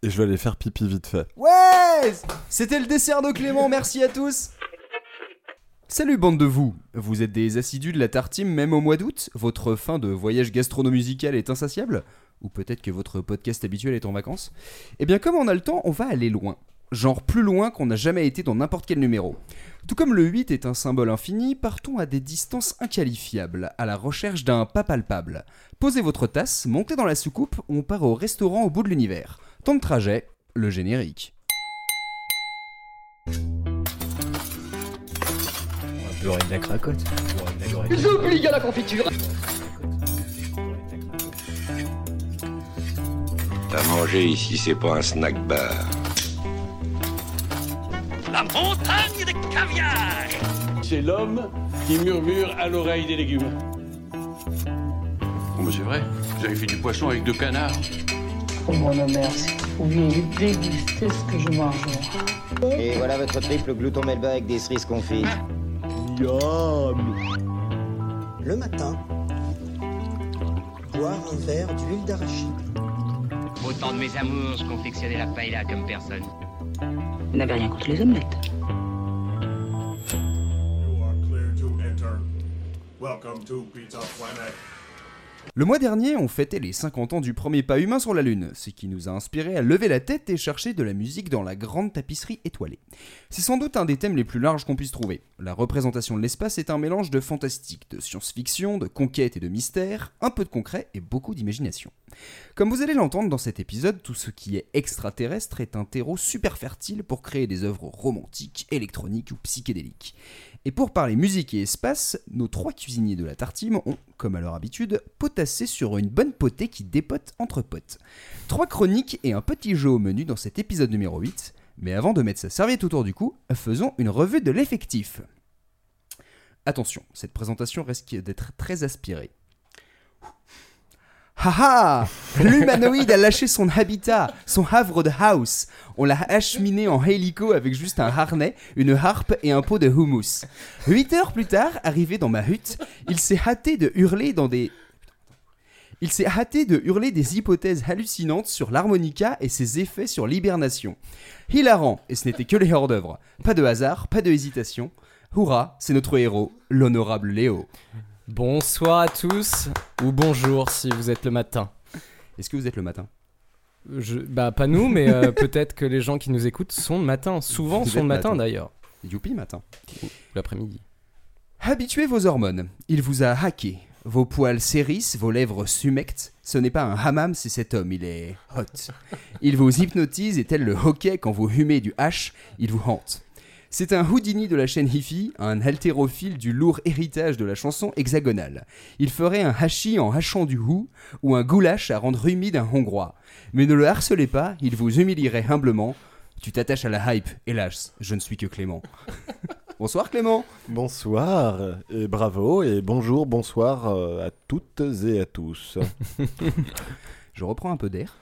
et je vais aller faire pipi vite fait. Ouais, c'était le dessert de Clément, merci à tous. Salut bande de vous, vous êtes des assidus de la Tartime même au mois d'août? Votre fin de voyage gastronomique est insatiable? Ou peut-être que votre podcast habituel est en vacances? Eh bien comme on a le temps, on va aller loin. Genre plus loin qu'on n'a jamais été dans n'importe quel numéro. Tout comme le 8 est un symbole infini, partons à des distances inqualifiables, à la recherche d'un pas palpable. Posez votre tasse, montez dans la soucoupe, on part au restaurant au bout de l'univers. Temps de trajet, le générique. Beurrer de la cracotte. J'oublie à la confiture. T'as mangé ici, c'est pas un snack bar. La montagne de caviar. C'est l'homme qui murmure à l'oreille des légumes. Oh, mais c'est vrai, vous avez fait du poisson avec 2 canards. Oh mon Homer, si vous pouviez déguster ce que je mange. Et voilà votre triple glouton melba avec des cerises confites. Le matin, boire un verre d'huile d'arachide. Autant de mes amours, je confectionnais la paella comme personne. Vous n'avez rien contre les omelettes. You are clear to enter. Welcome to Pizza Planet. Le mois dernier, on fêtait les 50 ans du premier pas humain sur la Lune, ce qui nous a inspiré à lever la tête et chercher de la musique dans la grande tapisserie étoilée. C'est sans doute un des thèmes les plus larges qu'on puisse trouver. La représentation de l'espace est un mélange de fantastique, de science-fiction, de conquête et de mystère, un peu de concret et beaucoup d'imagination. Comme vous allez l'entendre dans cet épisode, tout ce qui est extraterrestre est un terreau super fertile pour créer des œuvres romantiques, électroniques ou psychédéliques. Et pour parler musique et espace, nos 3 cuisiniers de la Tartime ont, comme à leur habitude, potassé sur une bonne potée qui dépote entre potes. 3 chroniques et un petit jeu au menu dans cet épisode numéro 8, mais avant de mettre sa serviette autour du cou, faisons une revue de l'effectif. Attention, cette présentation risque d'être très aspirée. Haha! L'humanoïde a lâché son habitat, son havre de house. On l'a acheminé en hélico avec juste un harnais, une harpe et un pot de houmous. 8 heures plus tard, arrivé dans ma hutte, il s'est hâté de hurler des hypothèses hallucinantes sur l'harmonica et ses effets sur l'hibernation. Hilarant, et ce n'était que les hors-d'œuvre. Pas de hasard, pas de hésitation. Hourra, c'est notre héros, l'honorable Léo. Bonsoir à tous, ou bonjour si vous êtes le matin. Est-ce que vous êtes le matin ? Pas nous, mais peut-être que les gens qui nous écoutent sont le matin. Souvent sont le matin d'ailleurs. Youpi matin. Ou l'après-midi. Habituez vos hormones. Il vous a hacké. Vos poils s'hérissent, vos lèvres s'humectent. Ce n'est pas un hammam, c'est cet homme, il est hot. Il vous hypnotise et tel le hockey quand vous humez du H, il vous hante. C'est un Houdini de la chaîne Hi-Fi, un haltérophile du lourd héritage de la chanson hexagonale. Il ferait un hachis en hachant du hou, ou un goulash à rendre humide un hongrois. Mais ne le harcelez pas, il vous humilierait humblement. Tu t'attaches à la hype, hélas, je ne suis que Clément. Bonsoir Clément. Bonsoir, et bravo, et bonsoir à toutes et à tous. Je reprends un peu d'air.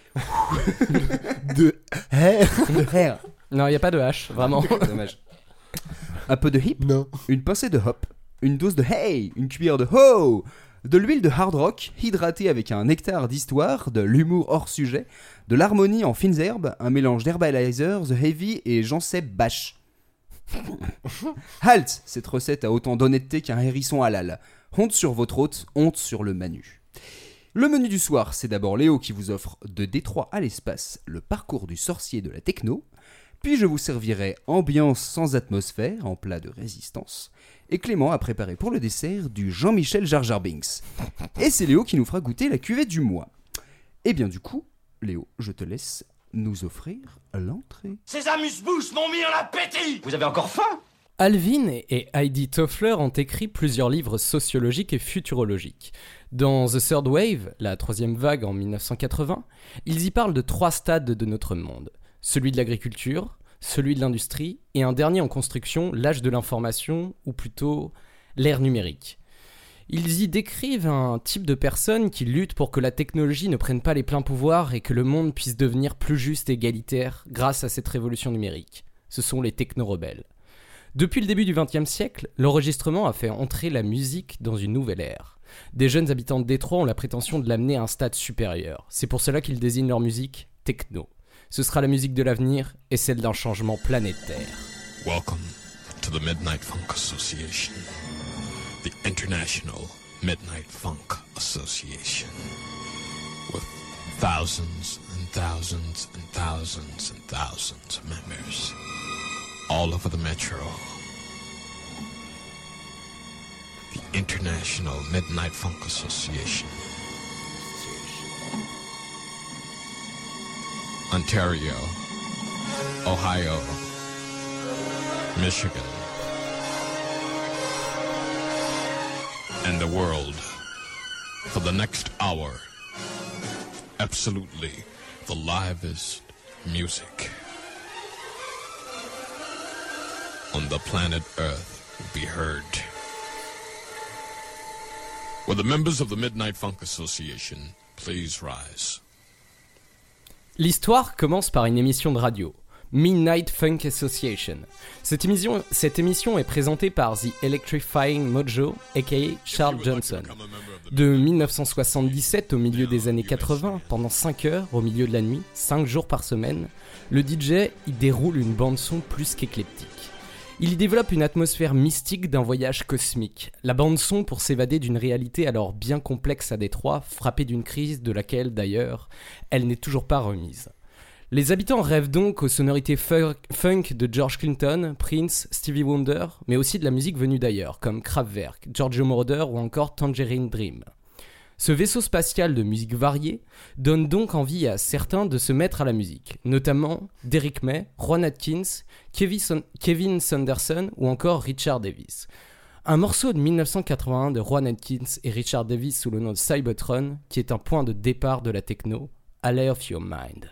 De air. De air. Non, il n'y a pas de H, vraiment. Dommage. Un peu de hip, non. Une pincée de hop, une dose de hey, une cuillère de ho, de l'huile de hard rock, hydratée avec un nectar d'histoire, de l'humour hors sujet, de l'harmonie en fines herbes, un mélange d'Herbalizer, The Heavy et Jean-Seb Bach. Halt, cette recette a autant d'honnêteté qu'un hérisson halal. Honte sur votre hôte, honte sur le manu. Le menu du soir, c'est d'abord Léo qui vous offre de Détroit à l'espace le parcours du sorcier de la techno. Puis je vous servirai ambiance sans atmosphère en plat de résistance. Et Clément a préparé pour le dessert du Jean-Michel Jar Jar Binks. Et c'est Léo qui nous fera goûter la cuvée du mois. Et bien du coup, Léo, je te laisse nous offrir l'entrée. Ces amuse-bouches m'ont mis en appétit. Vous avez encore faim? Alvin et Heidi Toffler ont écrit plusieurs livres sociologiques et futurologiques. Dans The Third Wave, la troisième vague en 1980, ils y parlent de 3 stades de notre monde. Celui de l'agriculture, celui de l'industrie et un dernier en construction, l'âge de l'information, ou plutôt l'ère numérique. Ils y décrivent un type de personnes qui luttent pour que la technologie ne prenne pas les pleins pouvoirs et que le monde puisse devenir plus juste et égalitaire grâce à cette révolution numérique. Ce sont les techno-rebelles. Depuis le début du XXe siècle, l'enregistrement a fait entrer la musique dans une nouvelle ère. Des jeunes habitants de Détroit ont la prétention de l'amener à un stade supérieur. C'est pour cela qu'ils désignent leur musique techno. Ce sera la musique de l'avenir et celle d'un changement planétaire. Welcome to the Midnight Funk Association, the International Midnight Funk Association, with thousands and thousands and thousands and thousands of members all over the metro. The International Midnight Funk Association. Ontario, Ohio, Michigan, and the world for the next hour. Absolutely the livest music on the planet Earth will be heard. Will the members of the Midnight Funk Association please rise? L'histoire commence par une émission de radio, Midnight Funk Association. Cette émission est présentée par The Electrifying Mojo, aka Charles Johnson. De 1977 au milieu des années 80, pendant 5 heures, au milieu de la nuit, 5 jours par semaine, le DJ y déroule une bande-son plus qu'éclectique. Il y développe une atmosphère mystique d'un voyage cosmique. La bande-son pour s'évader d'une réalité alors bien complexe à Détroit, frappée d'une crise de laquelle, d'ailleurs, elle n'est toujours pas remise. Les habitants rêvent donc aux sonorités funk de George Clinton, Prince, Stevie Wonder, mais aussi de la musique venue d'ailleurs, comme Kraftwerk, Giorgio Moroder ou encore Tangerine Dream. Ce vaisseau spatial de musique variée donne donc envie à certains de se mettre à la musique, notamment Derrick May, Rowan Atkins, Kevin Saunderson ou encore Richard Davis. Un morceau de 1981 de Rowan Atkins et Richard Davis sous le nom de Cybertron, qui est un point de départ de la techno, Alley of Your Mind.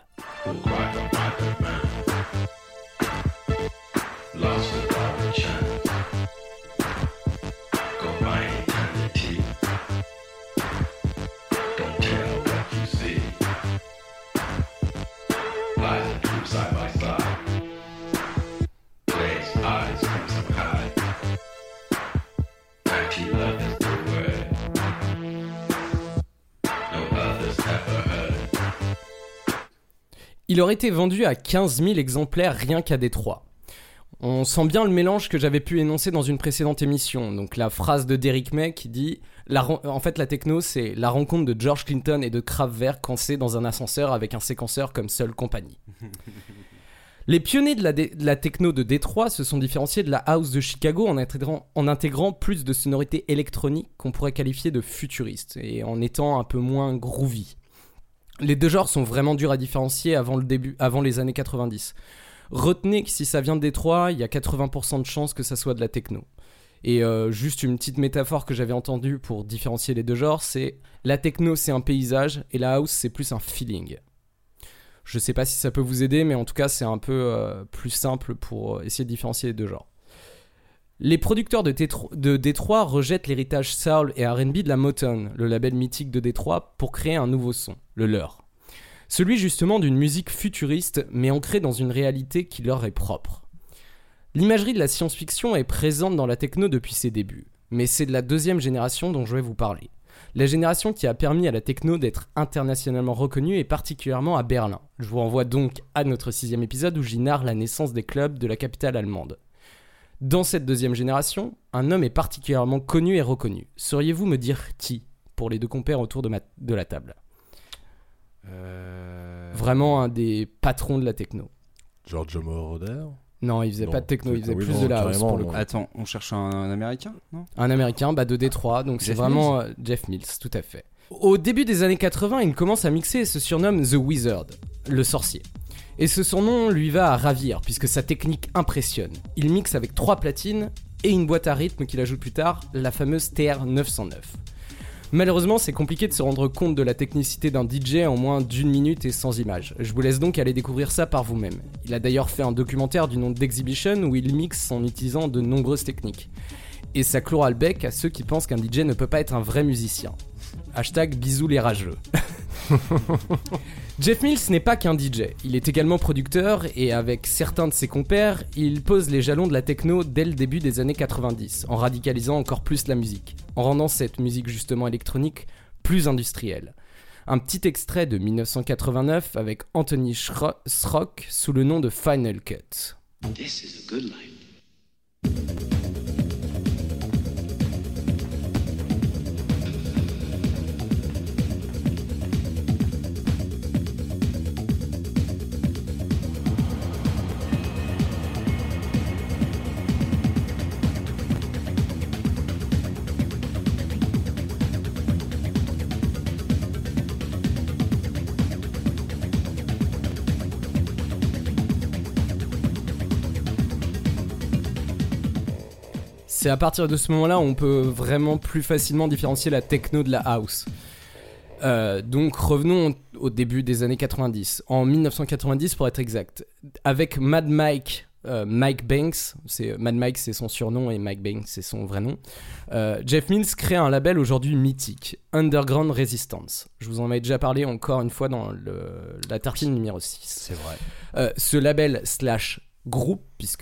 Il aurait été vendu à 15 000 exemplaires rien qu'à Détroit. On sent bien le mélange que j'avais pu énoncer dans une précédente émission. Donc la phrase de Derrick May qui dit en fait la techno c'est la rencontre de George Clinton et de Kraftwerk coincés dans un ascenseur avec un séquenceur comme seule compagnie. Les pionniers de la techno de Détroit se sont différenciés de la house de Chicago en intégrant plus de sonorités électroniques qu'on pourrait qualifier de futuristes et en étant un peu moins groovy. Les deux genres sont vraiment durs à différencier avant les années 90. Retenez que si ça vient de Détroit, il y a 80% de chances que ça soit de la techno. Et juste une petite métaphore que j'avais entendue pour différencier les deux genres, c'est la techno c'est un paysage et la house c'est plus un feeling. Je sais pas si ça peut vous aider, mais en tout cas c'est un peu plus simple pour essayer de différencier les deux genres. Les producteurs de Détroit rejettent l'héritage soul et R&B de la Motown, le label mythique de Détroit, pour créer un nouveau son, le leur. Celui justement d'une musique futuriste, mais ancrée dans une réalité qui leur est propre. L'imagerie de la science-fiction est présente dans la techno depuis ses débuts, mais c'est de la deuxième génération dont je vais vous parler. La génération qui a permis à la techno d'être internationalement reconnue et particulièrement à Berlin. Je vous renvoie donc à notre 6e épisode où j'y narre la naissance des clubs de la capitale allemande. Dans cette deuxième génération, un homme est particulièrement connu et reconnu. Sauriez-vous me dire qui, pour les deux compères autour de la table ? Vraiment un des patrons de la techno. Giorgio Moroder ? Non, il faisait pas de techno, il faisait plus de la house pour le coup. Attends, on cherche un américain, non ? Un américain, de Détroit, donc Jeff c'est vraiment Jeff Mills, tout à fait. Au début des années 80, il commence à mixer et se surnomme The Wizard, le sorcier. Et ce surnom lui va à ravir, puisque sa technique impressionne. Il mixe avec 3 platines et une boîte à rythme qu'il ajoute plus tard, la fameuse TR-909. Malheureusement, c'est compliqué de se rendre compte de la technicité d'un DJ en moins d'1 minute et sans images. Je vous laisse donc aller découvrir ça par vous-même. Il a d'ailleurs fait un documentaire du nom d'Exhibition où il mixe en utilisant de nombreuses techniques. Et ça clora le bec à ceux qui pensent qu'un DJ ne peut pas être un vrai musicien. #bisous les rageux. Jeff Mills n'est pas qu'un DJ, il est également producteur et avec certains de ses compères, il pose les jalons de la techno dès le début des années 90, en radicalisant encore plus la musique, en rendant cette musique justement électronique plus industrielle. Un petit extrait de 1989 avec Anthony Schrock sous le nom de Final Cut. This is a good life. C'est à partir de ce moment-là où on peut vraiment plus facilement différencier la techno de la house. Donc revenons au début des années 90, en 1990 pour être exact, avec Mad Mike, Mike Banks, Mad Mike c'est son surnom et Mike Banks c'est son vrai nom. Jeff Mills crée un label aujourd'hui mythique, Underground Resistance. Je vous en avais déjà parlé encore une fois dans la tartine numéro 6. C'est vrai. Ce label groupe,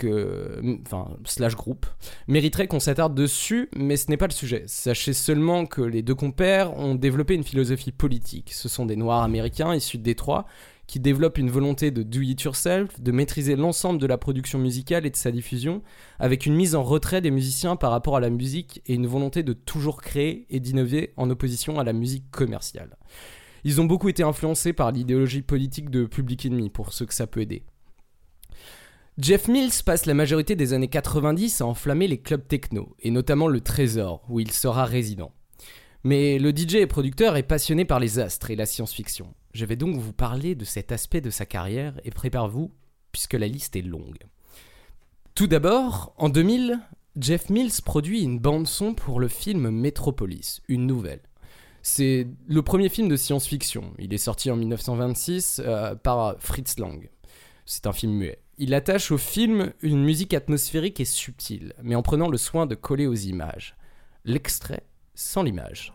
groupe, mériterait qu'on s'attarde dessus, mais ce n'est pas le sujet. Sachez seulement que les deux compères ont développé une philosophie politique. Ce sont des Noirs américains issus de Détroit qui développent une volonté de do it yourself, de maîtriser l'ensemble de la production musicale et de sa diffusion, avec une mise en retrait des musiciens par rapport à la musique et une volonté de toujours créer et d'innover en opposition à la musique commerciale. Ils ont beaucoup été influencés par l'idéologie politique de Public Enemy, pour ceux que ça peut aider. Jeff Mills passe la majorité des années 90 à enflammer les clubs techno, et notamment le Trésor, où il sera résident. Mais le DJ et producteur est passionné par les astres et la science-fiction. Je vais donc vous parler de cet aspect de sa carrière, et préparez-vous, puisque la liste est longue. Tout d'abord, en 2000, Jeff Mills produit une bande-son pour le film Metropolis, une nouvelle. C'est le premier film de science-fiction. Il est sorti en 1926 par Fritz Lang. C'est un film muet. Il attache au film une musique atmosphérique et subtile, mais en prenant le soin de coller aux images. L'extrait sans l'image.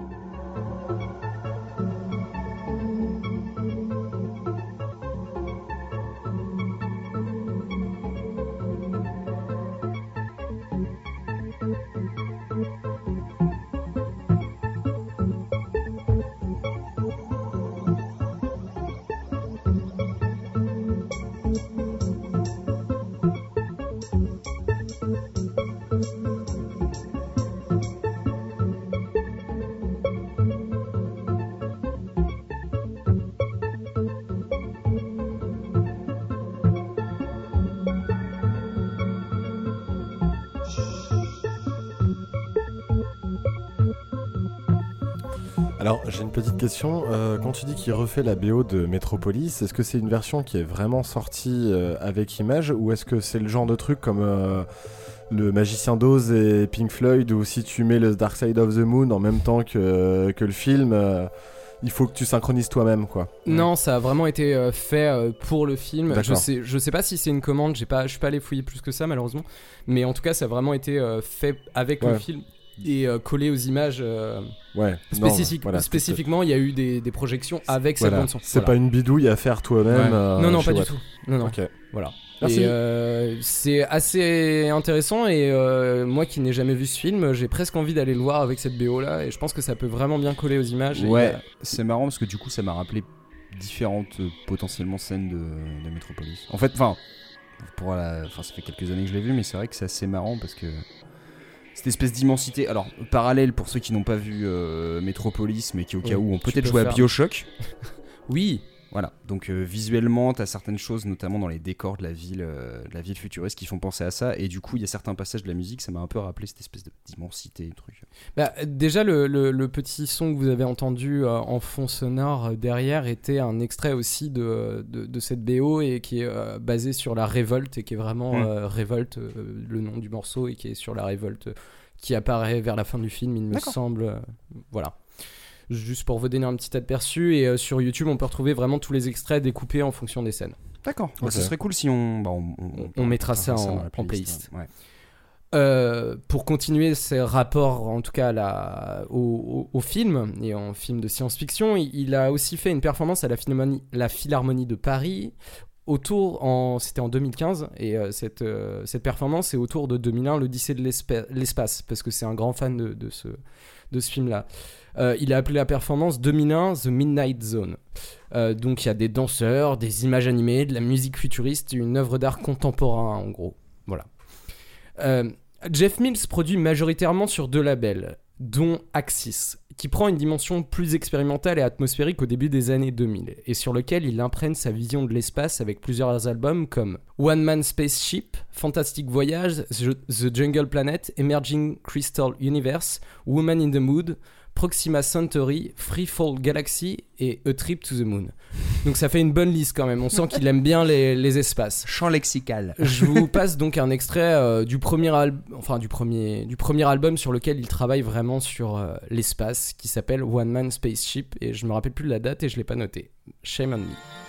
Alors, j'ai une petite question. Quand tu dis qu'il refait la BO de Metropolis, est-ce que c'est une version qui est vraiment sortie avec image, ou est-ce que c'est le genre de truc comme le Magicien d'Oz et Pink Floyd, où si tu mets le Dark Side of the Moon en même temps que le film, il faut que tu synchronises toi-même, quoi. Non, ça a vraiment été fait pour le film. D'accord. Je sais pas si c'est une commande, je suis pas allé fouiller plus que ça malheureusement, mais en tout cas ça a vraiment été fait avec le film. Et collé aux images spécifiquement il y a eu des projections avec cette bande son. C'est pas une bidouille à faire toi-même. Non, pas du tout. Non. Okay. Voilà. Merci. Et c'est assez intéressant, et moi qui n'ai jamais vu ce film, j'ai presque envie d'aller le voir avec cette BO là, et je pense que ça peut vraiment bien coller aux images. C'est marrant parce que du coup ça m'a rappelé différentes potentiellement scènes de Metropolis. En fait, ça fait quelques années que je l'ai vu, mais c'est vrai que c'est assez marrant parce que cette espèce d'immensité, alors parallèle pour ceux qui n'ont pas vu Metropolis, mais qui au cas où ont peut-être joué à BioShock. Oui. Voilà, donc visuellement t'as certaines choses, notamment dans les décors de la ville futuriste, qui font penser à ça, et du coup il y a certains passages de la musique, ça m'a un peu rappelé cette espèce d'immensité, truc. Déjà le petit son que vous avez entendu en fond sonore derrière était un extrait aussi de cette BO, et qui est basé sur la révolte, et qui est vraiment révolte, le nom du morceau, et qui est sur la révolte qui apparaît vers la fin du film, il me semble. Voilà. Juste pour vous donner un petit aperçu, et sur YouTube on peut retrouver vraiment tous les extraits découpés en fonction des scènes. D'accord, okay. Ce serait cool si on mettra ça en playlist. Ouais. Pour continuer ces rapports, en tout cas au film, et en film de science-fiction, il a aussi fait une performance à la Philharmonie de Paris. C'était en 2015, et cette performance est autour de 2001, l'Odyssée de l'espace, parce que c'est un grand fan de de ce film-là. Il a appelé la performance 2001 The Midnight Zone. Donc il y a des danseurs, des images animées, de la musique futuriste, une œuvre d'art contemporain en gros. Voilà. Jeff Mills produit majoritairement sur 2 labels, dont Axis, qui prend une dimension plus expérimentale et atmosphérique au début des années 2000, et sur lequel il imprègne sa vision de l'espace avec plusieurs albums comme One Man Spaceship, Fantastic Voyage, The Jungle Planet, Emerging Crystal Universe, Woman in the Mood, Proxima Centauri, Free Fall Galaxy et A Trip to the Moon. Donc ça fait une bonne liste quand même, on sent qu'il aime bien les espaces. Champ lexical. Je vous passe donc un extrait du premier album sur lequel il travaille vraiment sur l'espace, qui s'appelle One Man Spaceship, et je me rappelle plus de la date et je l'ai pas noté. Shame on me.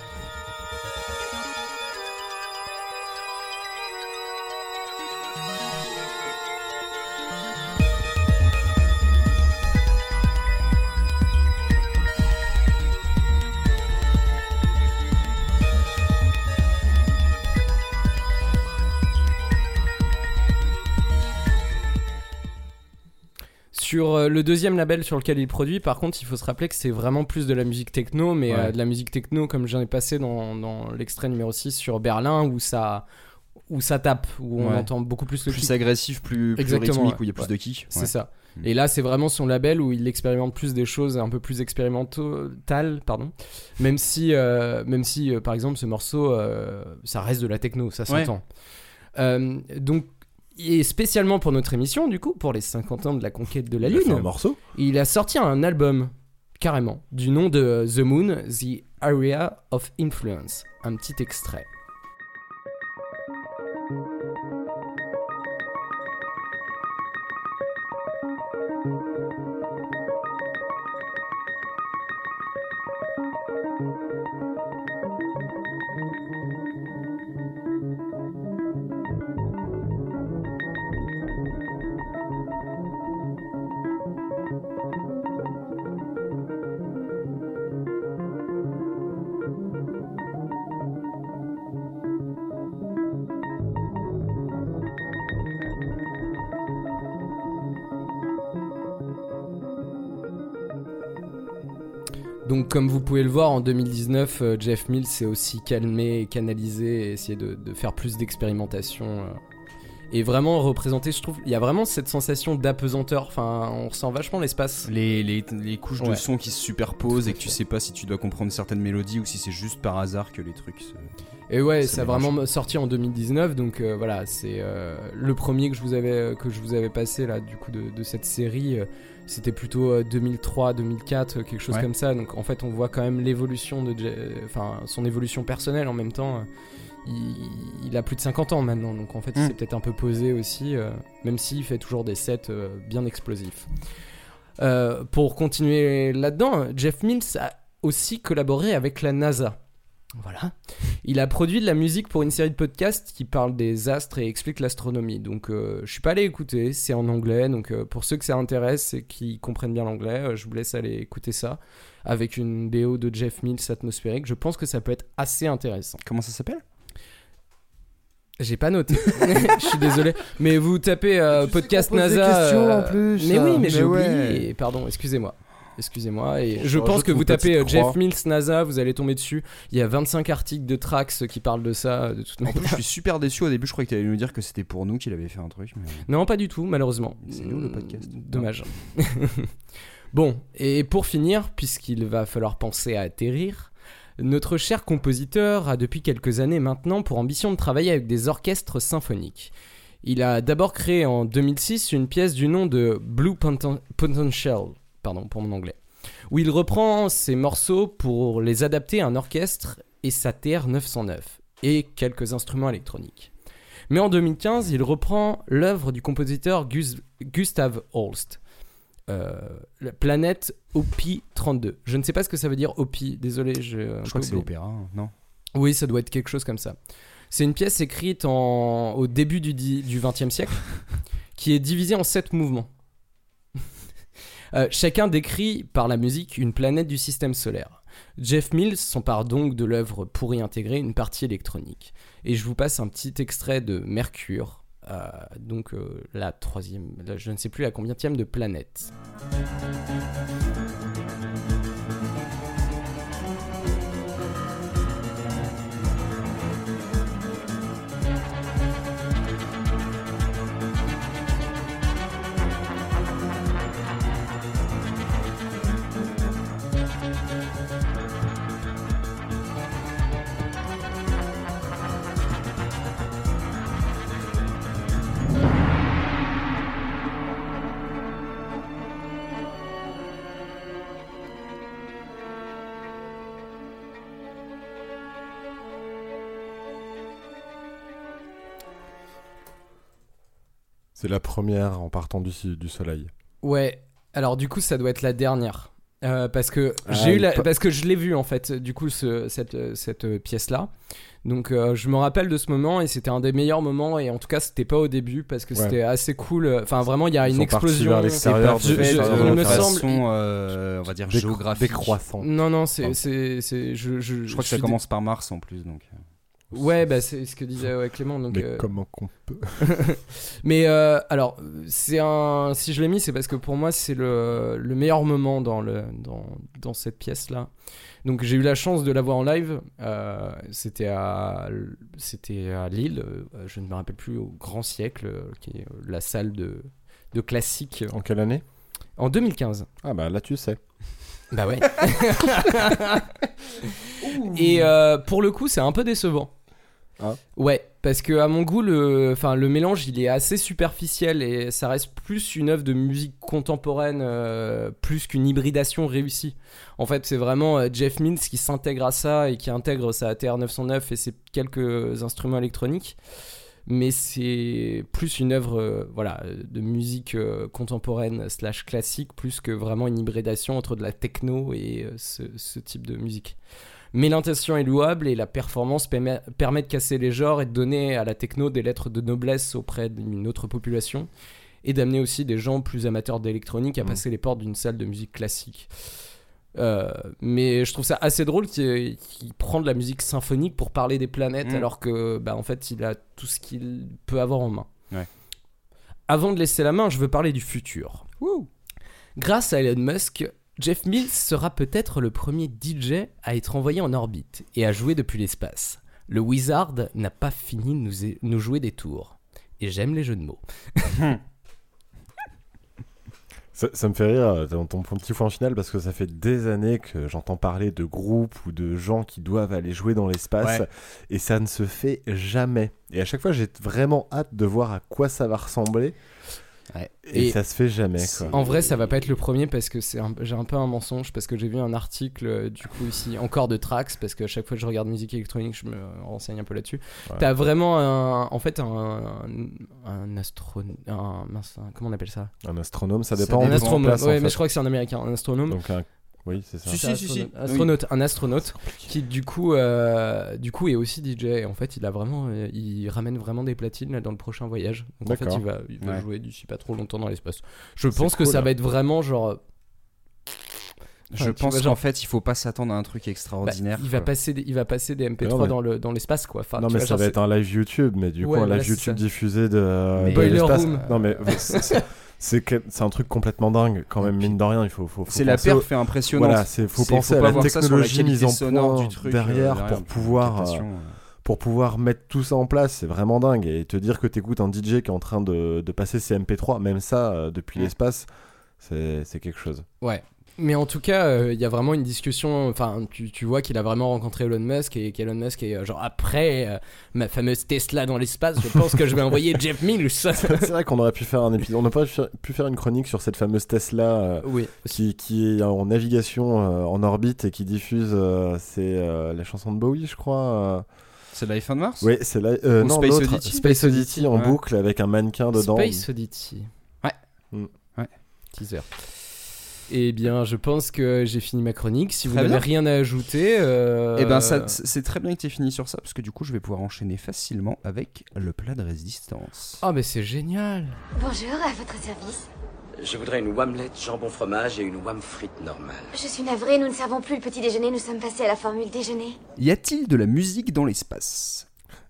Sur le deuxième label sur lequel il produit, par contre, il faut se rappeler que c'est vraiment plus de la musique techno, mais de la musique techno comme j'en ai passé dans l'extrait numéro 6 sur Berlin, où ça tape, où on entend beaucoup plus le kick. Plus agressif, plus rythmique, où il y a plus de kick. C'est ça. Et là, c'est vraiment son label où il expérimente plus des choses un peu plus expérimentales, même si par exemple, ce morceau, ça reste de la techno, ça s'entend. Donc, et spécialement pour notre émission, du coup, pour les 50 ans de la conquête de la Lune, un morceau. Il a sorti un album, carrément, du nom de The Moon, The Area of Influence. Un petit extrait. Donc comme vous pouvez le voir, en 2019, Jeff Mills s'est aussi calmé et canalisé et essayé de faire plus d'expérimentation. Et vraiment représenté, je trouve, il y a vraiment cette sensation d'apesanteur, enfin on ressent vachement l'espace. Les couches de son qui se superposent et que tu sais pas si tu dois comprendre certaines mélodies ou si c'est juste par hasard que les trucs se... Et ouais, ça a vraiment sorti en 2019, donc voilà, c'est le premier que je vous avais passé là, du coup de cette série, c'était plutôt 2003, 2004, quelque chose comme ça. Donc en fait, on voit quand même l'évolution son évolution personnelle en même temps. Il a plus de 50 ans maintenant, donc en fait, il s'est peut-être un peu posé aussi, même s'il fait toujours des sets bien explosifs. Pour continuer là-dedans, Jeff Mills a aussi collaboré avec la NASA. Voilà. Il a produit de la musique pour une série de podcasts qui parle des astres et explique l'astronomie. Donc je suis pas allé écouter, c'est en anglais. Donc pour ceux que ça intéresse et qui comprennent bien l'anglais, je vous laisse aller écouter ça avec une BO de Jeff Mills atmosphérique. Je pense que ça peut être assez intéressant. Comment ça s'appelle ? J'ai pas noté. Je suis désolé. Mais vous tapez podcast NASA. En plus, mais oui, mais j'ai oublié. Pardon, excusez-moi, et je pense que vous tapez Jeff Mills NASA, vous allez tomber dessus. Il y a 25 articles de Trax qui parlent de ça, de toute manière. En plus, je suis super déçu. Au début, je croyais que tu allais nous dire que c'était pour nous qu'il avait fait un truc. Mais... Non, pas du tout, malheureusement. C'est nous le podcast. Dommage. Bon, et pour finir, puisqu'il va falloir penser à atterrir, notre cher compositeur a depuis quelques années maintenant pour ambition de travailler avec des orchestres symphoniques. Il a d'abord créé en 2006 une pièce du nom de Blue Potential, pour mon anglais, où il reprend ses morceaux pour les adapter à un orchestre et sa TR-909 et quelques instruments électroniques. Mais en 2015, il reprend l'œuvre du compositeur Gustav Holst, la planète OP-32. Je ne sais pas ce que ça veut dire OP, désolé. Je crois que c'est opéra, non ? Oui, ça doit être quelque chose comme ça. C'est une pièce écrite au début du XXe siècle qui est divisée en 7 mouvements. Chacun décrit par la musique une planète du système solaire. Jeff Mills s'empare donc de l'œuvre pour y intégrer une partie électronique. Et je vous passe un petit extrait de Mercure, donc la troisième, je ne sais plus la combienième de planète. C'est la première en partant du soleil. Ouais, alors du coup ça doit être la dernière. Parce que parce que je l'ai vu en fait, du coup cette pièce-là. Donc je me rappelle de ce moment et c'était un des meilleurs moments, et en tout cas c'était pas au début parce que c'était assez cool. Enfin vraiment il y a une explosion. Vers l'extérieur, il me semble, on va dire géographique. Décroissant. Non, je crois que ça commence par Mars en plus, donc. Ouais, bah c'est ce que disait Clément. Donc, mais comment qu'on peut. Mais alors, si je l'ai mis, c'est parce que pour moi, c'est le meilleur moment dans cette pièce-là. Donc j'ai eu la chance de la voir en live. C'était à Lille, je ne me rappelle plus, au Grand Siècle, qui est la salle de classique. En quelle année ? En 2015. Ah bah là tu sais. Bah ouais. Et pour le coup, c'est un peu décevant. Ah. Ouais, parce que à mon goût, le mélange, il est assez superficiel et ça reste plus une œuvre de musique contemporaine, plus qu'une hybridation réussie. En fait, c'est vraiment Jeff Mills qui s'intègre à ça et qui intègre sa ATR 909 et ses quelques instruments électroniques. Mais c'est plus une œuvre de musique contemporaine / classique, plus que vraiment une hybridation entre de la techno et ce type de musique. Mais l'intention est louable et la performance permet de casser les genres et de donner à la techno des lettres de noblesse auprès d'une autre population, et d'amener aussi des gens plus amateurs d'électronique à passer les portes d'une salle de musique classique. Mais je trouve ça assez drôle qu'il prend de la musique symphonique pour parler des planètes, alors que en fait il a tout ce qu'il peut avoir en main. Ouais. Avant de laisser la main, je veux parler du futur. Woo. Grâce à Elon Musk, Jeff Mills sera peut-être le premier DJ à être envoyé en orbite et à jouer depuis l'espace. Le Wizard n'a pas fini de nous jouer des tours. Et j'aime les jeux de mots. Ça me fait rire ton petit point final, parce que ça fait des années que j'entends parler de groupes ou de gens qui doivent aller jouer dans l'espace, et ça ne se fait jamais. Et à chaque fois, j'ai vraiment hâte de voir à quoi ça va ressembler. Ouais. Et ça se fait jamais, quoi. En vrai, ça va pas être le premier, parce que j'ai un peu un mensonge, parce que j'ai vu un article du coup ici encore de Trax, parce qu'à chaque fois que je regarde musique électronique, je me renseigne un peu là-dessus. Ouais. T'as vraiment un astronome, comment on appelle ça ? Un astronome, ça dépend. Un astronome, place, ouais, mais je crois que c'est un américain, un astronome. Donc oui, c'est ça. Si. Un astronaute qui du coup est aussi DJ. Et en fait, il ramène vraiment des platines là, dans le prochain voyage. Donc en fait, il va jouer d'ici pas trop longtemps dans l'espace. Je pense que ça va être vraiment genre. Je pense qu'en fait, il faut pas s'attendre à un truc extraordinaire. Il va passer des MP3 dans l'espace, quoi. Enfin, non, mais ça va être un live YouTube, mais du coup, un live YouTube diffusé de Boiler l'espace. Room. Non, mais c'est un truc complètement dingue, quand même, mine de rien. Il faut c'est la perf est impressionnante. Voilà, faut penser à la technologie mise en point du truc, derrière pour pouvoir mettre tout ça en place. C'est vraiment dingue. Et te dire que t'écoutes un DJ qui est en train de passer ses MP3, même ça, depuis l'espace, c'est quelque chose. Ouais. Mais en tout cas, il y a vraiment une discussion. Enfin, tu vois qu'il a vraiment rencontré Elon Musk, et qu'Elon Musk est genre, après ma fameuse Tesla dans l'espace, je pense que je vais envoyer Jeff Mills. C'est vrai qu'on aurait pu faire un épisode. On aurait pu faire une chronique sur cette fameuse Tesla qui est en navigation en orbite et qui diffuse la chanson de Bowie, je crois. C'est l'iPhone de Mars ? Oui, c'est Space Oddity en boucle avec un mannequin dedans. Space Oddity. Ouais. Teaser. Eh bien, je pense que j'ai fini ma chronique. Si vous n'avez rien à ajouter... Eh ben, c'est très bien que tu aies fini sur ça, parce que du coup, je vais pouvoir enchaîner facilement avec le plat de résistance. Ah, mais c'est génial. Bonjour, à votre service. Je voudrais une omelette jambon fromage et une omelette frite normale. Je suis navré, nous ne servons plus le petit déjeuner, nous sommes passés à la formule déjeuner. Y a-t-il de la musique dans l'espace ?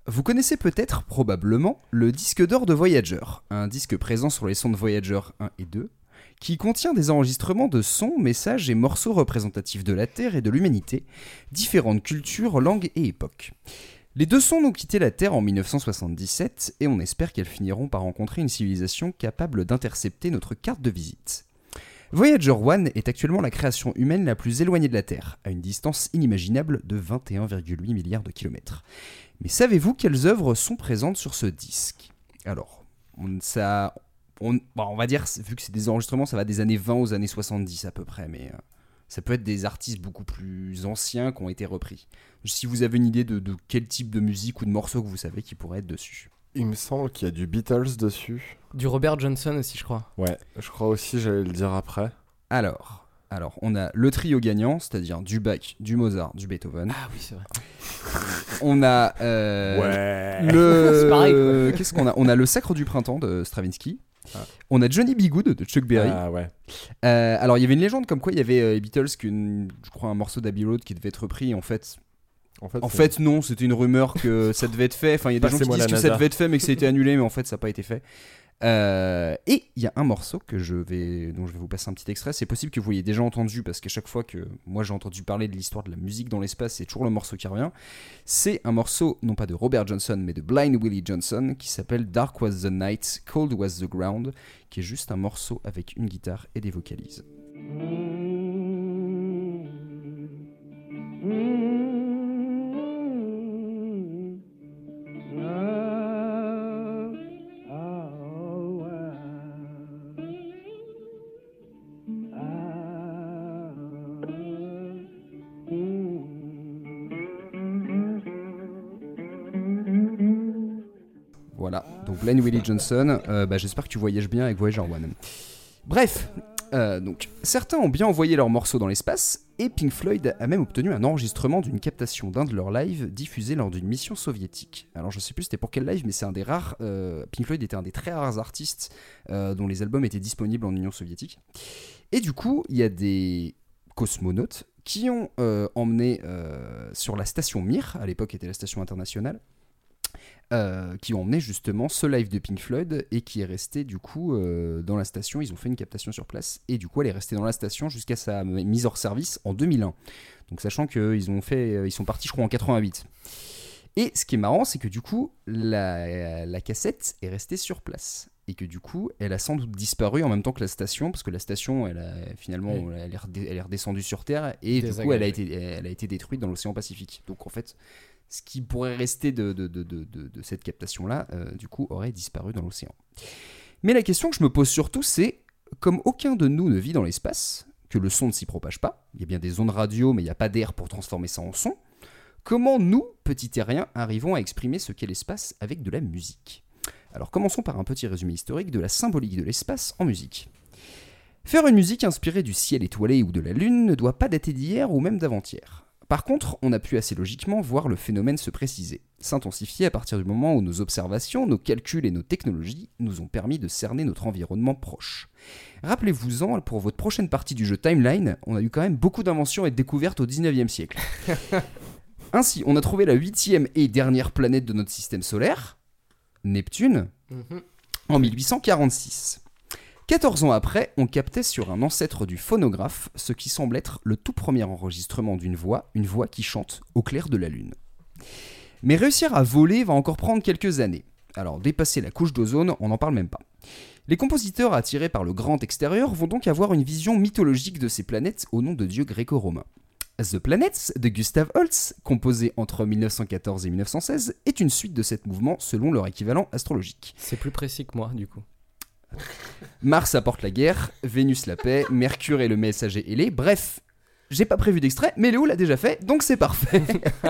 Vous connaissez peut-être, probablement, le disque d'or de Voyager, un disque présent sur les sondes Voyager 1 et 2, qui contient des enregistrements de sons, messages et morceaux représentatifs de la Terre et de l'humanité, différentes cultures, langues et époques. Les 2 sondes ont quitté la Terre en 1977 et on espère qu'elles finiront par rencontrer une civilisation capable d'intercepter notre carte de visite. Voyager 1 est actuellement la création humaine la plus éloignée de la Terre, à une distance inimaginable de 21,8 milliards de kilomètres. Mais savez-vous quelles œuvres sont présentes sur ce disque ? Alors, on va dire, vu que c'est des enregistrements, ça va des années 20 aux années 70 à peu près, mais ça peut être des artistes beaucoup plus anciens qui ont été repris. Si vous avez une idée de quel type de musique ou de morceau que vous savez qui pourrait être dessus. Il me semble qu'il y a du Beatles dessus. Du Robert Johnson aussi, je crois. Ouais, je crois aussi, j'allais le dire après. Alors, on a le trio gagnant, c'est-à-dire du Bach, du Mozart, du Beethoven. Ah oui, c'est vrai. On a C'est pareil, quoi. Qu'est-ce qu'on a ? On a le Sacre du printemps de Stravinsky. On a Johnny B. Good de Chuck Berry. Ah ouais. Alors il y avait une légende comme quoi il y avait les Beatles, je crois un morceau d'Abbey Road qui devait être repris. En fait, non, c'était une rumeur que ça devait être fait. Enfin, il y a des gens qui disent que ça devait être fait, mais que ça a été annulé, mais en fait, ça n'a pas été fait. Et il y a un morceau dont je vais vous passer un petit extrait. C'est possible que vous l'ayez déjà entendu, parce qu'à chaque fois que moi j'ai entendu parler de l'histoire de la musique dans l'espace, c'est toujours le morceau qui revient. C'est un morceau, non pas de Robert Johnson, mais de Blind Willie Johnson, qui s'appelle Dark Was the Night, Cold Was the Ground, qui est juste un morceau avec une guitare et des vocalises. Voilà, donc Blind Willie Johnson, j'espère que tu voyages bien avec Voyager 1. Bref, donc certains ont bien envoyé leurs morceaux dans l'espace, et Pink Floyd a même obtenu un enregistrement d'une captation d'un de leurs lives diffusé lors d'une mission soviétique. Alors je sais plus c'était pour quel live, mais c'est un des rares, Pink Floyd était un des très rares artistes dont les albums étaient disponibles en Union soviétique. Et du coup, il y a des cosmonautes qui ont emmené sur la station Mir, à l'époque était la station internationale, qui ont emmené justement ce live de Pink Floyd et qui est resté du coup dans la station. Ils ont fait une captation sur place et du coup elle est restée dans la station jusqu'à sa mise hors service en 2001. Donc sachant qu'ils sont partis je crois en 88. Et ce qui est marrant, c'est que du coup la cassette est restée sur place et que du coup elle a sans doute disparu en même temps que la station, parce que la station elle est redescendue sur Terre et du coup elle a été détruite dans l'océan Pacifique. Donc en fait ce qui pourrait rester de cette captation-là, du coup, aurait disparu dans l'océan. Mais la question que je me pose surtout, c'est, comme aucun de nous ne vit dans l'espace, que le son ne s'y propage pas, il y a bien des ondes radio, mais il n'y a pas d'air pour transformer ça en son, comment nous, petits terriens, arrivons à exprimer ce qu'est l'espace avec de la musique ? Alors commençons par un petit résumé historique de la symbolique de l'espace en musique. Faire une musique inspirée du ciel étoilé ou de la lune ne doit pas dater d'hier ou même d'avant-hier. Par contre, on a pu assez logiquement voir le phénomène se préciser, s'intensifier à partir du moment où nos observations, nos calculs et nos technologies nous ont permis de cerner notre environnement proche. Rappelez-vous-en, pour votre prochaine partie du jeu Timeline, on a eu quand même beaucoup d'inventions et de découvertes au 19e siècle. Ainsi, on a trouvé la 8e et dernière planète de notre système solaire, Neptune, en 1846. 14 ans après, on captait sur un ancêtre du phonographe ce qui semble être le tout premier enregistrement d'une voix qui chante au clair de la lune. Mais réussir à voler va encore prendre quelques années. Alors dépasser la couche d'ozone, on n'en parle même pas. Les compositeurs attirés par le grand extérieur vont donc avoir une vision mythologique de ces planètes au nom de dieux gréco-romains. The Planets de Gustav Holst, composé entre 1914 et 1916, est une suite de cet mouvement selon leur équivalent astrologique. C'est plus précis que moi, du coup. Mars apporte la guerre, Vénus la paix, Mercure est le messager ailé. Bref, j'ai pas prévu d'extrait, mais Léo l'a déjà fait, donc c'est parfait.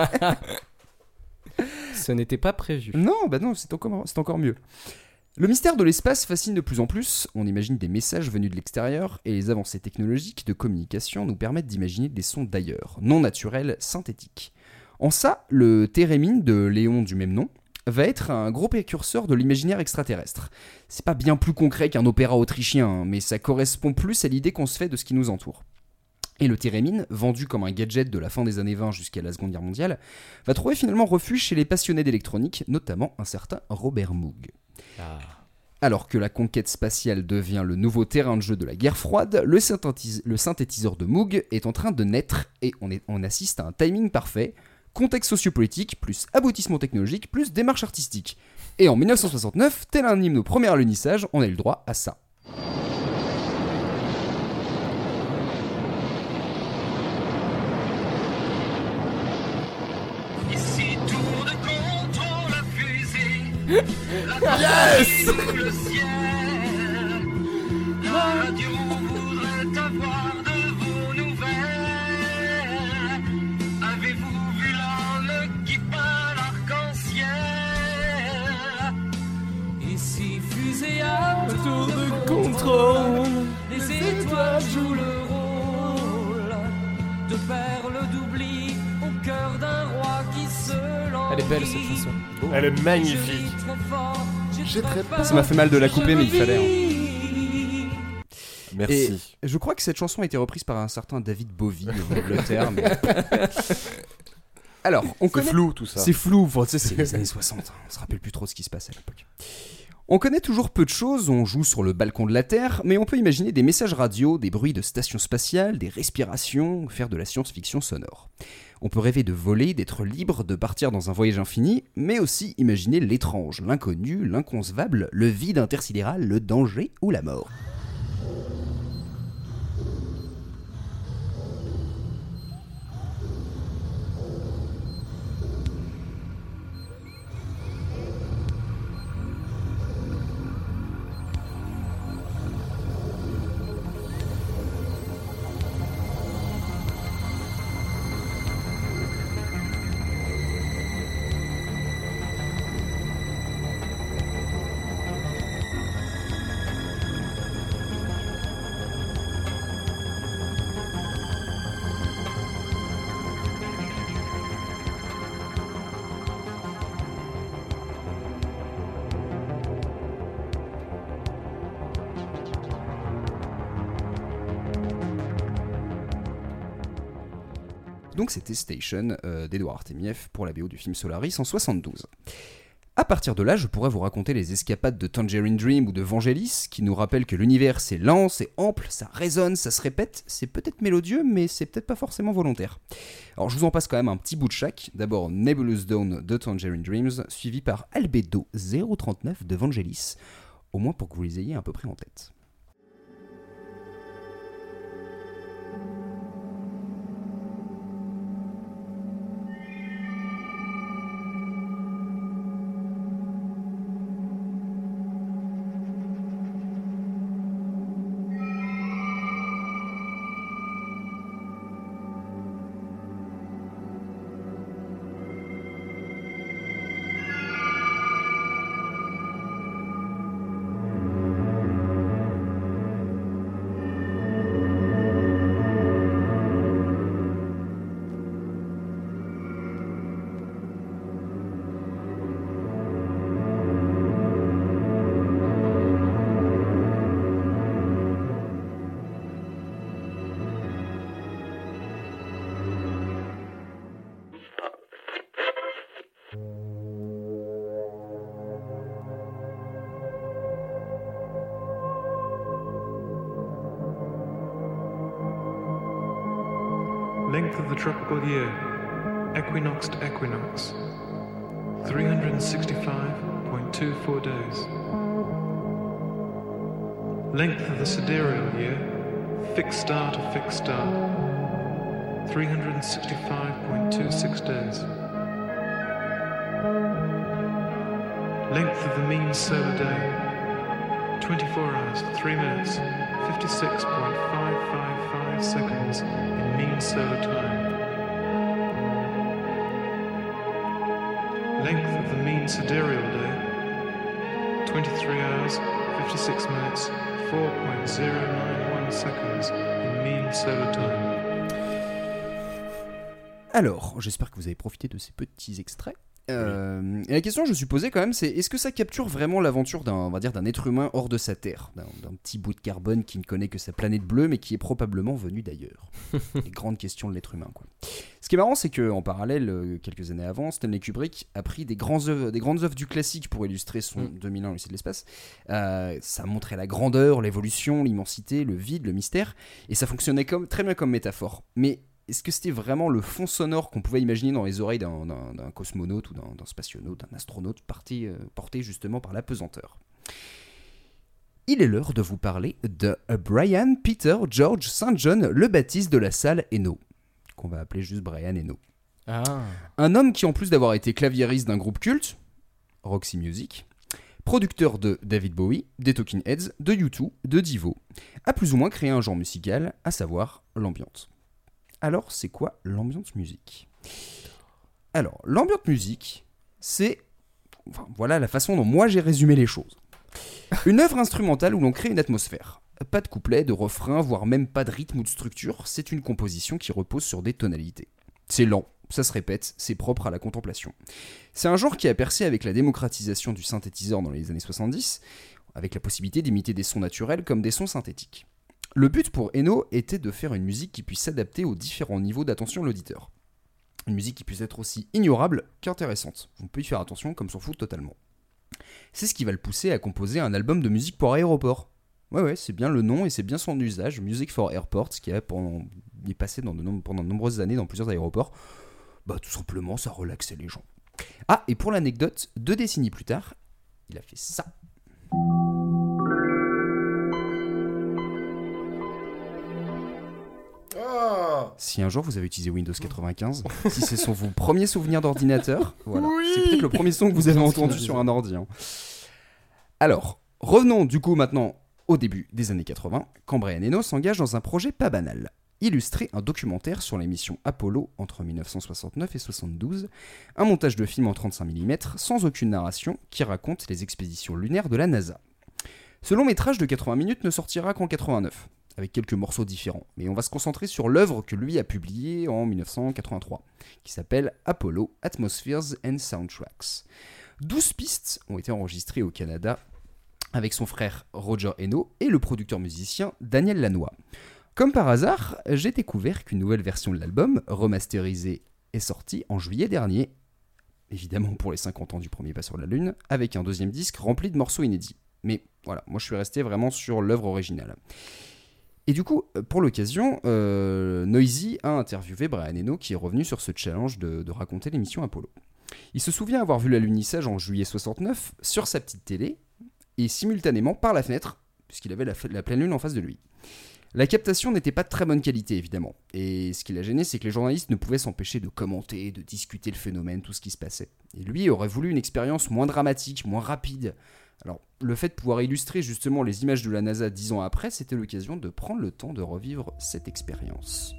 Ce n'était pas prévu. Non, c'est encore mieux. Le mystère de l'espace fascine de plus en plus. On imagine des messages venus de l'extérieur et les avancées technologiques de communication nous permettent d'imaginer des sons d'ailleurs, non naturels, synthétiques. En ça, le Thérémine de Léon du même nom va être un gros précurseur de l'imaginaire extraterrestre. C'est pas bien plus concret qu'un opéra autrichien, mais ça correspond plus à l'idée qu'on se fait de ce qui nous entoure. Et le térémine, vendu comme un gadget de la fin des années 20 jusqu'à la Seconde Guerre mondiale, va trouver finalement refuge chez les passionnés d'électronique, notamment un certain Robert Moog. Alors que la conquête spatiale devient le nouveau terrain de jeu de la guerre froide, le synthétiseur de Moog est en train de naître et on assiste à un timing parfait, contexte sociopolitique, plus aboutissement technologique, plus démarche artistique. Et en 1969, tel un hymne au premier alunissage, on a eu le droit à ça. Ici, tour de contrôle à fusée. Yes! Le ciel. La radio voudrait avoir de vos nouvelles. Avez-vous vu l'homme qui peint l'arc-en-ciel? Ici, fusée à tour de contrôle. Les étoiles jouent le rôle de perles d'oubli au cœur d'un roi qui se l'envie. Elle est belle cette chanson. Elle est magnifique. Ça m'a fait mal de la couper, mais il fallait. Merci. Et je crois que cette chanson a été reprise par un certain David Bowie en Angleterre. Mais... Alors, on connaît... flou tout ça. C'est flou, enfin, tu sais, c'est les années 60. On se rappelle plus trop ce qui se passe à l'époque. On connaît toujours peu de choses, on joue sur le balcon de la Terre, mais on peut imaginer des messages radio, des bruits de stations spatiales, des respirations, faire de la science-fiction sonore. On peut rêver de voler, d'être libre, de partir dans un voyage infini, mais aussi imaginer l'étrange, l'inconnu, l'inconcevable, le vide intersidéral, le danger ou la mort. Donc c'était Station d'Edouard Artemiev pour la BO du film Solaris en 72. A partir de là, je pourrais vous raconter les escapades de Tangerine Dream ou de Vangelis, qui nous rappellent que l'univers c'est lent, c'est ample, ça résonne, ça se répète, c'est peut-être mélodieux, mais c'est peut-être pas forcément volontaire. Alors je vous en passe quand même un petit bout de chaque. D'abord Nebulous Dawn de Tangerine Dreams, suivi par Albedo 039 de Vangelis, au moins pour que vous les ayez à peu près en tête. Length of the tropical year, equinox to equinox, 365.24 days. Length of the sidereal year, fixed star to fixed star, 365.26 days. Length of the mean solar day, 24 hours, 3 minutes, 56.555 seconds in mean solar time. Length of the mean sidereal day, 23 hours, 56 minutes, 4.091 seconds in mean solar time. Alors, j'espère que vous avez profité de ces petits extraits. Et la question que je me suis posée quand même, c'est est-ce que ça capture vraiment l'aventure d'un être humain hors de sa terre, d'un petit bout de carbone qui ne connaît que sa planète bleue, mais qui est probablement venu d'ailleurs. Les grandes questions de l'être humain, quoi. Ce qui est marrant, c'est qu'en parallèle, quelques années avant, Stanley Kubrick a pris des grandes œuvres du classique pour illustrer son 2001 l'Odyssée de l'espace. Ça montrait la grandeur, l'évolution, l'immensité, le vide, le mystère, et ça fonctionnait très bien comme métaphore. Mais est-ce que c'était vraiment le fond sonore qu'on pouvait imaginer dans les oreilles d'un cosmonaute ou d'un spationaute, d'un astronaute porté justement par la pesanteur? Il est l'heure de vous parler de Brian Peter George St. John, le Baptiste de la salle Eno, qu'on va appeler juste Brian Eno. Un homme qui, en plus d'avoir été claviériste d'un groupe culte, Roxy Music, producteur de David Bowie, des Talking Heads, de U2, de Devo, a plus ou moins créé un genre musical, à savoir l'ambiance. Alors, c'est quoi l'ambient music ? Alors, l'ambient music, c'est... voilà la façon dont moi j'ai résumé les choses. Une œuvre instrumentale où l'on crée une atmosphère. Pas de couplet, de refrain, voire même pas de rythme ou de structure, c'est une composition qui repose sur des tonalités. C'est lent, ça se répète, c'est propre à la contemplation. C'est un genre qui a percé avec la démocratisation du synthétiseur dans les années 70, avec la possibilité d'imiter des sons naturels comme des sons synthétiques. Le but pour Eno était de faire une musique qui puisse s'adapter aux différents niveaux d'attention de l'auditeur. Une musique qui puisse être aussi ignorable qu'intéressante. On peut y faire attention comme s'en fout totalement. C'est ce qui va le pousser à composer un album de musique pour aéroport. Ouais, c'est bien le nom et c'est bien son usage, Music for Airports, qui est passé pendant de nombreuses années dans plusieurs aéroports. Tout simplement, ça relaxait les gens. Ah, et pour l'anecdote, 2 décennies plus tard, il a fait ça. Si un jour vous avez utilisé Windows 95, si ce sont vos premiers souvenirs d'ordinateur, voilà, c'est peut-être le premier son que vous avez entendu sur un ordi. Alors, revenons du coup maintenant au début des années 80, quand Brian Eno s'engage dans un projet pas banal. Illustrer un documentaire sur les missions Apollo entre 1969 et 72, un montage de film en 35 mm sans aucune narration qui raconte les expéditions lunaires de la NASA. Ce long métrage de 80 minutes ne sortira qu'en 89. Avec quelques morceaux différents, mais on va se concentrer sur l'œuvre que lui a publiée en 1983, qui s'appelle Apollo, Atmospheres and Soundtracks. 12 pistes ont été enregistrées au Canada avec son frère Roger Eno et le producteur musicien Daniel Lanois. Comme par hasard, j'ai découvert qu'une nouvelle version de l'album, remasterisée, est sortie en juillet dernier, évidemment pour les 50 ans du premier pas sur la Lune, avec un deuxième disque rempli de morceaux inédits. Mais voilà, moi je suis resté vraiment sur l'œuvre originale. Et du coup, pour l'occasion, Noisy a interviewé Brian Eno qui est revenu sur ce challenge de raconter l'émission Apollo. Il se souvient avoir vu l'alunissage en juillet 69 sur sa petite télé et simultanément par la fenêtre, puisqu'il avait la pleine lune en face de lui. La captation n'était pas de très bonne qualité, évidemment. Et ce qui l'a gêné, c'est que les journalistes ne pouvaient s'empêcher de commenter, de discuter le phénomène, tout ce qui se passait. Et lui aurait voulu une expérience moins dramatique, moins rapide. Alors, le fait de pouvoir illustrer justement les images de la NASA 10 ans après, c'était l'occasion de prendre le temps de revivre cette expérience.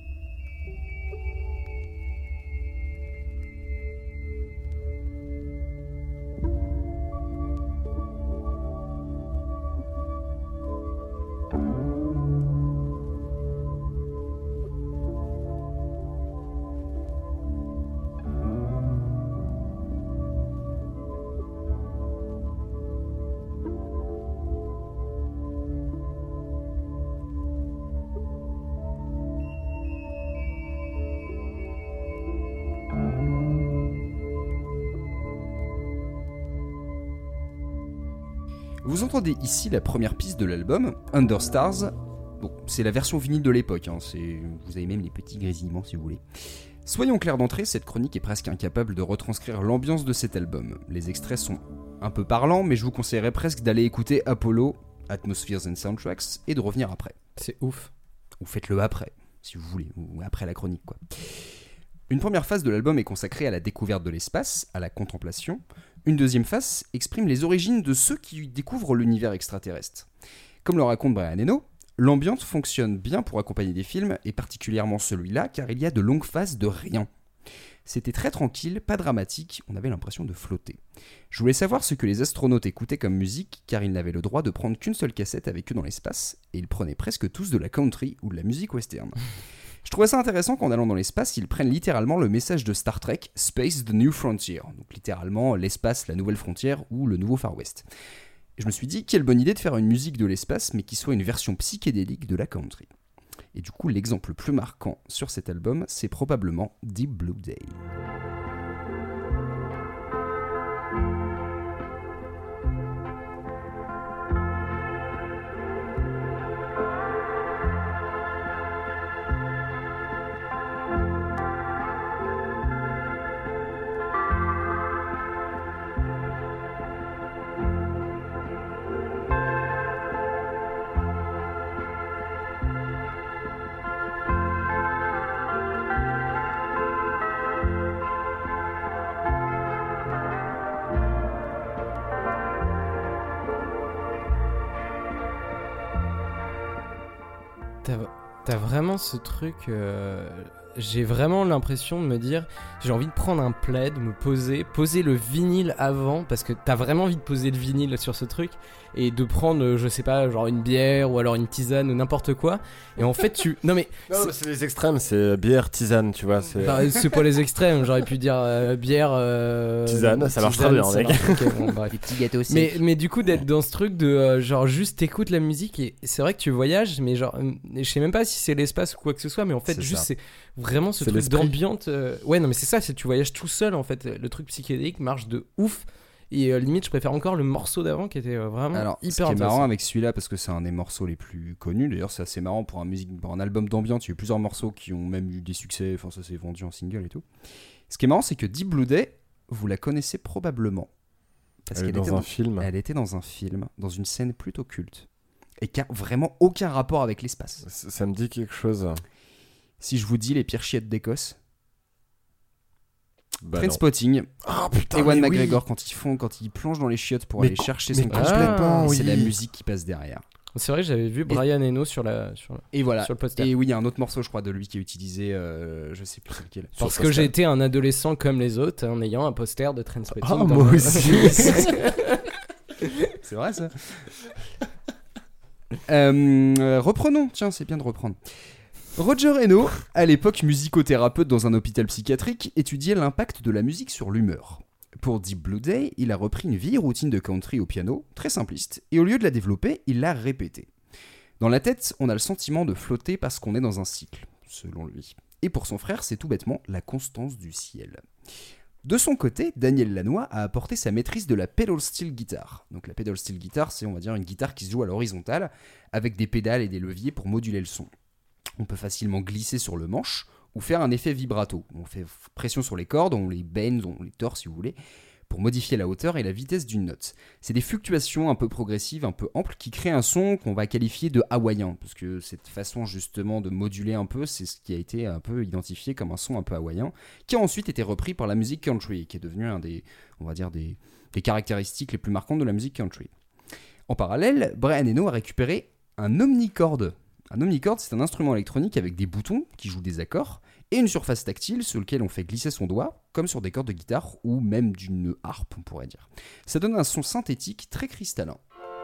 Vous entendez ici la première piste de l'album, Under Stars. Bon, c'est la version vinyle de l'époque, vous avez même les petits grésillements si vous voulez. Soyons clairs d'entrée, cette chronique est presque incapable de retranscrire l'ambiance de cet album. Les extraits sont un peu parlants, mais je vous conseillerais presque d'aller écouter Apollo, Atmospheres and Soundtracks, et de revenir après. C'est ouf. Ou faites-le après, si vous voulez, ou après la chronique, quoi. Une première phase de l'album est consacrée à la découverte de l'espace, à la contemplation. Une deuxième phase exprime les origines de ceux qui découvrent l'univers extraterrestre. Comme le raconte Brian Eno, l'ambiance fonctionne bien pour accompagner des films, et particulièrement celui-là, car il y a de longues phases de rien. C'était très tranquille, pas dramatique, on avait l'impression de flotter. Je voulais savoir ce que les astronautes écoutaient comme musique, car ils n'avaient le droit de prendre qu'une seule cassette avec eux dans l'espace, et ils prenaient presque tous de la country ou de la musique western. Je trouvais ça intéressant qu'en allant dans l'espace, ils prennent littéralement le message de Star Trek, Space the New Frontier, donc littéralement l'espace, la nouvelle frontière ou le nouveau Far West. Et je me suis dit, quelle bonne idée de faire une musique de l'espace, mais qui soit une version psychédélique de la country. Et du coup, l'exemple le plus marquant sur cet album, c'est probablement Deep Blue Day. T'as vraiment ce truc... j'ai vraiment l'impression de me dire, j'ai envie de prendre un plaid, me poser le vinyle avant, parce que t'as vraiment envie de poser le vinyle sur ce truc, et de prendre, je sais pas, genre une bière, ou alors une tisane, ou n'importe quoi, et en fait tu... Non mais c'est les extrêmes, c'est bière, tisane, tu vois. C'est pas les extrêmes, j'aurais pu dire bière... tisane, ça marche très bien, mec. Okay, bon, bref. Des petits gâteaux aussi. Mais du coup, d'être dans ce truc de genre juste t'écoutes la musique, et c'est vrai que tu voyages, mais genre, je sais même pas si c'est l'espace ou quoi que ce soit, mais en fait, c'est vraiment ce truc d'ambiance. Ouais, non, mais c'est ça, tu voyages tout seul en fait. Le truc psychédélique marche de ouf. Et limite, je préfère encore le morceau d'avant qui était vraiment hyper intéressant. Ce qui est marrant avec celui-là, parce que c'est un des morceaux les plus connus, d'ailleurs, c'est assez marrant pour un album d'ambiance. Il y a eu plusieurs morceaux qui ont même eu des succès, enfin, ça s'est vendu en single et tout. Ce qui est marrant, c'est que Deep Blue Day, vous la connaissez probablement. Parce qu'elle était dans un film. Elle était dans un film, dans une scène plutôt culte. Et qui a vraiment aucun rapport avec l'espace. Ça me dit quelque chose. Si je vous dis les pires chiottes d'Écosse, Trainspotting, Ewan McGregor, quand ils plongent dans les chiottes pour aller chercher son complètement, c'est la musique qui passe derrière. C'est vrai que j'avais vu Brian Eno sur le poster. Et oui, il y a un autre morceau, je crois, de lui qui est utilisé, je sais plus c'est lequel. Parce que j'ai été un adolescent comme les autres en ayant un poster de Trainspotting. Ah, moi aussi. C'est vrai ça. Reprenons, tiens, c'est bien de reprendre. Roger Eno, à l'époque musicothérapeute dans un hôpital psychiatrique, étudiait l'impact de la musique sur l'humeur. Pour Deep Blue Day, il a repris une vieille routine de country au piano, très simpliste, et au lieu de la développer, il l'a répétée. Dans la tête, on a le sentiment de flotter parce qu'on est dans un cycle, selon lui. Et pour son frère, c'est tout bêtement la constance du ciel. De son côté, Daniel Lanois a apporté sa maîtrise de la pedal steel guitar. Donc la pedal steel guitar, c'est on va dire une guitare qui se joue à l'horizontale, avec des pédales et des leviers pour moduler le son. On peut facilement glisser sur le manche ou faire un effet vibrato. On fait pression sur les cordes, on les bend, on les tord si vous voulez, pour modifier la hauteur et la vitesse d'une note. C'est des fluctuations un peu progressives, un peu amples, qui créent un son qu'on va qualifier de hawaïen, parce que cette façon justement de moduler un peu, c'est ce qui a été un peu identifié comme un son un peu hawaïen, qui a ensuite été repris par la musique country, qui est devenu un des, on va dire, des caractéristiques les plus marquantes de la musique country. En parallèle, Brian Eno a récupéré un omnichord. Un omnichord, c'est un instrument électronique avec des boutons qui jouent des accords et une surface tactile sur laquelle on fait glisser son doigt, comme sur des cordes de guitare ou même d'une harpe, on pourrait dire. Ça donne un son synthétique très cristallin.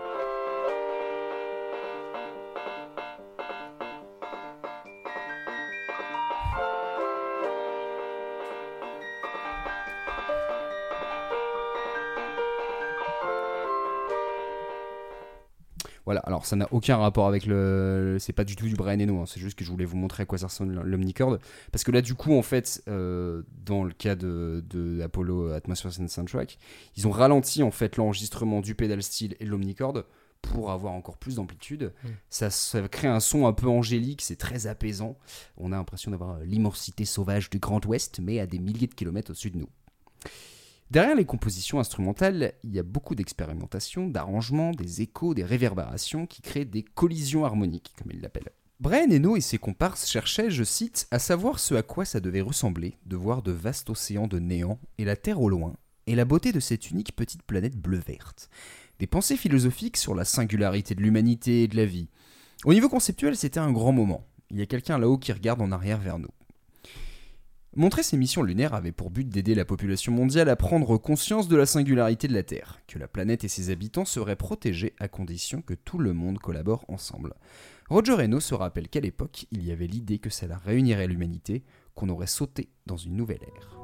Voilà, alors ça n'a aucun rapport avec c'est pas du tout du Brian Eno, hein, c'est juste que je voulais vous montrer à quoi ça ressemble l'omnichord. Parce que là, du coup, en fait, dans le cas de Apollo Atmospheres and Soundtrack, ils ont ralenti en fait l'enregistrement du pedal steel et de l'omnichord pour avoir encore plus d'amplitude. Ça crée un son un peu angélique, c'est très apaisant. On a l'impression d'avoir l'immensité sauvage du Grand Ouest, mais à des milliers de kilomètres au-dessus de nous. Derrière les compositions instrumentales, il y a beaucoup d'expérimentation, d'arrangements, des échos, des réverbérations qui créent des collisions harmoniques, comme il l'appelle. Brian Eno et ses comparses cherchaient, je cite, à savoir ce à quoi ça devait ressembler de voir de vastes océans de néant et la Terre au loin, et la beauté de cette unique petite planète bleu-verte. Des pensées philosophiques sur la singularité de l'humanité et de la vie. Au niveau conceptuel, c'était un grand moment. Il y a quelqu'un là-haut qui regarde en arrière vers nous. Montrer ces missions lunaires avait pour but d'aider la population mondiale à prendre conscience de la singularité de la Terre, que la planète et ses habitants seraient protégés à condition que tout le monde collabore ensemble. Roger Eno se rappelle qu'à l'époque, il y avait l'idée que cela réunirait l'humanité, qu'on aurait sauté dans une nouvelle ère.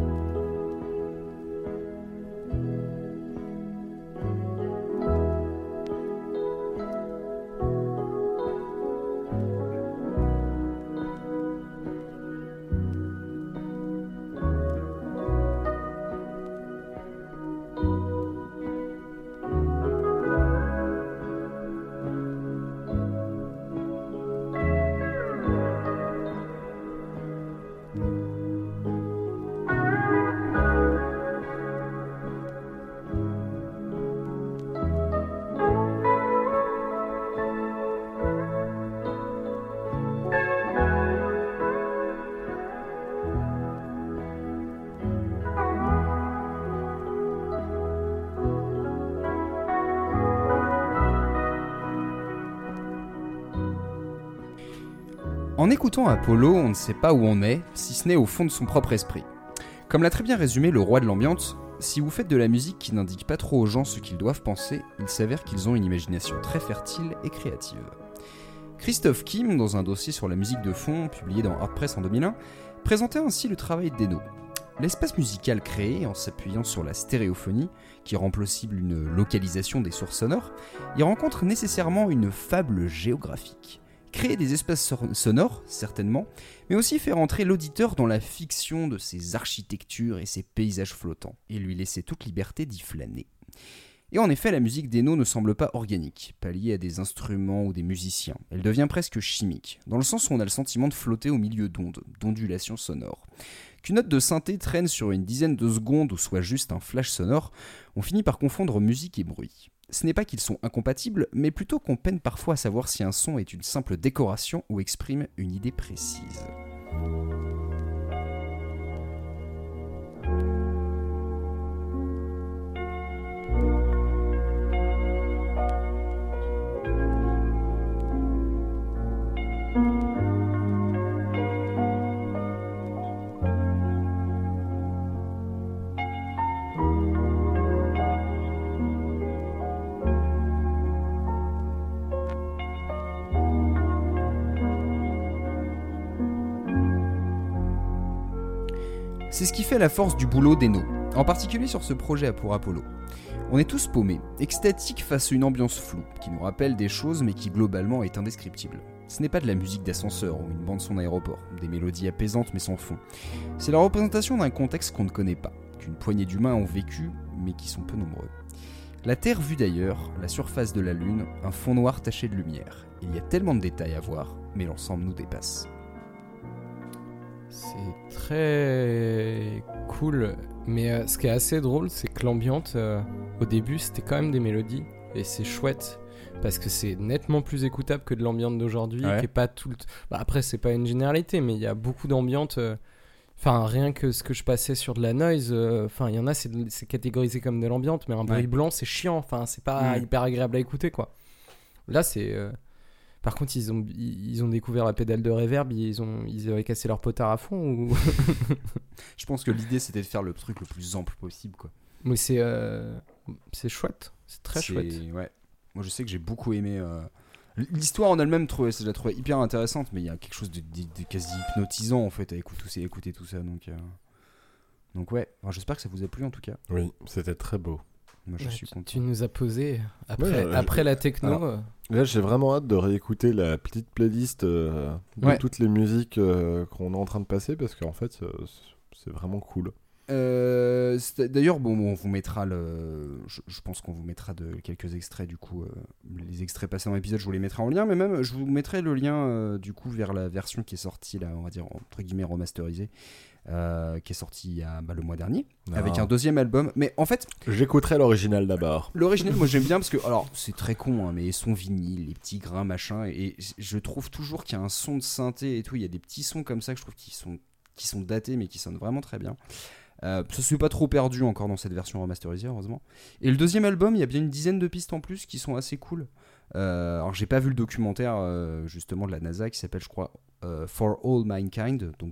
En écoutant Apollo, on ne sait pas où on est, si ce n'est au fond de son propre esprit. Comme l'a très bien résumé le roi de l'ambiance, si vous faites de la musique qui n'indique pas trop aux gens ce qu'ils doivent penser, il s'avère qu'ils ont une imagination très fertile et créative. Christophe Kim, dans un dossier sur la musique de fond, publié dans Art Press en 2001, présentait ainsi le travail d'Eno. L'espace musical créé, en s'appuyant sur la stéréophonie, qui rend possible une localisation des sources sonores, y rencontre nécessairement une fable géographique. Créer des espaces sonores, certainement, mais aussi faire entrer l'auditeur dans la fiction de ses architectures et ses paysages flottants, et lui laisser toute liberté d'y flâner. Et en effet, la musique d'Eno ne semble pas organique, pas liée à des instruments ou des musiciens. Elle devient presque chimique, dans le sens où on a le sentiment de flotter au milieu d'ondes, d'ondulations sonores. Qu'une note de synthé traîne sur une dizaine de secondes ou soit juste un flash sonore, on finit par confondre musique et bruit. Ce n'est pas qu'ils sont incompatibles, mais plutôt qu'on peine parfois à savoir si un son est une simple décoration ou exprime une idée précise. C'est ce qui fait la force du boulot d'Eno, en particulier sur ce projet pour Apollo. On est tous paumés, extatiques face à une ambiance floue, qui nous rappelle des choses mais qui globalement est indescriptible. Ce n'est pas de la musique d'ascenseur ou une bande-son d'aéroport, des mélodies apaisantes mais sans fond. C'est la représentation d'un contexte qu'on ne connaît pas, qu'une poignée d'humains ont vécu mais qui sont peu nombreux. La Terre vue d'ailleurs, la surface de la Lune, un fond noir taché de lumière. Il y a tellement de détails à voir, mais l'ensemble nous dépasse. C'est très cool, mais ce qui est assez drôle, c'est que l'ambiance, au début, c'était quand même des mélodies, et c'est chouette, parce que c'est nettement plus écoutable que de l'ambiance d'aujourd'hui, qui est pas tout le après, c'est pas une généralité, mais il y a beaucoup d'ambiance, rien que ce que je passais sur de la noise, il y en a, c'est catégorisé comme de l'ambiance, mais un bruit blanc, c'est chiant, c'est pas hyper agréable à écouter, quoi. Là, c'est... Par contre, ils ont découvert la pédale de reverb, ils avaient cassé leur potard à fond ou... Je pense que l'idée c'était de faire le truc le plus ample possible, quoi. Mais c'est chouette, c'est très chouette. Ouais. Moi je sais que j'ai beaucoup aimé l'histoire en elle-même, je la trouvais hyper intéressante, mais il y a quelque chose de quasi hypnotisant en fait à écouter tout ça, donc ouais. Alors, j'espère que ça vous a plu en tout cas. Oui, c'était très beau. Moi, je suis content. Tu nous as posé après la techno. Alors, là, j'ai vraiment hâte de réécouter la petite playlist de toutes les musiques qu'on est en train de passer parce qu'en fait, c'est vraiment cool. D'ailleurs, on vous mettra je pense qu'on vous mettra quelques extraits du coup. Les extraits passés dans l'épisode, je vous les mettrai en lien, mais même je vous mettrai le lien du coup vers la version qui est sortie là, on va dire entre guillemets remasterisée. Qui est sorti le mois dernier avec un deuxième album, mais en fait j'écouterai l'original d'abord. L'original moi j'aime bien parce que alors c'est très con mais son vinyle, les petits grains machin, et je trouve toujours qu'il y a un son de synthé et tout, il y a des petits sons comme ça que je trouve qui sont datés mais qui sonnent vraiment très bien. Ça se fait pas trop perdu encore dans cette version remasterisée heureusement. Et le deuxième album, il y a bien une dizaine de pistes en plus qui sont assez cool. Alors j'ai pas vu le documentaire justement de la NASA qui s'appelle je crois For All Mankind, donc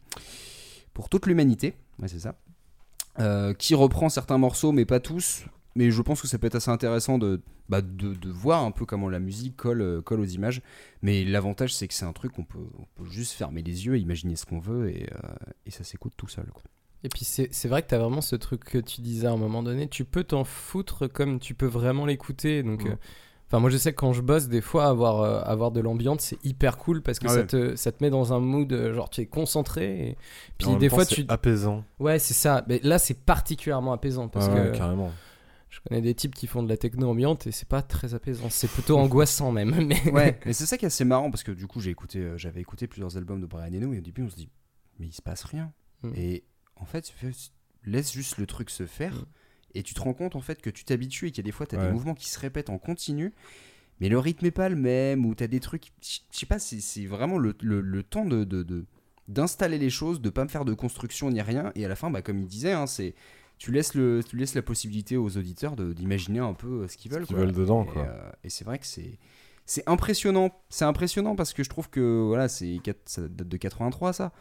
pour toute l'humanité, ouais c'est ça, qui reprend certains morceaux mais pas tous. mais je pense que ça peut être assez intéressant de voir un peu comment la musique colle aux images. Mais l'avantage, c'est que c'est un truc qu'on peut juste fermer les yeux, imaginer ce qu'on veut et ça s'écoute tout seul, quoi. Et puis c'est vrai que t'as vraiment ce truc que tu disais à un moment donné, tu peux t'en foutre comme tu peux vraiment l'écouter. Donc, moi je sais que quand je bosse, des fois avoir de l'ambiance c'est hyper cool parce que ça te met dans un mood genre tu es concentré. Et puis des fois c'est apaisant. Ouais, c'est ça. Mais là c'est particulièrement apaisant parce que carrément. Je connais des types qui font de la techno ambiante et c'est pas très apaisant, c'est plutôt angoissant même. Mais... Ouais, mais c'est ça qui est assez marrant parce que du coup j'avais écouté plusieurs albums de Brian Eno et au début on se dit mais il se passe rien. Et en fait, laisse juste le truc se faire et tu te rends compte en fait que tu t'habitues et qu'il y a des fois t'as des mouvements qui se répètent en continu, mais le rythme est pas le même ou t'as des trucs, je sais pas, c'est vraiment le temps d'installer les choses, de pas me faire de construction ni rien et à la fin, comme il disait, hein, c'est tu laisses la possibilité aux auditeurs d'imaginer un peu ce qu'ils veulent. Ce qu'ils veulent dedans, quoi. Et c'est vrai que c'est impressionnant. C'est impressionnant parce que je trouve que voilà, ça date de 83 ça.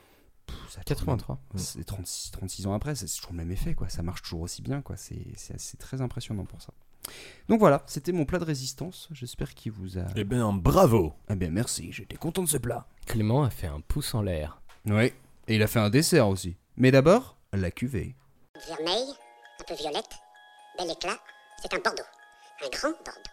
83. C'est 36 ans après, c'est toujours le même effet, quoi. Ça marche toujours aussi bien, quoi. C'est très impressionnant pour ça. Donc voilà, c'était mon plat de résistance. J'espère qu'il vous a... Eh bien, bravo. Eh bien, merci, j'étais content de ce plat. Clément a fait un pouce en l'air. Oui, et il a fait un dessert aussi. Mais d'abord, la cuvée. Vermeil, un peu violette, bel éclat, c'est un Bordeaux. Un grand Bordeaux.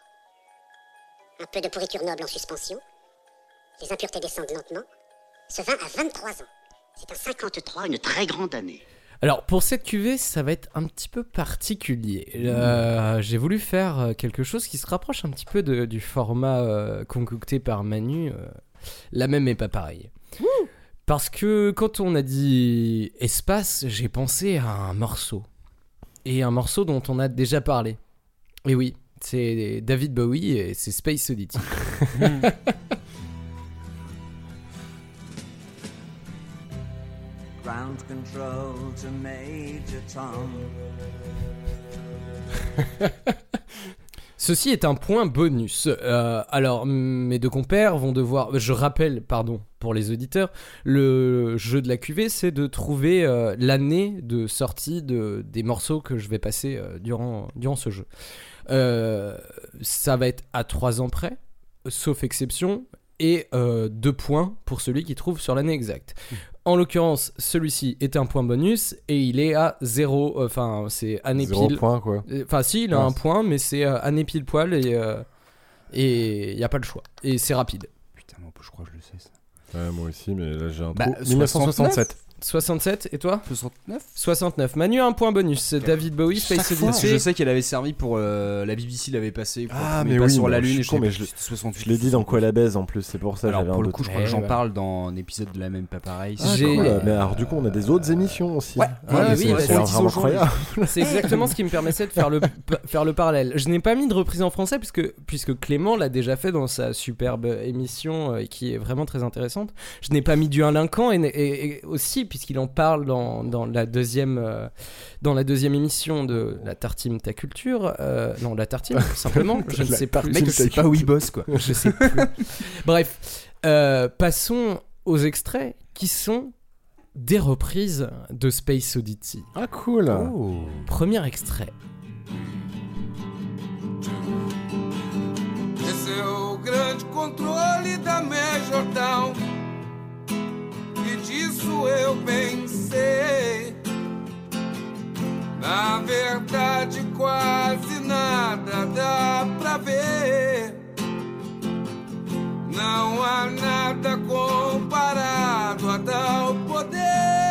Un peu de pourriture noble en suspension. Les impuretés descendent lentement. Ce vin a 23 ans. C'est un 53, une très grande année. Alors pour cette cuvée, ça va être un petit peu particulier. J'ai voulu faire quelque chose qui se rapproche un petit peu du format concocté par Manu. La même est pas pareille. Parce que quand on a dit espace, j'ai pensé à un morceau. Et un morceau dont on a déjà parlé. Et oui, c'est David Bowie et c'est Space Oddity. Ground control to Major Tom. Ceci est un point bonus. Alors, mes deux compères vont devoir... Je rappelle, pardon, pour les auditeurs, le jeu de la cuvée, c'est de trouver l'année de sortie des morceaux que je vais passer durant ce jeu. Ça va être à 3 ans près, sauf exception, et 2 points pour celui qui trouve sur l'année exacte. En l'occurrence, celui-ci est un point bonus et il est à 0, enfin c'est année 0 pile. Point, quoi. Enfin si, il a un point, mais c'est année pile poil et il n'y a pas le choix. Et c'est rapide. Putain, moi je crois que je le sais ça. Ouais, moi aussi, mais là j'ai un trou. 1967. 67, et toi ? 69. 69. Manu a un point bonus. David Bowie, Space Odyssey. Je sais qu'elle avait servi pour la BBC l'avait passé. Ah mais oui, sur la Lune. Je suis con, mais je l'ai dit dans quoi la baise en plus, c'est pour ça. Alors j'avais pour un le doute. coup, je crois que j'en parle dans un épisode de la même pas pareil. Ah, cool. Mais alors du coup, on a des autres émissions aussi. Ouais. Oui, c'est vraiment incroyable. C'est exactement ce qui me permettait de faire le parallèle. Je n'ai pas mis de reprise en français puisque Clément l'a déjà fait dans sa superbe émission qui est vraiment très intéressante. Je n'ai pas mis du Alain Camp et aussi puisqu'il en parle dans la deuxième émission de la Tartine Ta Culture, non la Tartine simplement, je ne sais pas. Mec, je sais pas où il bosse quoi. Je sais plus. Bref, passons aux extraits qui sont des reprises de Space Oddity. Ah cool. Oh. Premier extrait. Esse é o grande controle da Major Town. E disso eu pensei. Na verdade, quase nada dá pra ver. Não há nada comparado a tal poder.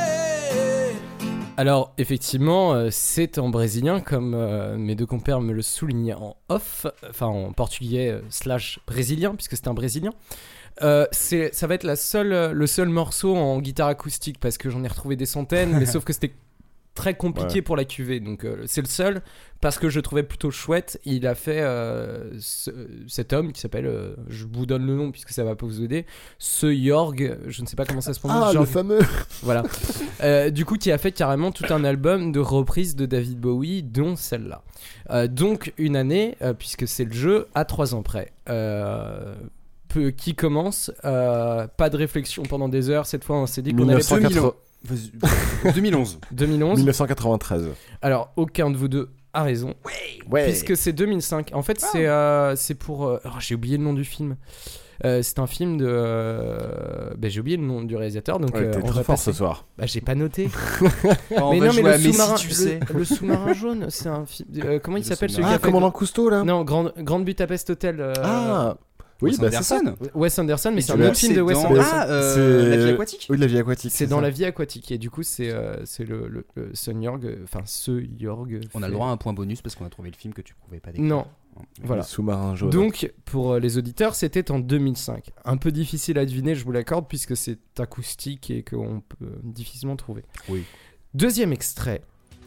Alors, effectivement, c'est en brésilien, comme mes deux compères me le soulignaient en off, enfin en portugais / brésilien, puisque c'est un brésilien. Ça va être le seul morceau en guitare acoustique, parce que j'en ai retrouvé des centaines, mais sauf que c'était très compliqué pour la cuvée, donc c'est le seul, parce que je le trouvais plutôt chouette. Il a fait cet homme qui s'appelle, je vous donne le nom puisque ça va pas vous aider, ce Jorg, je ne sais pas comment ça se prononce. Ah, Jorg. le fameux. Voilà. Du coup, qui a fait carrément tout un album de reprises de David Bowie, dont celle-là. Donc une année, puisque c'est le jeu, à 3 ans près. Qui commence, pas de réflexion pendant des heures. Cette fois, on s'est dit qu'on allait 2011. 2011. 1993. Alors, aucun de vous deux a raison. Ouais. Puisque c'est 2005. En fait, c'est pour... j'ai oublié le nom du film. C'est un film de... j'ai oublié le nom du réalisateur. Donc, t'es on très va fort passer. ce soir. J'ai pas noté. On mais va non, mais jouer à le Messi, sous-marin, tu sais. le sous-marin jaune, c'est un film... comment il s'appelle celui qui a fait... Commandant Cousteau, là. Non, Grande Budapest Hotel. Oui, Wes c'est ça. Anderson. Wes Anderson, mais c'est un vois, autre film de Wes dans- Anderson. La vie aquatique. Oui, La vie aquatique. C'est dans La vie aquatique. Et du coup, c'est le Son Jorg. Enfin, ce Jorg. On a le droit à un point bonus parce qu'on a trouvé le film que tu pouvais pas décrire. Non. Voilà. Le sous-marin jaune. Donc, pour les auditeurs, c'était en 2005. Un peu difficile à deviner, je vous l'accorde, puisque c'est acoustique et qu'on peut difficilement trouver. Oui. Deuxième extrait.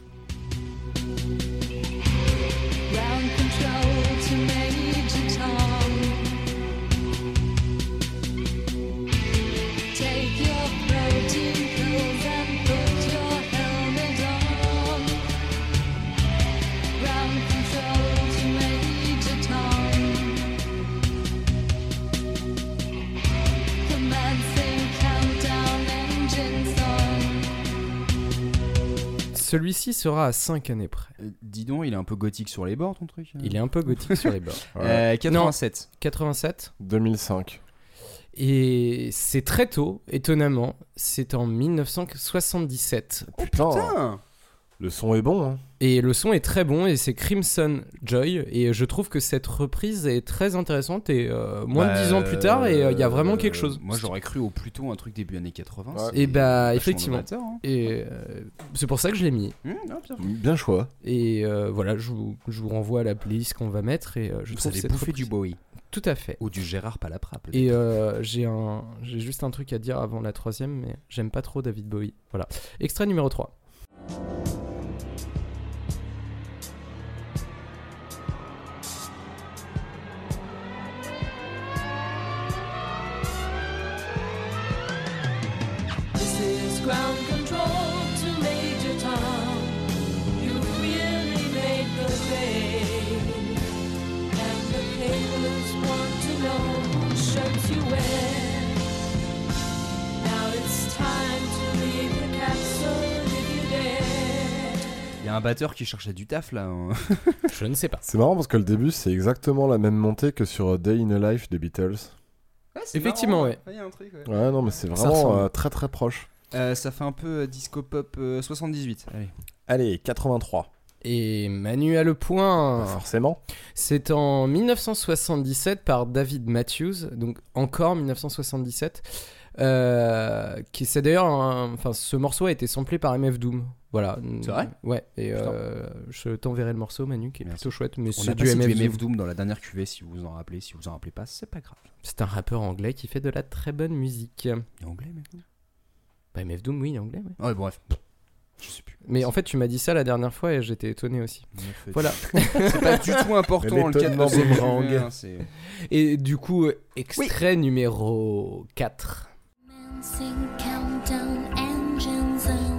Ground control to Major Tom. Take your protein pills and put your helmet on. Ground control to Major Tom. Commencing countdown, engines on. Celui-ci sera à 5 années près. Dis donc, il est un peu gothique sur les bords ton truc. Il est un peu gothique sur les bords. 87. 87. 2005. Et c'est très tôt, étonnamment. C'est en 1977. Putain. Le son est bon, hein. Et le son est très bon et c'est Crimson Joy. Et je trouve que cette reprise est très intéressante. Et moins de 10 ans plus tard, et il y a vraiment quelque chose. Moi j'aurais cru au plutôt un truc début années 80. Ouais. Et bah effectivement. novateur, hein. Et c'est pour ça que je l'ai mis. Bien choix. Et voilà, je vous renvoie à la playlist qu'on va mettre. Et je Vous trouve avez cette bouffé reprise- du Bowie. Tout à fait. Ou du Gérard Palapra. peut-être. Et j'ai juste un truc à dire avant la troisième, mais j'aime pas trop David Bowie. Voilà. Extrait numéro 3. This is ground control to Major Tom. You really made the grade. And the papers want to know what shirts you wear. Now it's time to leave the capsule if you dare. Il y a un batteur qui cherchait du taf là. hein. Je ne sais pas. C'est marrant parce que le début, c'est exactement la même montée que sur Day in a Life des Beatles. Effectivement, ouais. Il y a un truc, ouais. Ouais, non, mais c'est Ça vraiment ressemble. très très proche. Ça fait un peu disco pop 78. Allez. Allez, 83. Et Manu a le point. Forcément. C'est en 1977 par David Matthews, donc encore 1977. Qui c'est d'ailleurs, enfin ce morceau a été samplé par MF Doom. Voilà. C'est vrai ? Ouais. Et je t'enverrai le morceau, Manu, qui est plutôt chouette. Mais On c'est a du pas cité MF Doom. MF Doom dans la dernière cuvée si vous vous en rappelez. Si vous vous en rappelez pas, c'est pas grave. C'est un rappeur anglais qui fait de la très bonne musique. Il est anglais MF Doom ? Bah MF Doom, oui, il est anglais. Ouais. Ouais, bref. Je sais plus. Mais en fait, tu m'as dit ça la dernière fois et j'étais étonné aussi. Voilà. C'est pas du tout important le cas de L'étonnement cette boomerang. cuvée, hein, c'est- Et du coup, extrait numéro 4. Commencing countdown, engines on.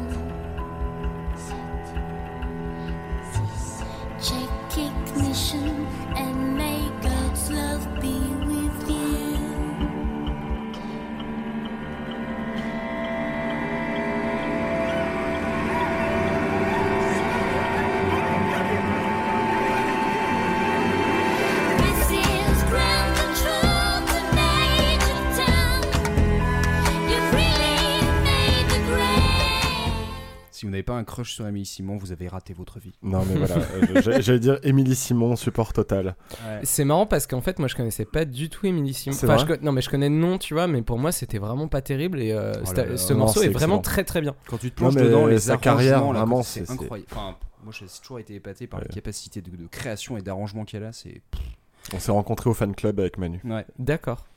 Check ignition and may God's love be with you. This is ground control to Major Tom. You've really made the grade. Si vous n'avez pas un crush sur Amélie Simon, vous avez raté votre vie. Non, mais voilà. J'allais dire Émilie Simon, support total. Ouais. C'est marrant parce qu'en fait, moi, je connaissais pas du tout Émilie Simon. C'est Enfin, vrai non, mais je connais le nom, tu vois, mais pour moi, c'était vraiment pas terrible. Et Oh là là. ce Non, morceau c'est est vraiment excellent. très très bien. Quand tu te plonges Non, mais dedans, les sa carrière, arrangements, là, vraiment, c'est c'est- incroyable. Enfin, moi, j'ai toujours été épaté par la capacité de création et d'arrangement qu'elle a. C'est... On s'est rencontrés au fan club avec Manu. Ouais. D'accord.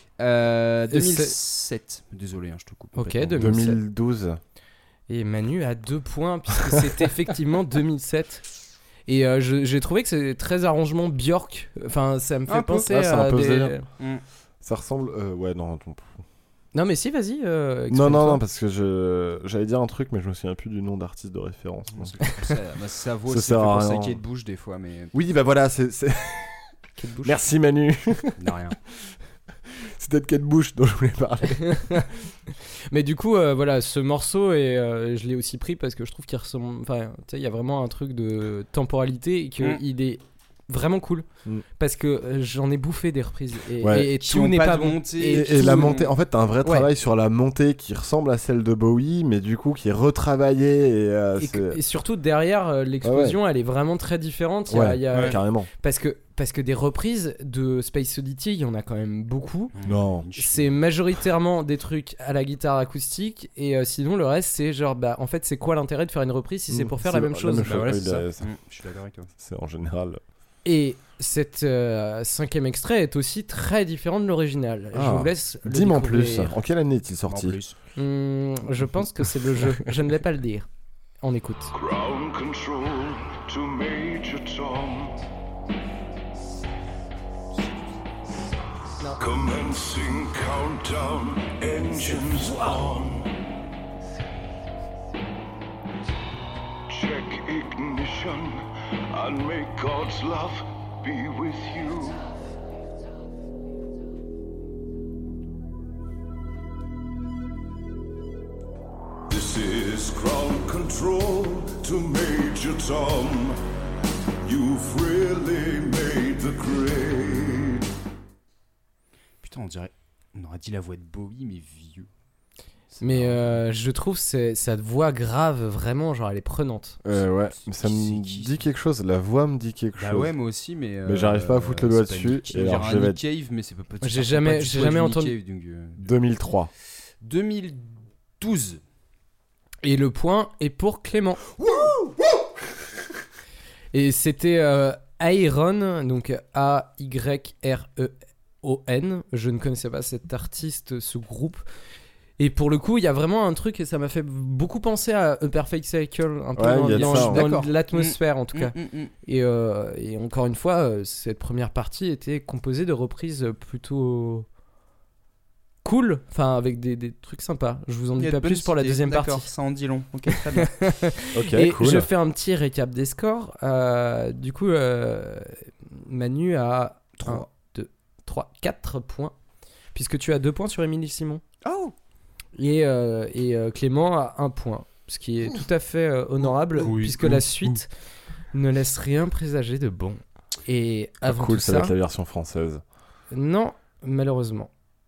2007. Désolé, hein, je te coupe. Ok, complètement. 2012. Et Manu a 2 points puisque c'est effectivement 2007. Et j'ai trouvé que c'est très arrangement Björk. Enfin, ça me fait Un peu. penser Ah, c'est un à peu des... délire. Mm. Ça ressemble. Ouais, non. Non, mais si, vas-y. Non, parce que j'allais dire un truc, mais je me souviens plus du nom d'artiste de référence. donc. Ça vaut Ça aussi sert à pour rien. saquer de bouche des fois, mais Oui, bah voilà, c'est. Merci Manu. de rien. C'était de Kate Bush dont je voulais parler. Mais du coup, voilà, ce morceau, je l'ai aussi pris parce que je trouve qu'il ressemble. Enfin, tu sais, il y a vraiment un truc de temporalité et qu'il est vraiment cool. Parce que j'en ai bouffé des reprises et tout n'est pas bon. Et la montée, en fait, t'as un vrai travail sur la montée qui ressemble à celle de Bowie, mais du coup qui est retravaillée. Et surtout, derrière, l'explosion, elle est vraiment très différente. Carrément. Parce que des reprises de Space Oddity, il y en a quand même beaucoup. Non. C'est majoritairement des trucs à la guitare acoustique et sinon le reste c'est genre en fait c'est quoi l'intérêt de faire une reprise si c'est pour faire la même chose. Je suis d'accord avec toi. C'est en général. Et cette 5e extrait est aussi très différent de l'original. Je vous laisse le dis-moi en découvrir. plus. En quelle année est-il sorti? Je pense que c'est le jeu. Je ne vais pas le dire. On écoute. Ground control to Major Tom. Commencing countdown, engines on. Check ignition and may God's love be with you. This is ground control to Major Tom. You've really made the grade. Putain, on aurait dit la voix de Bowie, mais vieux. Mais je trouve sa voix grave, vraiment, genre elle est prenante. Ouais, ça me dit quelque chose, la voix me dit quelque chose. Bah ouais, moi aussi, mais j'arrive pas à foutre le doigt dessus. Nick Cave, mais c'est pas possible. J'ai jamais entendu. Cave, donc, 2003. 2012. Et le point est pour Clément. Et c'était Ayron, donc A-Y-R-E-O-N. Je ne connaissais pas cet artiste, ce groupe. Et pour le coup, il y a vraiment un truc et ça m'a fait beaucoup penser à A Perfect Cycle, un peu dans l'atmosphère en tout cas. Et encore une fois, cette première partie était composée de reprises plutôt cool, enfin avec des trucs sympas. Je vous en dis pas plus pour la deuxième partie. D'accord, ça en dit long. Ok, très bien. Et cool. je fais un petit récap des scores. Du coup, Manu a 1, 2, 3, 4 points, puisque tu as 2 points sur Émilie Simon. Oh. Et Clément a 1 point, ce qui est tout à fait honorable, puisque la suite ne laisse rien présager de bon. Et avant cool, tout ça va être la version française. Non, malheureusement.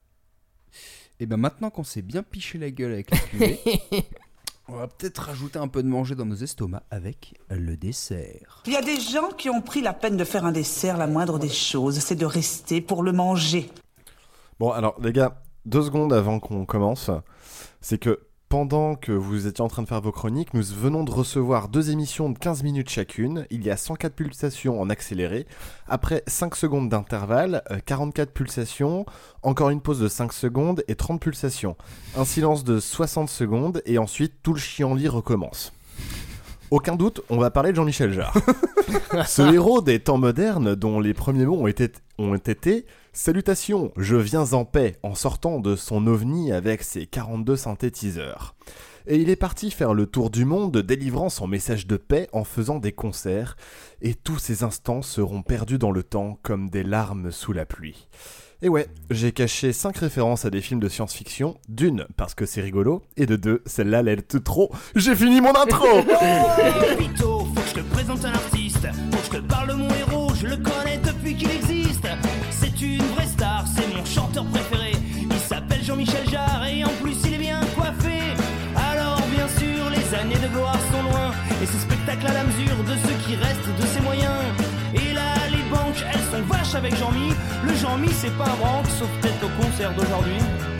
Et ben maintenant qu'on s'est bien piché la gueule avec la cuvée, on va peut-être rajouter un peu de manger dans nos estomacs avec le dessert. Il y a des gens qui ont pris la peine de faire un dessert, la moindre des choses, c'est de rester pour le manger. Bon, alors les gars, 2 secondes avant qu'on commence, c'est que pendant que vous étiez en train de faire vos chroniques, nous venons de recevoir 2 émissions de 15 minutes chacune. Il y a 104 pulsations en accéléré. Après 5 secondes d'intervalle, 44 pulsations, encore une pause de 5 secondes et 30 pulsations. Un silence de 60 secondes et ensuite tout le chienlit recommence. Aucun doute, on va parler de Jean-Michel Jarre. Ce héros des temps modernes dont les premiers mots ont été « Salutations, je viens en paix » en sortant de son ovni avec ses 42 synthétiseurs. Et il est parti faire le tour du monde délivrant son message de paix en faisant des concerts. Et tous ces instants seront perdus dans le temps comme des larmes sous la pluie. Et ouais, j'ai caché 5 références à des films de science-fiction. D'une, parce que c'est rigolo. Et de 2, celle-là l'aide trop. J'ai fini mon intro. Vito, faut que je te présente un artiste. Faut que je te parle de mon héros, je le connais depuis qu'il existe. C'est une vraie star, c'est mon chanteur préféré. Il s'appelle Jean-Michel Jarre et en plus il est bien coiffé. Alors bien sûr, les années de gloire sont loin. Et ce spectacle à la mesure de ce qui reste de ses moyens. Et là, les banques, elles sont vaches avec Jean-Mi. Le Jean-Mi, c'est pas un branque, sauf peut-être au concert d'aujourd'hui.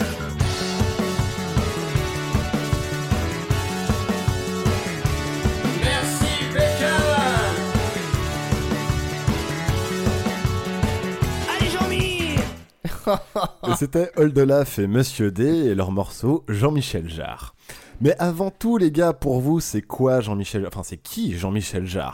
Merci, Becca. Allez, Jean-Mi. Et c'était Oldelaf et Monsieur D et leur morceau Jean-Michel Jarre. Mais avant tout, les gars, pour vous, c'est quoi Jean-Michel Jarre ? Enfin, c'est qui Jean-Michel Jarre ?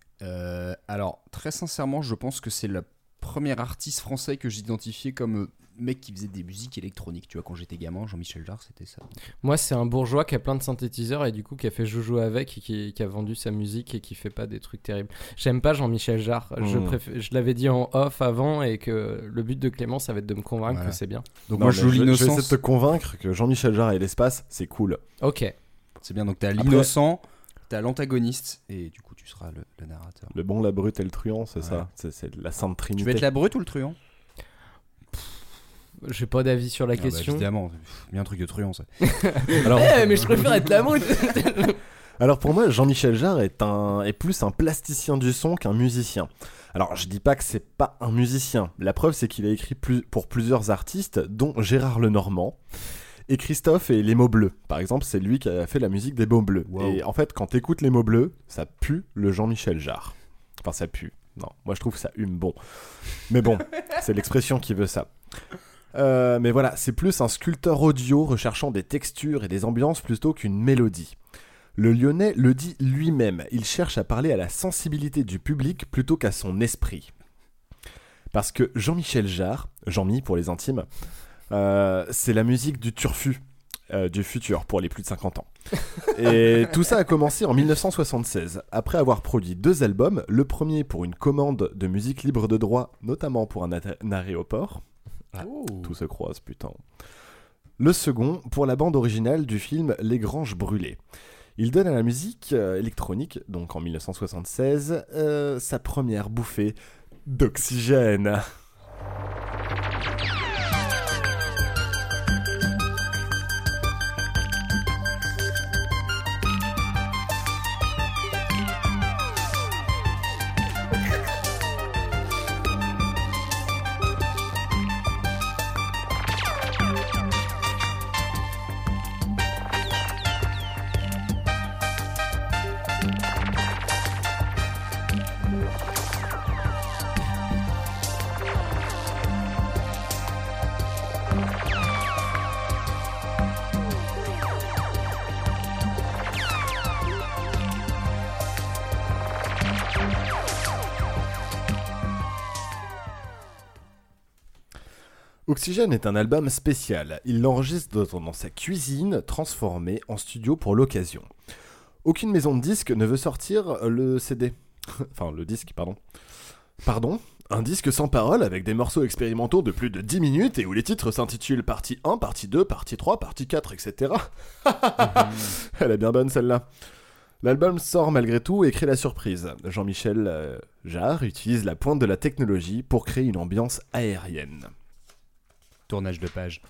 Alors, très sincèrement, je pense que c'est le premier artiste français que j'identifiais comme mec qui faisait des musiques électroniques. Tu vois, quand j'étais gamin, Jean-Michel Jarre, c'était ça. Moi, c'est un bourgeois qui a plein de synthétiseurs et du coup qui a fait joujou avec et qui a vendu sa musique et qui fait pas des trucs terribles. J'aime pas Jean-Michel Jarre. Je l'avais dit en off avant et que le but de Clément, ça va être de me convaincre que c'est bien. Donc moi, je joue l'innocence. Je vais essayer de te convaincre que Jean-Michel Jarre et l'espace, c'est cool. Ok. C'est bien, donc t'as l'innocent, t'as l'antagoniste et du coup tu seras le narrateur. Le bon, la brute et le truand, c'est ça. C'est la sainte trinité. Tu veux être la brute ou le truand? J'ai pas d'avis sur la question. Évidemment, il y a un truc de truand ça. Alors... mais je préfère être la brute. Alors pour moi, Jean-Michel Jarre est plus un plasticien du son qu'un musicien. Alors je dis pas que c'est pas un musicien. La preuve, c'est qu'il a écrit pour plusieurs artistes, dont Gérard Lenormand. Et Christophe et les mots bleus. Par exemple, c'est lui qui a fait la musique des mots bleus. Wow. Et en fait, quand t'écoutes les mots bleus, ça pue le Jean-Michel Jarre. Enfin, ça pue. Non, moi je trouve que ça hume bon. Mais bon, c'est l'expression qui veut ça. Mais voilà, c'est plus un sculpteur audio recherchant des textures et des ambiances plutôt qu'une mélodie. Le Lyonnais le dit lui-même. Il cherche à parler à la sensibilité du public plutôt qu'à son esprit. Parce que Jean-Michel Jarre, Jean-Mi pour les intimes, c'est la musique du turfu, du futur pour les plus de 50 ans. Et tout ça a commencé en 1976, après avoir produit 2 albums, le premier pour une commande de musique libre de droit, notamment pour un aéroport. Ah, tout se croise, putain. Le second pour la bande originale du film Les Granges Brûlées. Il donne à la musique électronique, donc en 1976, sa première bouffée d'oxygène. Oxygène est un album spécial. Il l'enregistre dans sa cuisine, transformé en studio pour l'occasion. Aucune maison de disques ne veut sortir le CD. Enfin, le disque, pardon. Pardon ? Un disque sans parole avec des morceaux expérimentaux de plus de 10 minutes et où les titres s'intitulent partie 1, partie 2, partie 3, partie 4, etc. Elle est bien bonne celle-là. L'album sort malgré tout et crée la surprise. Jean-Michel Jarre utilise la pointe de la technologie pour créer une ambiance aérienne. Tournage de page.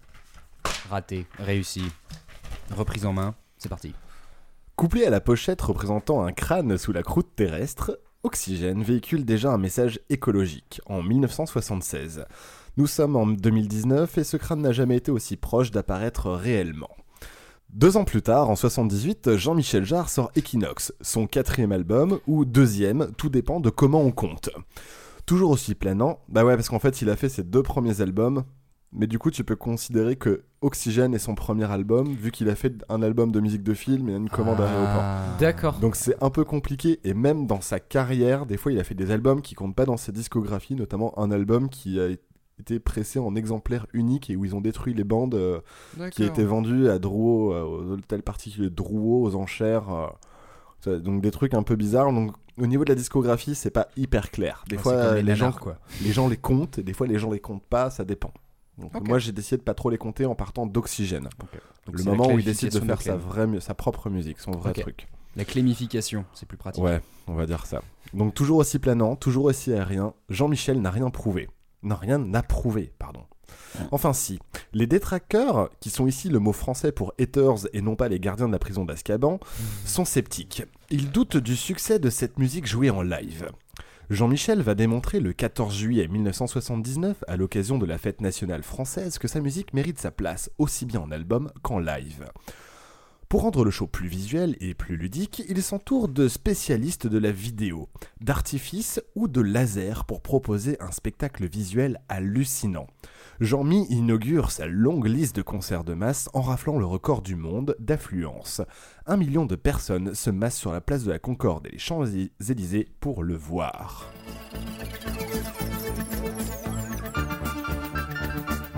Raté, réussi. Reprise en main, c'est parti. Couplé à la pochette représentant un crâne sous la croûte terrestre, Oxygène véhicule déjà un message écologique en 1976. Nous sommes en 2019 et ce crâne n'a jamais été aussi proche d'apparaître réellement. 2 ans plus tard, en 78, Jean-Michel Jarre sort Equinox, son 4e album, ou 2e, tout dépend de comment on compte. Toujours aussi planant, bah ouais, parce qu'en fait il a fait ses 2 premiers albums, mais du coup tu peux considérer que Oxygène est son premier album, vu qu'il a fait un album de musique de film et une commande aéroport. D'accord. Donc c'est un peu compliqué, et même dans sa carrière, des fois il a fait des albums qui comptent pas dans sa discographie, notamment un album qui a été pressé en exemplaire unique et où ils ont détruit les bandes qui étaient vendues à Drouot, aux hôtels particuliers de Drouot, aux enchères. Donc des trucs un peu bizarres. Donc au niveau de la discographie, c'est pas hyper clair. Des fois les gens les comptent et des fois les gens les comptent pas, ça dépend. Donc moi j'ai décidé de pas trop les compter en partant d'Oxygène. Donc le moment où il décide de faire sa propre musique, son vrai truc. La clémification, c'est plus pratique. Ouais, on va dire ça. Donc toujours aussi planant, toujours aussi aérien, Jean-Michel n'a rien prouvé. Non, rien n'a prouvé, pardon. Enfin si, les détracteurs, qui sont ici le mot français pour haters et non pas les gardiens de la prison d'Azkaban, sont sceptiques. Ils doutent du succès de cette musique jouée en live. Jean-Michel va démontrer le 14 juillet 1979, à l'occasion de la fête nationale française, que sa musique mérite sa place aussi bien en album qu'en live. Pour rendre le show plus visuel et plus ludique, il s'entoure de spécialistes de la vidéo, d'artifices ou de laser pour proposer un spectacle visuel hallucinant. Jean-Mi inaugure sa longue liste de concerts de masse en raflant le record du monde d'affluence. 1 million de personnes se massent sur la place de la Concorde et les Champs-Élysées pour le voir.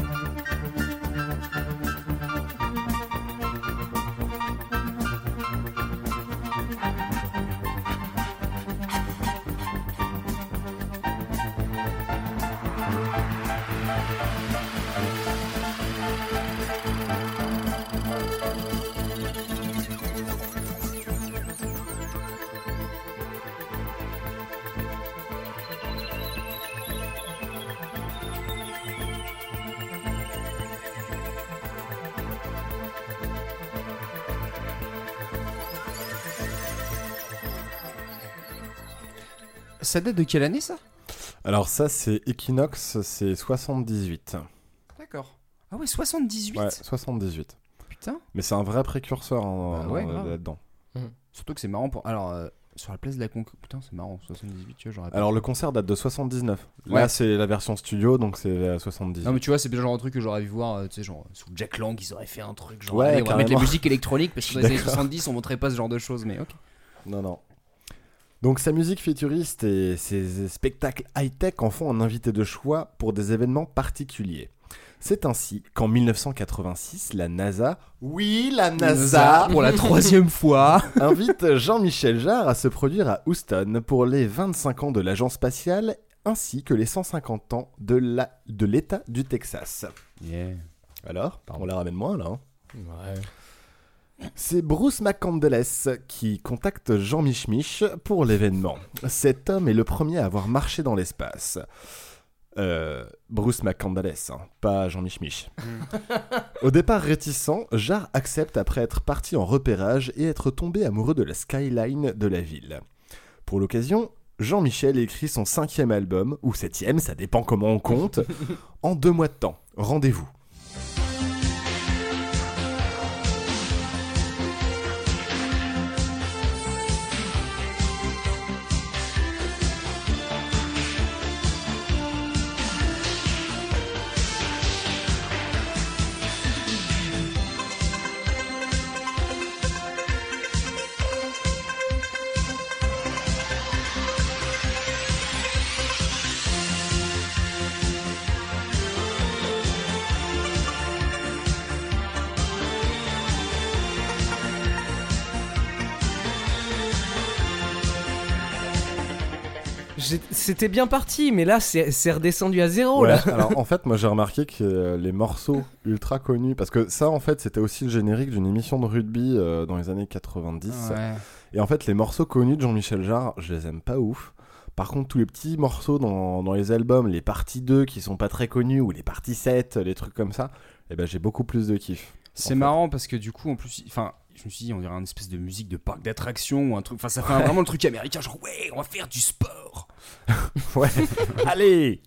Ça date de quelle année ça ? Alors ça, c'est Equinox, c'est 78. D'accord. Ah ouais, 78 ? Ouais, 78. Putain. Mais c'est un vrai précurseur là-dedans. Surtout que c'est marrant pour... Alors, sur la place de la Concorde... Putain, c'est marrant, 78, tu vois, j'aurais pas... Alors le concert date de 79. Là, c'est la version studio, donc c'est 78. Non mais tu vois, c'est le genre de truc que j'aurais vu voir, tu sais, genre sous Jack Lang, ils auraient fait un truc genre... Ouais, allez, on va mettre la musique électronique, parce que dans les années 70, on montrait pas ce genre de choses, mais ok. Non. Donc sa musique futuriste et ses spectacles high-tech en font un invité de choix pour des événements particuliers. C'est ainsi qu'en 1986, la NASA, oui la NASA, pour la 3e fois, invite Jean-Michel Jarre à se produire à Houston pour les 25 ans de l'agence spatiale ainsi que les 150 ans de l'État du Texas. Yeah. Alors, on la ramène moins là. Ouais. C'est Bruce McCandless qui contacte Jean Mich pour l'événement. Cet homme est le premier à avoir marché dans l'espace. Bruce McCandless, pas Jean Mich. Au départ réticent, Jarre accepte après être parti en repérage et être tombé amoureux de la skyline de la ville. Pour l'occasion, Jean-Michel écrit son 5e album, ou 7e, ça dépend comment on compte, en 2 mois de temps. Rendez-vous. C'était bien parti, mais là c'est redescendu à zéro. Ouais, là. Alors en fait, moi j'ai remarqué que les morceaux ultra connus, parce que ça en fait c'était aussi le générique d'une émission de rugby dans les années 90. Ouais. Et en fait, les morceaux connus de Jean-Michel Jarre, je les aime pas ouf. Par contre, tous les petits morceaux dans les albums, les parties 2 qui sont pas très connus, ou les parties 7, les trucs comme ça, eh ben j'ai beaucoup plus de kiff. C'est marrant parce que du coup, en plus, enfin, je me suis dit, on dirait une espèce de musique de parc d'attraction ou un truc. Enfin, ça fait vraiment le truc américain, genre ouais, on va faire du sport. Ouais, allez.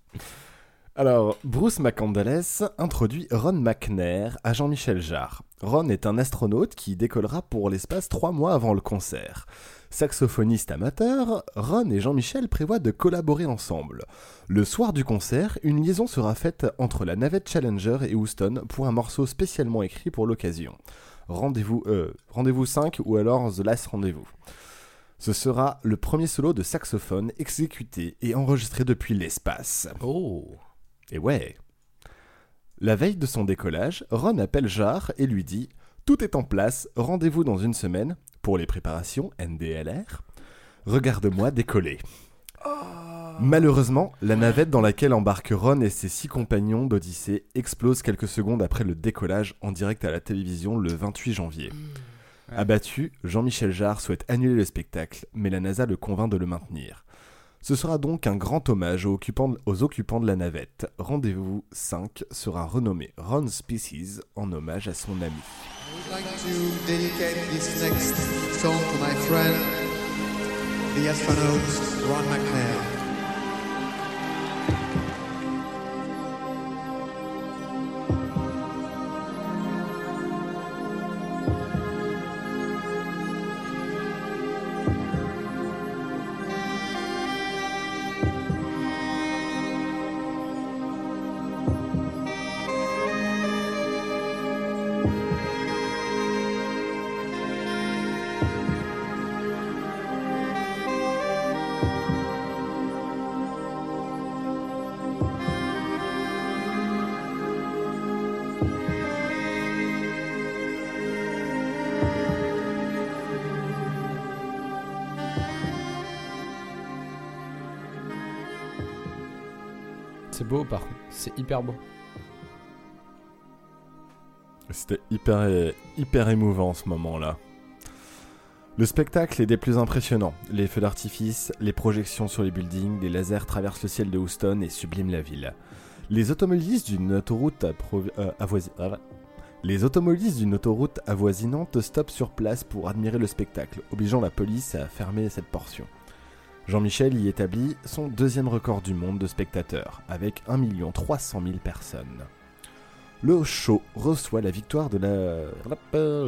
Alors, Bruce McCandless introduit Ron McNair à Jean-Michel Jarre. Ron est un astronaute qui décollera pour l'espace 3 mois avant le concert. Saxophoniste amateur, Ron et Jean-Michel prévoient de collaborer ensemble. Le soir du concert, une liaison sera faite entre la navette Challenger et Houston pour un morceau spécialement écrit pour l'occasion. Rendez-vous 5 ou alors The Last Rendez-vous. Ce sera le premier solo de saxophone exécuté et enregistré depuis l'espace. Oh. Et ouais. La veille de son décollage, Ron appelle Jarre et lui dit « Tout est en place, rendez-vous dans 1 semaine pour les préparations NDLR. Regarde-moi décoller. » Malheureusement, la navette dans laquelle embarquent Ron et ses 6 compagnons d'Odyssée explose quelques secondes après le décollage en direct à la télévision le 28 janvier. Abattu, Jean-Michel Jarre souhaite annuler le spectacle, mais la NASA le convainc de le maintenir. Ce sera donc un grand hommage aux occupants de la navette. Rendez-vous 5 sera renommé Ron Species en hommage à son ami. I would like to dedicate this next song to my friend, the astronaut Ron McNair. C'est beau par contre, c'est hyper beau. C'était hyper émouvant ce moment-là. Le spectacle est des plus impressionnants. Les feux d'artifice, les projections sur les buildings, les lasers traversent le ciel de Houston et subliment la ville. Les automobilistes d'une autoroute avoisinante stoppent sur place pour admirer le spectacle, obligeant la police à fermer cette portion. Jean-Michel y établit son deuxième record du monde de spectateurs, avec 1 300 000 personnes. Le show reçoit la victoire de la...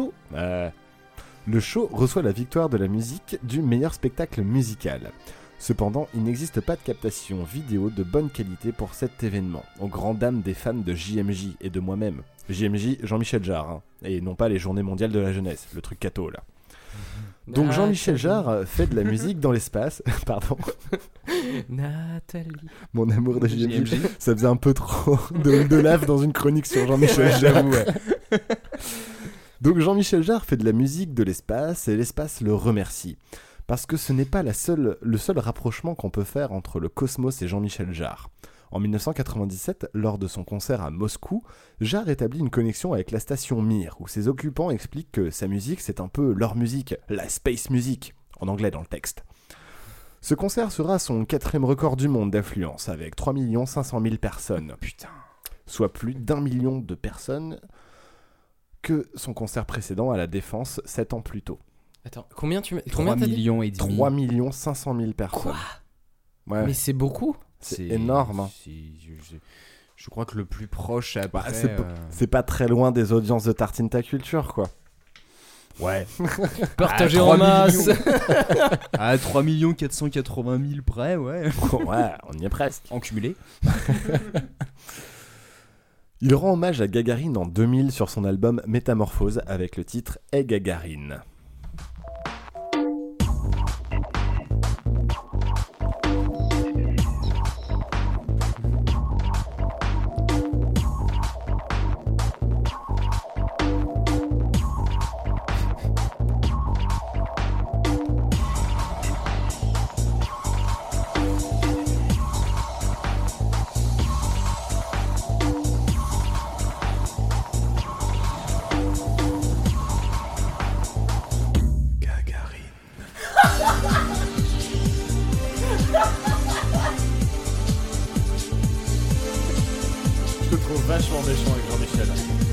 Le show reçoit la victoire de la musique du meilleur spectacle musical. Cependant, il n'existe pas de captation vidéo de bonne qualité pour cet événement, aux grandes dames des fans de JMJ et de moi-même. JMJ, Jean-Michel Jarre, hein, et non pas les Journées mondiales de la jeunesse, le truc catho là. Donc Jean-Michel Jarre fait de la musique dans l'espace. Pardon. Nathalie. Mon amour de JMJ. Ça faisait un peu trop de lave dans une chronique sur Jean-Michel Jarre. J'avoue, ouais. Donc Jean-Michel Jarre fait de la musique de l'espace et l'espace le remercie. Parce que ce n'est pas le seul rapprochement qu'on peut faire entre le cosmos et Jean-Michel Jarre. En 1997, lors de son concert à Moscou, Jarre établit une connexion avec la station Mir, où ses occupants expliquent que sa musique c'est un peu leur musique, la space music, en anglais dans le texte. Ce concert sera son 4e record du monde d'affluence, avec 3 500 000 personnes. Putain. Soit plus d'1 million de personnes que son concert précédent à la Défense 7 ans plus tôt. Attends, combien tu 3 millions et demi. 3 500 000 personnes. Quoi ? Ouais. Mais c'est beaucoup. C'est énorme. Hein. Je crois que le plus proche après... c'est pas très loin des audiences de Tartine ta culture, quoi. Ouais. Partagez en masse. À 3 480 000 près, ouais. Ouais, on y est presque. En cumulé. Il rend hommage à Gagarine en 2000 sur son album Métamorphose avec le titre « Hey Gagarine ». Vachement méchant avec Jean-Michel.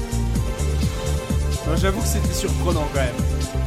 Non, j'avoue que c'était surprenant quand même.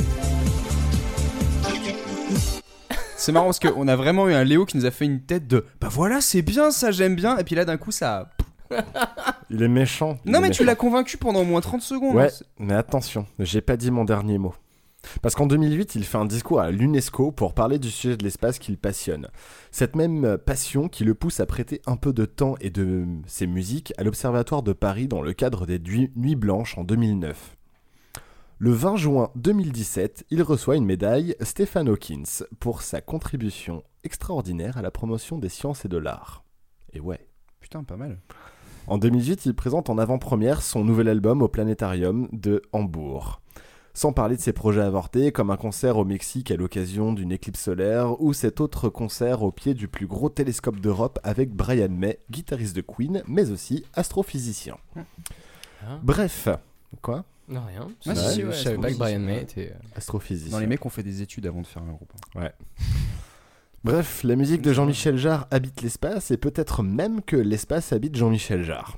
C'est marrant parce qu'on a vraiment eu un Léo qui nous a fait une tête de bah voilà, c'est bien ça, j'aime bien. Et puis là d'un coup ça. Il est méchant. Non mais tu l'as convaincu pendant au moins 30 secondes. Ouais, mais attention, j'ai pas dit mon dernier mot. Parce qu'en 2008, il fait un discours à l'UNESCO pour parler du sujet de l'espace qu'il passionne. Cette même passion qui le pousse à prêter un peu de temps et de ses musiques à l'Observatoire de Paris dans le cadre des Nuits Blanches en 2009. Le 20 juin 2017, il reçoit une médaille Stephen Hawking pour sa contribution extraordinaire à la promotion des sciences et de l'art. Et ouais. Putain, pas mal. En 2018, il présente en avant-première son nouvel album au Planétarium de Hambourg. Sans parler de ses projets avortés, comme un concert au Mexique à l'occasion d'une éclipse solaire, ou cet autre concert au pied du plus gros télescope d'Europe avec Brian May, guitariste de Queen, mais aussi astrophysicien. Ah. Bref, quoi ? Non, rien. Ah, Si, je savais pas que Brian May était... astrophysicien. Dans les mecs, on fait des études avant de faire un groupe. Ouais. Bref, la musique de Jean-Michel Jarre habite l'espace, et peut-être même que l'espace habite Jean-Michel Jarre.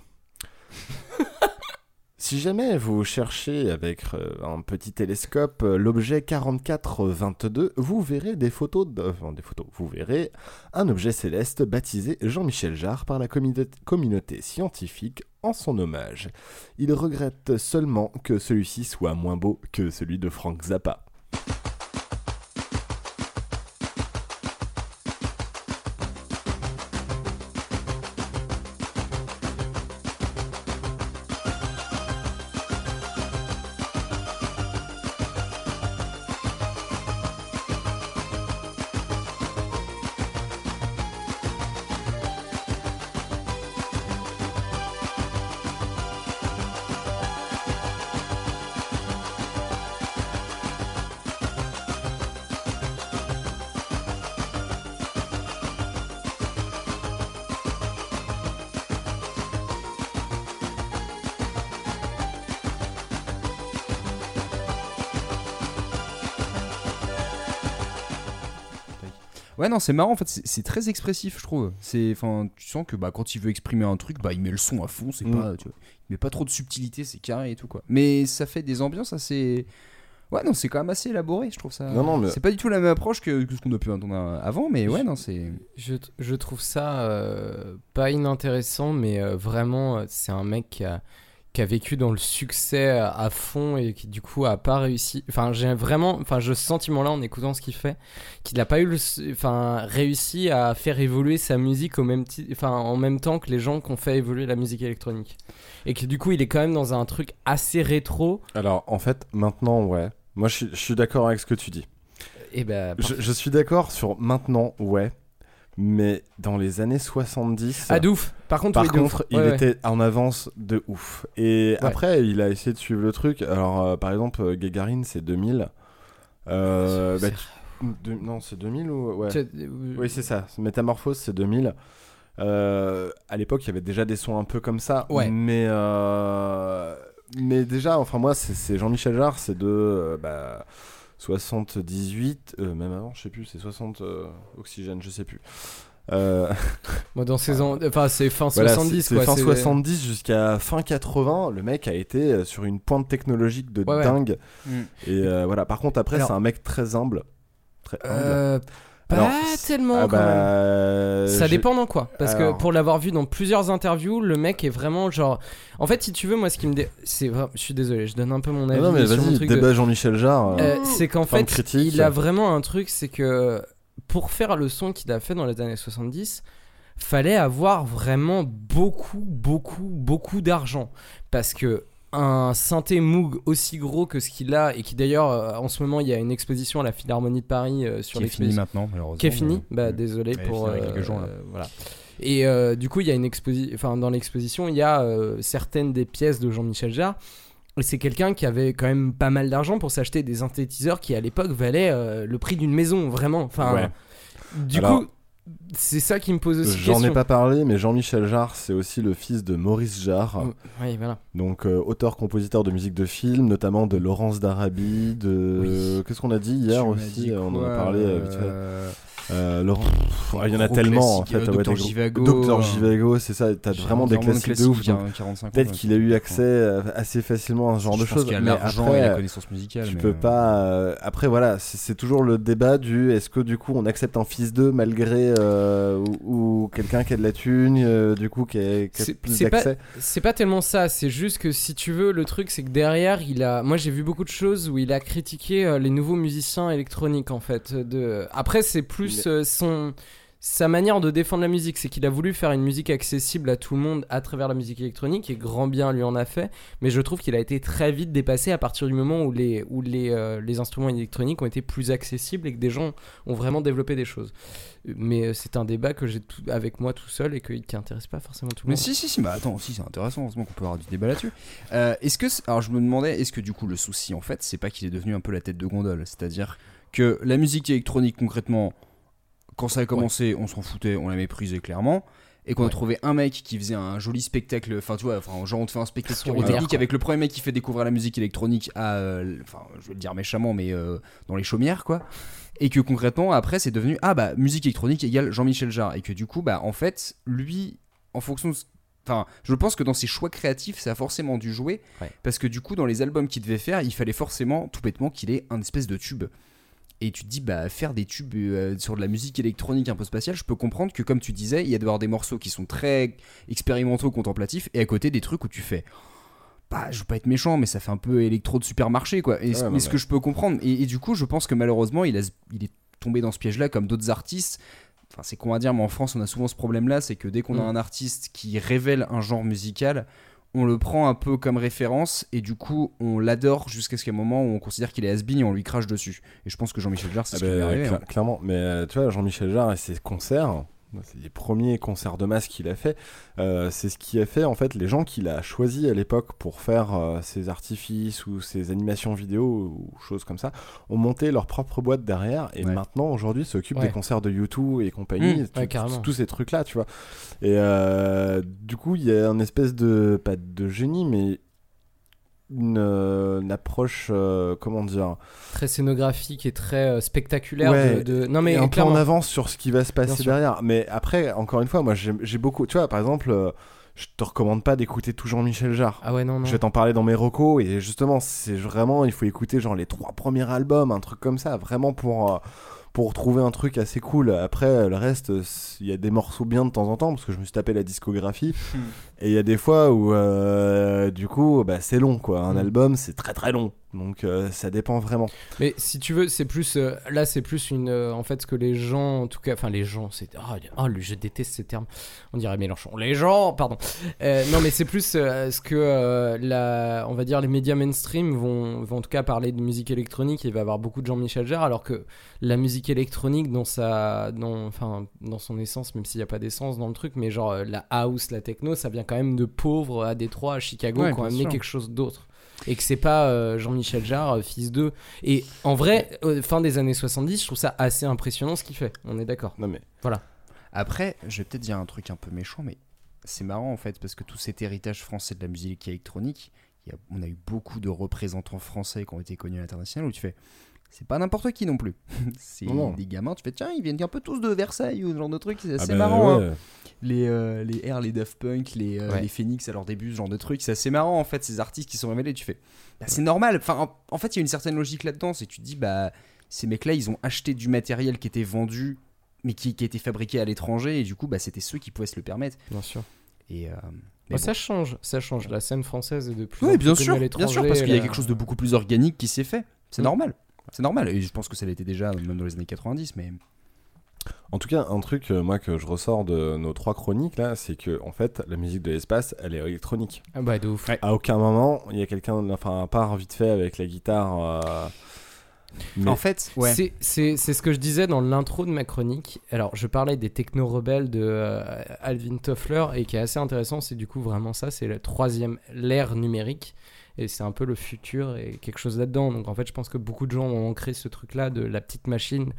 Si jamais vous cherchez avec un petit télescope l'objet 4422, vous verrez vous verrez un objet céleste baptisé Jean-Michel Jarre par la communauté scientifique en son hommage. Il regrette seulement que celui-ci soit moins beau que celui de Frank Zappa. Ouais, non, c'est marrant en fait, c'est très expressif, je trouve. Tu sens que quand il veut exprimer un truc, il met le son à fond, c'est pas, tu vois, il met pas trop de subtilité, c'est carré et tout quoi. Mais ça fait des ambiances assez Ouais, non, c'est quand même assez élaboré, je trouve ça. Non, mais... C'est pas du tout la même approche que ce qu'on a pu entendre avant, mais ouais, non, c'est. Je trouve ça pas inintéressant, mais vraiment, c'est un mec qui a vécu dans le succès à fond et qui du coup a pas réussi. Enfin, j'ai ce sentiment-là en écoutant ce qu'il fait, qu'il n'a pas réussi à faire évoluer sa musique en même temps que les gens qui ont fait évoluer la musique électronique. Et que du coup, il est quand même dans un truc assez rétro. Alors, en fait, maintenant, ouais. Moi, je suis d'accord avec ce que tu dis. Et je suis d'accord sur maintenant, ouais. Mais dans les années 70... Ah, de ouf. Par contre, il était en avance de ouf. Et après, il a essayé de suivre le truc. Alors, par exemple, Gagarine, c'est 2000. Non, c'est 2000 ou... Ouais. Oui, c'est ça. Métamorphose, c'est 2000. À l'époque, il y avait déjà des sons un peu comme ça. Ouais. Mais déjà, enfin, moi, c'est Jean-Michel Jarre, c'est de... 78, même avant, je sais plus, c'est 60 Oxygène, je sais plus. Moi, dans ces ans, enfin, c'est fin 70, c'est quoi. Fin 70 jusqu'à fin 80, le mec a été sur une pointe technologique de dingue. Et voilà, par contre, après, c'est un mec très humble. Pas tellement quand même. Ça dépend dans quoi. Parce que pour l'avoir vu dans plusieurs interviews, le mec est vraiment genre. En fait, si tu veux, moi, ce qui me. Je suis désolé, je donne un peu mon avis. Non, mais sur vas-y, mon truc débat Jean-Michel Jarre. C'est qu'en fait, il a vraiment un truc, c'est que pour faire le son qu'il a fait dans les années 70, fallait avoir vraiment beaucoup d'argent. Parce que un synthé Moog aussi gros que ce qu'il a, et qui d'ailleurs en ce moment il y a une exposition à la Philharmonie de Paris sur l'exposition qui est finie maintenant malheureusement, qui est finie, désolé pour quelques jours, là. voilà. Et du coup il y a une dans l'exposition il y a certaines des pièces de Jean-Michel Jarre, et c'est quelqu'un qui avait quand même pas mal d'argent pour s'acheter des synthétiseurs qui à l'époque valaient le prix d'une maison, vraiment, du coup c'est ça qui me pose aussi question. J'en ai pas parlé, mais Jean-Michel Jarre, c'est aussi le fils de Maurice Jarre. Oui, voilà. Donc, auteur-compositeur de musique de film, notamment de Laurence d'Arabie, de... Qu'est-ce qu'on a dit hier aussi On en a parlé vite fait. Laurent... il y en a tellement en fait. Docteur Givago. Docteur Givago, c'est ça. T'as vraiment des classiques de ouf. Peut-être qu'il a eu accès assez facilement à ce genre de choses. Je pense qu'il y a l'argent et la connaissance musicale. Tu peux pas. Après, voilà, c'est toujours le débat du est-ce que du coup on accepte un fils d'eux malgré ou quelqu'un qui a de la thune, du coup qui a plus d'accès. C'est pas tellement ça. C'est juste que si tu veux, le truc c'est que derrière, moi j'ai vu beaucoup de choses où il a critiqué les nouveaux musiciens électroniques en fait. Après, c'est plus sa manière de défendre la musique, c'est qu'il a voulu faire une musique accessible à tout le monde à travers la musique électronique, et grand bien lui en a fait, mais je trouve qu'il a été très vite dépassé à partir du moment où les instruments électroniques ont été plus accessibles et que des gens ont vraiment développé des choses. Mais c'est un débat que j'ai avec moi tout seul et qui intéresse pas forcément tout le monde. Mais si, bah attends, si, c'est intéressant, heureusement qu'on peut avoir du débat là-dessus. Alors je me demandais, est-ce que du coup le souci en fait, c'est pas qu'il est devenu un peu la tête de gondole, c'est-à-dire que la musique électronique concrètement, quand ça a commencé, on s'en foutait, on la méprisait clairement, et qu'on a trouvé un mec qui faisait un joli spectacle, enfin tu vois, genre on te fait un spectacle électronique avec le premier mec qui fait découvrir la musique électronique à, enfin je vais le dire méchamment, mais dans les chaumières quoi, et que concrètement après c'est devenu musique électronique égale Jean-Michel Jarre, et que du coup en fait lui en fonction de... Enfin, je pense que dans ses choix créatifs, ça a forcément dû jouer, parce que du coup dans les albums qu'il devait faire, il fallait forcément tout bêtement qu'il ait un espèce de tube. Et tu te dis, faire des tubes sur de la musique électronique un peu spatiale, je peux comprendre que, comme tu disais, il y a d'avoir des morceaux qui sont très expérimentaux, contemplatifs, et à côté des trucs où tu fais, je veux pas être méchant, mais ça fait un peu électro de supermarché, quoi. Mais ce que je peux comprendre, et du coup, je pense que malheureusement, il est tombé dans ce piège-là, comme d'autres artistes. Enfin, c'est con à dire, mais en France, on a souvent ce problème-là, c'est que dès qu'on a un artiste qui révèle un genre musical, on le prend un peu comme référence, et du coup on l'adore jusqu'à ce qu'à un moment où on considère qu'il est has-been et on lui crache dessus. Et je pense que Jean-Michel Jarre, c'est ce qui lui est arrivé. Clairement, mais tu vois, Jean-Michel Jarre et ses concerts, c'est les premiers concerts de masse qu'il a fait, c'est ce qui a fait en fait les gens qu'il a choisis à l'époque pour faire ses artifices ou ses animations vidéo ou choses comme ça, ont monté leur propre boîte derrière, et maintenant aujourd'hui s'occupent des concerts de U2 et compagnie, tous ces trucs là, tu vois. Et du coup il y a une espèce de, pas de génie, mais une approche comment dire, très scénographique et très spectaculaire, non mais un peu en avance sur ce qui va se passer derrière. Mais après, encore une fois, moi j'ai beaucoup, tu vois, par exemple, je te recommande pas d'écouter tout Jean-Michel Jarre. Ah ouais, non. Je vais t'en parler dans mes recos, et justement, c'est vraiment, il faut écouter genre les 3 premiers albums, un truc comme ça, vraiment pour trouver un truc assez cool. Après, le reste, il y a des morceaux bien de temps en temps, parce que je me suis tapé la discographie, et il y a des fois où, du coup, bah, c'est long, quoi. Un album, c'est très très long. Donc ça dépend vraiment. Mais si tu veux, c'est plus là, c'est plus une en fait ce que les gens, en tout cas, enfin les gens, c'est je déteste ces termes. On dirait Mélenchon. Les gens, pardon. Non, mais c'est plus ce que on va dire les médias mainstream vont en tout cas parler de musique électronique. Il va y avoir beaucoup de Jean-Michel Jarre, alors que la musique électronique dans son essence, même s'il n'y a pas d'essence dans le truc, mais genre la house, la techno, ça vient quand même de pauvres à Détroit, à Chicago, qui ont amené quelque chose d'autre. Et que c'est pas Jean-Michel Jarre, fils d'eux. Et en vrai, fin des années 70, je trouve ça assez impressionnant ce qu'il fait. On est d'accord. Non mais voilà. Après, je vais peut-être dire un truc un peu méchant, mais c'est marrant en fait, parce que tout cet héritage français de la musique électronique, on a eu beaucoup de représentants français qui ont été connus à l'international, où tu fais, c'est pas n'importe qui non plus. C'est des gamins, tu fais, tiens, ils viennent un peu tous de Versailles ou ce genre de truc, c'est assez marrant. Ouais. Hein. Les R, les Daft Punk, les Phoenix à leur début, ce genre de truc, c'est assez marrant en fait, ces artistes qui sont révélés, tu fais, c'est normal. Enfin, en fait, il y a une certaine logique là-dedans, c'est que tu te dis, ces mecs-là, ils ont acheté du matériel qui était vendu, mais qui était fabriqué à l'étranger, et du coup, c'était ceux qui pouvaient se le permettre. Bien sûr. Et ça change. La scène française est de plus en plus bien sûr, à l'étranger. Bien sûr, parce qu'il y a quelque chose de beaucoup plus organique qui s'est fait. C'est normal. C'est normal, et je pense que ça l'était déjà même dans les années 90, mais... En tout cas, un truc, moi, que je ressors de nos 3 chroniques, là, c'est que, en fait, la musique de l'espace, elle est électronique. Ah bah, de ouf. À aucun moment, il y a quelqu'un, enfin, à part vite fait avec la guitare... Mais... En fait, ouais. C'est ce que je disais dans l'intro de ma chronique. Alors, je parlais des techno-rebelles de Alvin Toffler, et qui est assez intéressant, c'est du coup vraiment ça, c'est l'ère numérique. Et c'est un peu le futur et quelque chose là-dedans. Donc en fait, je pense que beaucoup de gens ont ancré ce truc-là de la petite machine.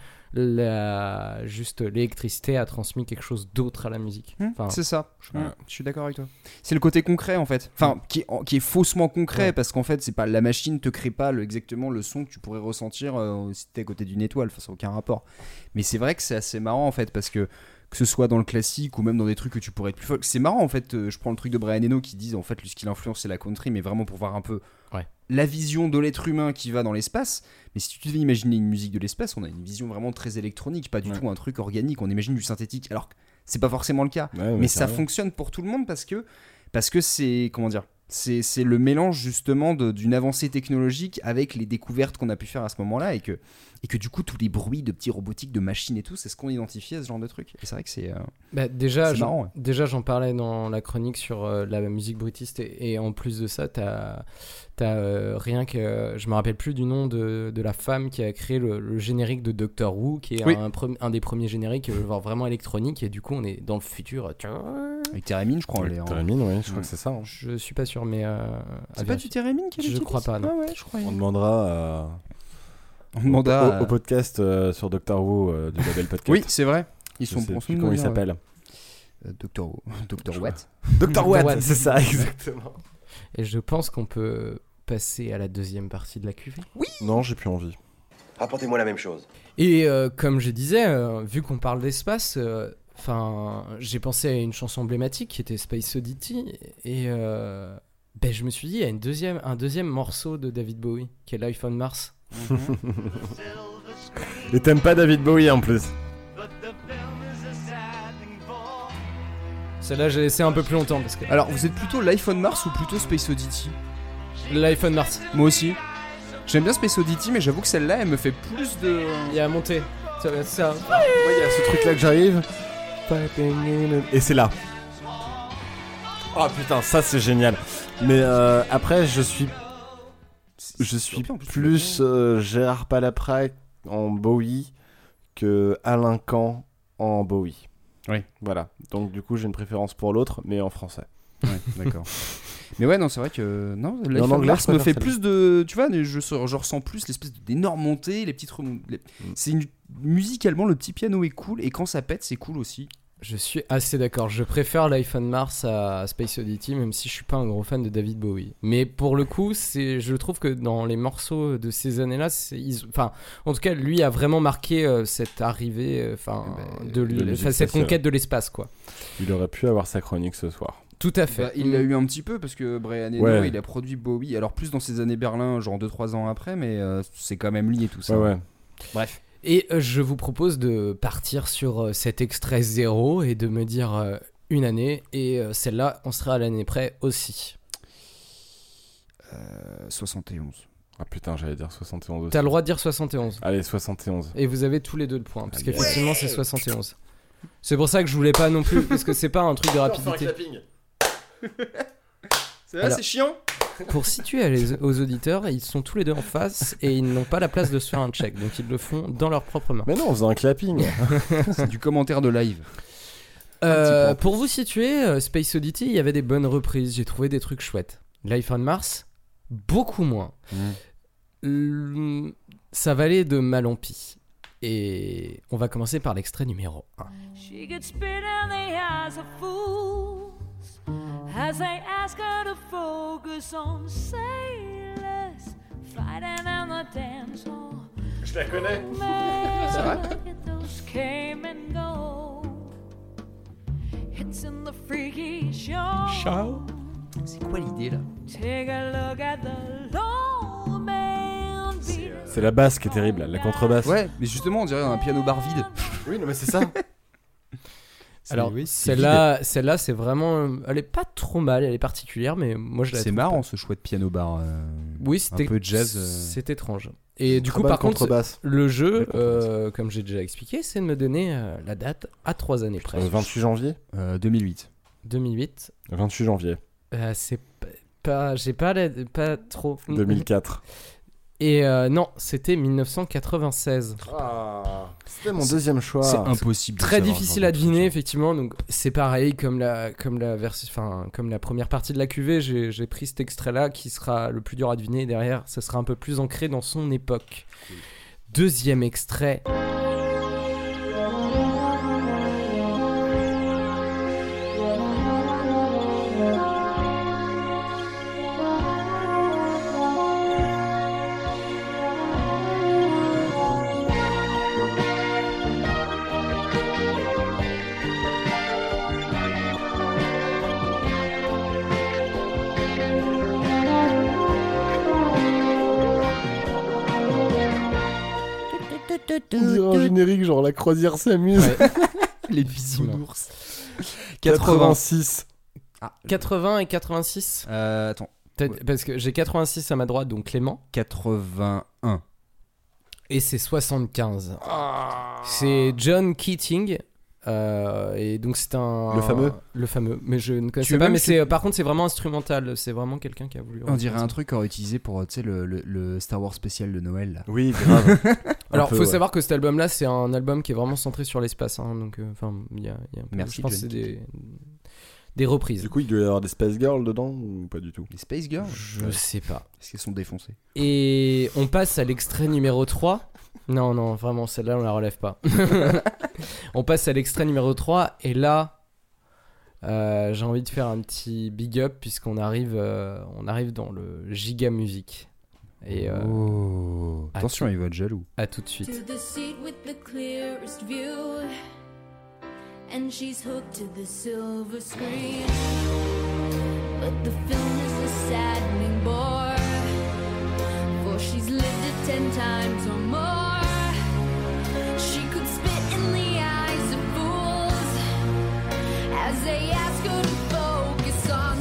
Juste l'électricité a transmis quelque chose d'autre à la musique. C'est ça. Je suis d'accord avec toi. C'est le côté concret en fait. Enfin, qui est faussement concret, parce qu'en fait, c'est pas la machine te crée pas exactement le son que tu pourrais ressentir si t'es à côté d'une étoile. Enfin, ça n'a aucun rapport. Mais c'est vrai que c'est assez marrant en fait, parce que ce soit dans le classique ou même dans des trucs que tu pourrais être plus folk. C'est marrant en fait, je prends le truc de Brian Eno qui dit en fait lui ce qui l'influence c'est la country, mais vraiment pour voir un peu la vision de l'être humain qui va dans l'espace. Mais si tu devais imaginer une musique de l'espace, on a une vision vraiment très électronique, pas du tout un truc organique, on imagine du synthétique, alors que c'est pas forcément le cas. Mais ça fonctionne pour tout le monde parce que c'est, comment dire, c'est le mélange justement d'une avancée technologique avec les découvertes qu'on a pu faire à ce moment-là, et que du coup tous les bruits de petits robotiques, de machines et tout, c'est ce qu'on identifie à ce genre de truc. Et c'est vrai que c'est déjà marrant, déjà j'en parlais dans la chronique sur la musique bruitiste, et en plus de ça t'as rien que je me rappelle plus du nom de la femme qui a créé le générique de Doctor Who, qui est un des premiers génériques vraiment électronique, et du coup on est dans le futur avec Térémine, je crois. Térémine, ouais, je crois que c'est ça. Je suis pas sûr, mais c'est pas du Térémine qui est je crois pas, non. Ah ouais, je crois. On demandera au podcast sur Doctor Who du label podcast. Oui, c'est vrai. Ils sont bons. Comment il s'appelle Doctor Watt. Doctor Watt, c'est ça, exactement. Et je pense qu'on peut passer à la deuxième partie de la cuvée. Oui. Non, j'ai plus envie. Rapportez-moi la même chose. Et comme je disais, vu qu'on parle d'espace, j'ai pensé à une chanson emblématique qui était Space Oddity, et je me suis dit, il y a un deuxième morceau de David Bowie qui est Life on Mars. Et t'aimes pas David Bowie en plus. Celle-là j'ai laissé un peu plus longtemps parce que... Alors vous êtes plutôt Life on Mars ou plutôt Space Oddity? Life on Mars. Moi aussi. J'aime bien Space Oddity, mais j'avoue que celle-là elle me fait plus de... Il y a à monter. Ça va être ça. Ouais, il y a ce truc là que j'arrive. Et c'est là. Oh putain, ça c'est génial. Mais après je suis plus Gérard Palaprac en Bowie que Alain Kahn en Bowie. Oui. Voilà. Donc du coup j'ai une préférence pour l'autre, mais en français. Ouais, d'accord. Mais ouais, non, c'est vrai que non, Life on Mars me fait plus de, tu vois, je ressens plus l'espèce d'énorme montée, les petites remontées. C'est musicalement le petit piano est cool, et quand ça pète c'est cool aussi. Je suis assez d'accord. Je préfère Life on Mars à Space Oddity, même si je suis pas un gros fan de David Bowie. Mais pour le coup, je trouve que dans les morceaux de ces années-là, en tout cas, lui a vraiment marqué cette arrivée, cette conquête de l'espace, quoi. Il aurait pu avoir sa chronique ce soir. Tout à fait. Il l'a eu un petit peu parce que Brian Eno, il a produit Bowie. Alors plus dans ses années Berlin, genre 2-3 ans après, mais c'est quand même lié tout ça. Ouais. Bref. Et je vous propose de partir sur cet extrait 0 et de me dire une année. Et celle-là, on sera à l'année près aussi. 71. Ah putain, j'allais dire 71 aussi. T'as le droit de dire 71. Allez, 71. Et vous avez tous les deux le point, parce qu'effectivement c'est 71. C'est pour ça que je voulais pas non plus, parce que c'est pas un truc de rapidité. C'est vrai, c'est chiant. Pour situer aux auditeurs, ils sont tous les deux en face et ils n'ont pas la place de se faire un check, donc ils le font dans leurs propres mains. Mais non, on faisait un clapping. C'est du commentaire de live. Pour vous situer, Space Oddity, il y avait des bonnes reprises, j'ai trouvé des trucs chouettes. Life on Mars, beaucoup moins. Ça valait de mal en pis. Et on va commencer par l'extrait numéro 1. She gets spit in the eyes of fools as they ask her to focus on sailors fighting in the dance hall. Je la connais. C'est vrai? Those came and go. It's in the freaky show. C'est quoi l'idée là? Take a look at the low man beat. C'est la basse qui est terrible, la contrebasse. Ouais, mais justement, on dirait un piano bar vide. Oui, non, mais c'est ça. Alors, celle-là, c'est vraiment. Elle est pas trop mal, elle est particulière, mais moi je la trouve. C'est marrant ce choix de piano bar. Oui, c'était. Un peu jazz. C'est étrange. Et du coup, par contre, le jeu, comme j'ai déjà expliqué, c'est de me donner la date à 3 années près. 28 janvier 2008. 2008. 28 janvier. C'est pas. J'ai pas trop. 2004. Et non, c'était 1996. C'était mon deuxième choix. C'est impossible. Très difficile à deviner, effectivement. Donc c'est pareil comme la première partie de la cuvée. J'ai pris cet extrait-là qui sera le plus dur à deviner. Et derrière, ça sera un peu plus ancré dans son époque. Deuxième extrait. On dirait un générique genre la croisière s'amuse. Ouais. Les bisounours. 86. 80 et 86. Attends. Parce que j'ai 86 à ma droite, donc Clément. 81. Et c'est 75. C'est John Keating. Et donc c'est un... Le fameux. Mais je ne connaissais pas. Mais par contre, c'est vraiment instrumental. C'est vraiment quelqu'un qui a voulu... On dirait un truc qu'on a utilisé pour le Star Wars spécial de Noël. Là. Oui, grave. Alors, faut savoir que cet album-là, c'est un album qui est vraiment centré sur l'espace. Hein, donc, il y a Merci, je pense que c'est des reprises. Du coup, il doit y avoir des Space Girls dedans ou pas du tout? Des Space Girls? Je sais pas. Est-ce qu'elles sont défoncées? Et on passe à l'extrait numéro 3. Non, vraiment, celle-là, on la relève pas. On passe à l'extrait numéro 3. Et là, j'ai envie de faire un petit big up puisqu'on arrive dans le Giga Music. Et attention, il va être jaloux. À tout de suite. To the seat with the clearest view, and she's hooked to the silver screen. But the film is a saddening bore, for she's lived it 10 times or more. She could spit in the eyes of fools as they ask her to focus on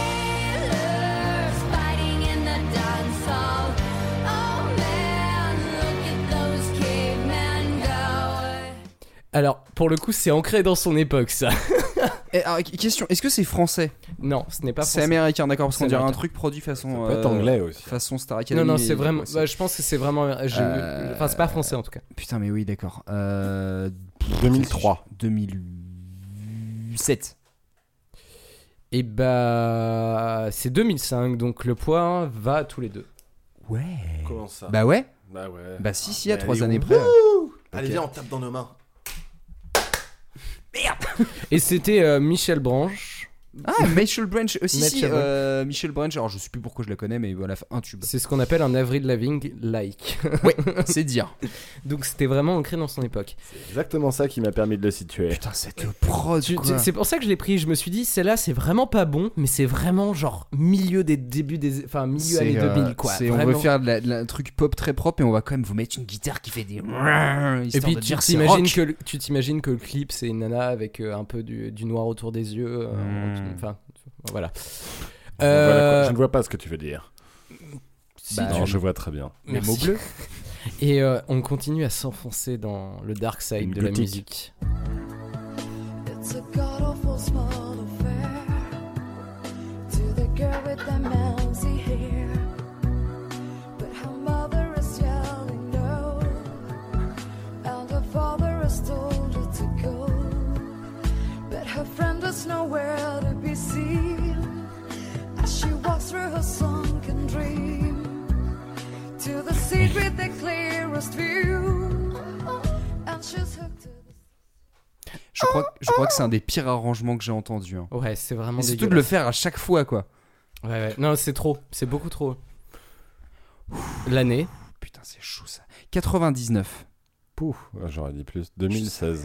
sailors fighting in the dance hall. Oh man, look at those cavemen go. Alors, pour le coup, c'est ancré dans son époque, ça. Alors, question, est-ce que c'est français? Non, ce n'est pas français. C'est américain, d'accord, parce qu'on dirait un américain. truc produit façon... Ça peut être anglais aussi. Façon Star Academy. Non, c'est vraiment... je pense que c'est vraiment... Enfin, c'est pas français, en tout cas. Putain, mais oui, d'accord. 2003. 2007. Et c'est 2005, donc le point va à tous les deux. Ouais. Comment ça? Bah ouais. Bah si, à 3 années près. Allez, viens, on tape dans nos mains. Et c'était Michel Branche Ah, Michel Branch. Si, Michel Michel Branch. Alors, je sais plus pourquoi je la connais, mais voilà, un tube. C'est ce qu'on appelle un Avril Lavigne-like. Ouais, c'est dire. Donc, c'était vraiment ancré dans son époque. C'est exactement ça qui m'a permis de le situer. Putain, cette prod, quoi. C'est pour ça que je l'ai pris. Je me suis dit, celle-là, c'est vraiment pas bon, mais c'est vraiment genre milieu des débuts des. Enfin, milieu années 2000, quoi. On veut faire un truc pop très propre et on va quand même vous mettre une guitare qui fait des. Et puis, tu t'imagines que le clip, c'est une nana avec un peu du noir autour des yeux. Enfin, voilà. Je ne vois pas ce que tu veux dire. Non, je vois très bien. Les mots bleus. Et on continue à s'enfoncer dans le dark side de la musique. It's a god-awful small affair to the girl with the mousy hair, but her mother is yelling no, and her father has told her to go, but her friend is nowhere to be seen as she walks through her sunken dream to the seat with the clearest view, and she's hooked to the... Je crois que c'est un des pires arrangements que j'ai entendu. Hein. Ouais, c'est vraiment et surtout de le faire à chaque fois, quoi. Ouais. Non, c'est trop. C'est beaucoup trop. L'année. Putain, c'est chaud, ça. 99. Pouf, j'aurais dit plus. 2016.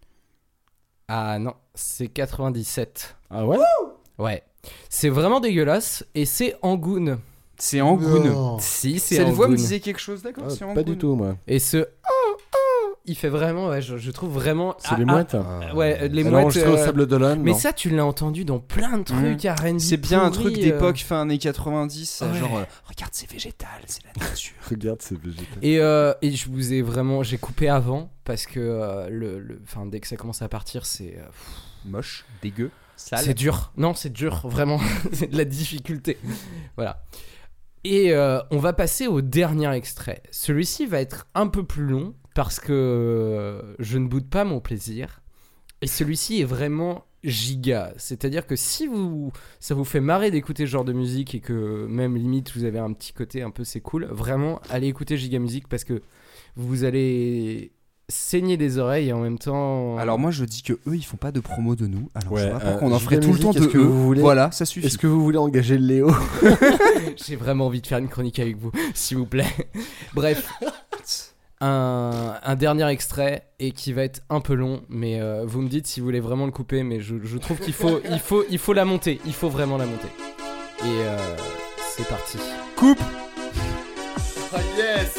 Ah non, c'est 97. Ah ouais? Ouais. C'est vraiment dégueulasse et c'est Angoon. C'est Angoon. Si, c'est Cette Angoon. voix me disait quelque chose, d'accord? C'est Pas du tout, moi. Et ce... il fait vraiment, ouais, je trouve vraiment... C'est les mouettes. Ouais, les alors, mouettes... au Sable d'Olonne, mais non. ça, tu l'as entendu dans plein de trucs R&B. C'est bien un truc pourris, d'époque fin années 90, ouais. Genre, regarde, c'est végétal, c'est la nature. Regarde, c'est végétal. Et je vous ai vraiment... J'ai coupé avant, parce que dès que ça commence à partir, c'est... moche, dégueu, sale. C'est dur. Non, c'est dur, vraiment. C'est de la difficulté. Voilà. Et on va passer au dernier extrait. Celui-ci va être un peu plus long parce que je ne boude pas mon plaisir. Et celui-ci est vraiment giga. C'est-à-dire que si ça vous fait marrer d'écouter ce genre de musique et que même limite vous avez un petit côté un peu c'est cool, vraiment allez écouter Giga Music parce que vous allez saigner des oreilles et en même temps... Alors moi je dis que eux ils font pas de promo de nous. Alors ouais, je sais pas pourquoi on en ferait tout le temps de eux. Vous voulez... Voilà, ça suffit. Est-ce que vous voulez engager Léo? J'ai vraiment envie de faire une chronique avec vous, s'il vous plaît. Bref, un dernier extrait et qui va être un peu long, mais vous me dites si vous voulez vraiment le couper, mais je trouve qu'il faut la monter. Il faut vraiment la monter. Et c'est parti. Coupe. Ah yes.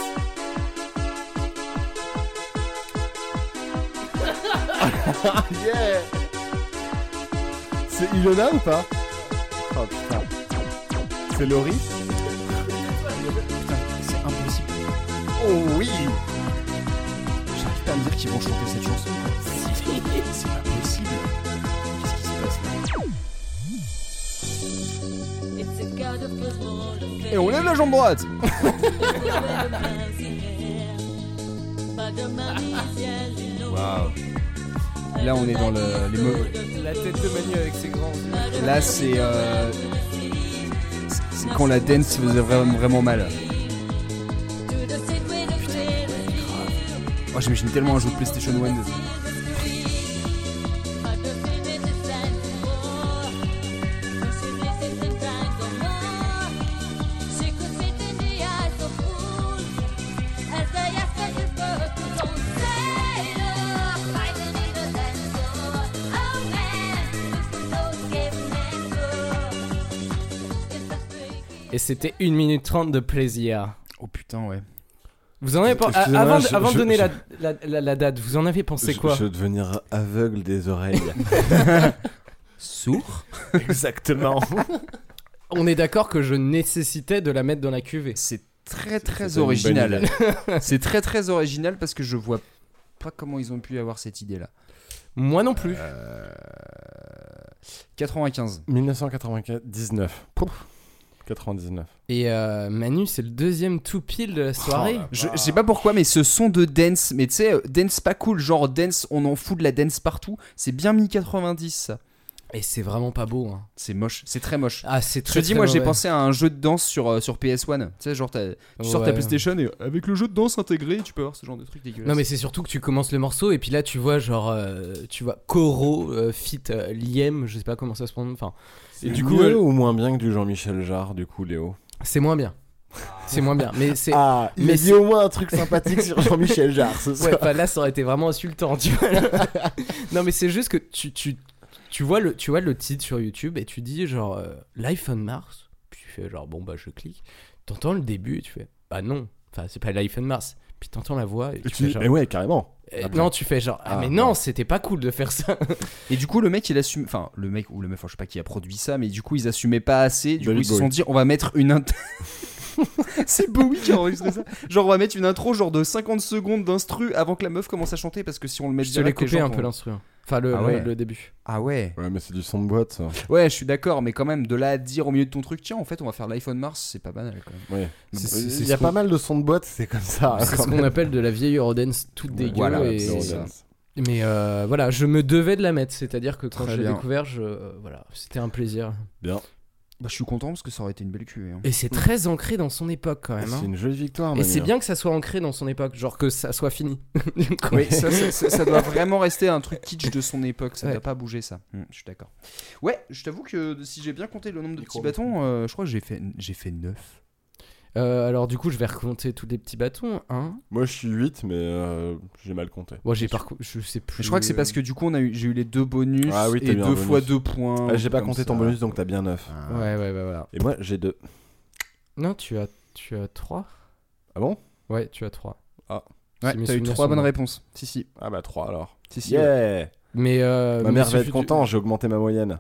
Yeah. C'est Ilona ou pas? Oh putain. C'est Laurie? Putain, c'est impossible. Oh oui. J'arrive pas à me dire qu'ils vont chanter cette chanson. C'est pas possible. Qu'est-ce qui se passe là? Et on lève la jambe droite. Waouh. Là on est dans les mots. La tête de Manu avec ses grands yeux. Là c'est quand la dance faisait vraiment mal. Putain, grave. Oh, j'imagine tellement un jeu de PlayStation 1. Et c'était 1 minute 30 de plaisir. Oh putain, ouais. Vous en avez pas... Avant de donner la date, vous en avez pensé quoi? Je vais devenir aveugle des oreilles. Sourd. Exactement. On est d'accord que je nécessitais de la mettre dans la cuvée. C'est très original. C'est très original parce que je vois pas comment ils ont pu avoir cette idée-là. Moi non plus. 95. 1999. 99. Et Manu, c'est le deuxième tout pile de la soirée. Je sais pas pourquoi, mais ce son de dance, mais tu sais, dance pas cool, genre dance, on en fout de la dance partout, c'est bien mi-90 ça. Et c'est vraiment pas beau. Hein. C'est moche, c'est très moche. Ah, c'est très. Je te dis, moi j'ai pensé à un jeu de danse sur PS1. Tu sais, genre tu sors ta PlayStation et avec le jeu de danse intégré, tu peux avoir ce genre de truc dégueulasse. Non, mais c'est surtout que tu commences le morceau et puis là tu vois genre tu vois Koro feat Liem, je sais pas comment ça se prononce. Enfin, et du coup mieux ou moins bien que du Jean-Michel Jarre, du coup, Léo? C'est moins bien. C'est moins bien, mais c'est. Ah, il a dit au moins un truc sympathique sur Jean-Michel Jarre. Ouais, bah là ça aurait été vraiment insultant, tu vois. Non, mais c'est juste que tu vois le titre sur YouTube et tu dis genre Life on Mars, puis tu fais genre bon bah je clique, t'entends le début et tu fais bah non, enfin c'est pas Life on Mars, puis t'entends la voix et tu fais genre mais ouais carrément. Non, tu fais genre mais non, c'était pas cool de faire ça. Et du coup le mec il assume, enfin le mec ou le meuf, je sais pas qui a produit ça, mais du coup ils assumaient pas assez, du coup ils se sont dit on va mettre une c'est Bowie qui a enregistré ça. Genre on va mettre une intro genre de 50 secondes d'instru avant que la meuf commence à chanter, parce que si on le met direct, je te l'ai coupé un peu l'instru. Enfin le début. Ah ouais. Ouais, mais c'est du son de boîte ça. Ouais, je suis d'accord, mais quand même de là à dire au milieu de ton truc tiens en fait on va faire l'iPhone Mars, c'est pas banal quand même. Ouais. Il y a pas mal de sons de boîte, c'est comme ça. C'est ce qu'on appelle de la vieille Eurodance toute dégueu. Voilà, et c'est ça. Mais voilà, je me devais de la mettre, c'est-à-dire que quand je l'ai découvert, voilà, c'était un plaisir. Bien. Bah, je suis content parce que ça aurait été une belle cuvée. Hein. Et c'est très ancré dans son époque quand même. C'est une jolie victoire. Et c'est bien que ça soit ancré dans son époque, genre que ça soit fini. Oui, ça doit vraiment rester un truc kitsch de son époque, ça doit pas bouger ça. Je suis d'accord. Ouais, je t'avoue que si j'ai bien compté le nombre de petits bâtons, je crois que j'ai fait 9. Alors du coup je vais recompter tous les petits bâtons. Moi je suis 8 mais j'ai mal compté. Moi je sais plus. Je crois que c'est parce que du coup j'ai eu les 2 bonus et 2 fois 2 points. Ah, j'ai pas compté ton bonus donc t'as bien 9. Ouais bah voilà. Et moi j'ai 2. Non tu as 3. Ah bon? Ouais tu as 3. Ah. Ouais t'as eu 3 bonnes réponses. Si. Ah bah 3 alors. Si. Yeah ouais. Mais ma mère va être contente, j'ai augmenté ma moyenne.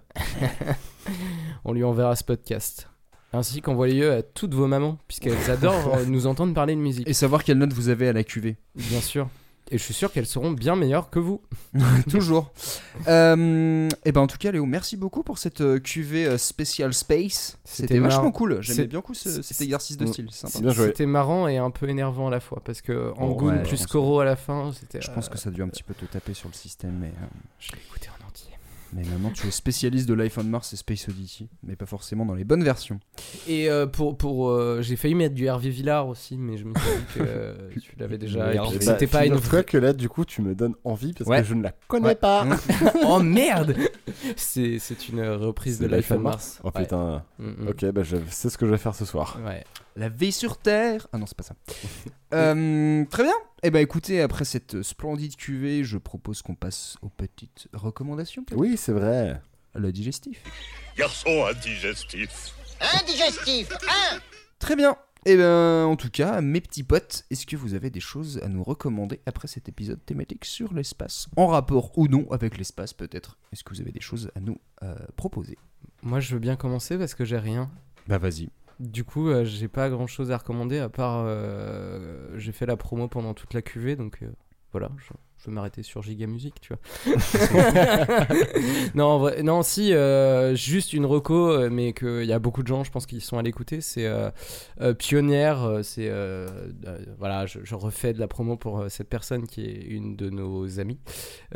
On lui enverra ce podcast. Ainsi qu'envoyez-le à toutes vos mamans, puisqu'elles adorent nous entendre parler de musique. Et savoir quelle note vous avez à la cuvée. Bien sûr. Et je suis sûr qu'elles seront bien meilleures que vous. Toujours. Et ben en tout cas Léo, merci beaucoup pour cette cuvée Special Space. C'était vachement cool. J'aimais bien cet exercice de style. C'est sympa. C'était marrant et un peu énervant à la fois, parce que Angoon plus Koro à la fin, c'était. Je pense que ça a dû un petit peu te taper sur le système, mais je l'ai écouté en entier. Mais maintenant tu es spécialiste de l'iPhone Mars et Space Oddity, mais pas forcément dans les bonnes versions. Et j'ai failli mettre du Hervé Villard aussi, mais je me suis dit que tu l'avais déjà. C'était pas une fois que là du coup tu me donnes envie parce que je ne la connais pas. Oh merde. C'est une reprise de l'iPhone Mars. Oh putain. Ok, bah je sais ce que je vais faire ce soir. Ouais. La vie sur Terre. Ah non, c'est pas ça. Très bien. Eh ben écoutez, après cette splendide cuvée, je propose qu'on passe aux petites recommandations. Oui, c'est vrai. Le digestif. Garçon indigestif. Indigestif, Très bien. Eh ben, en tout cas, mes petits potes, est-ce que vous avez des choses à nous recommander après cet épisode thématique sur l'espace? En rapport ou non avec l'espace, peut-être. Est-ce que vous avez des choses à nous proposer? Moi, je veux bien commencer parce que j'ai rien. Bah, vas-y. Du coup, j'ai pas grand chose à recommander à part j'ai fait la promo pendant toute la cuvée, donc voilà, je vais m'arrêter sur Giga Music, tu vois. Non, en vrai, non, si, juste une reco, mais qu'il y a beaucoup de gens, je pense, qui sont à l'écouter. C'est Pionnière. C'est voilà, je refais de la promo pour cette personne qui est une de nos amies. Pour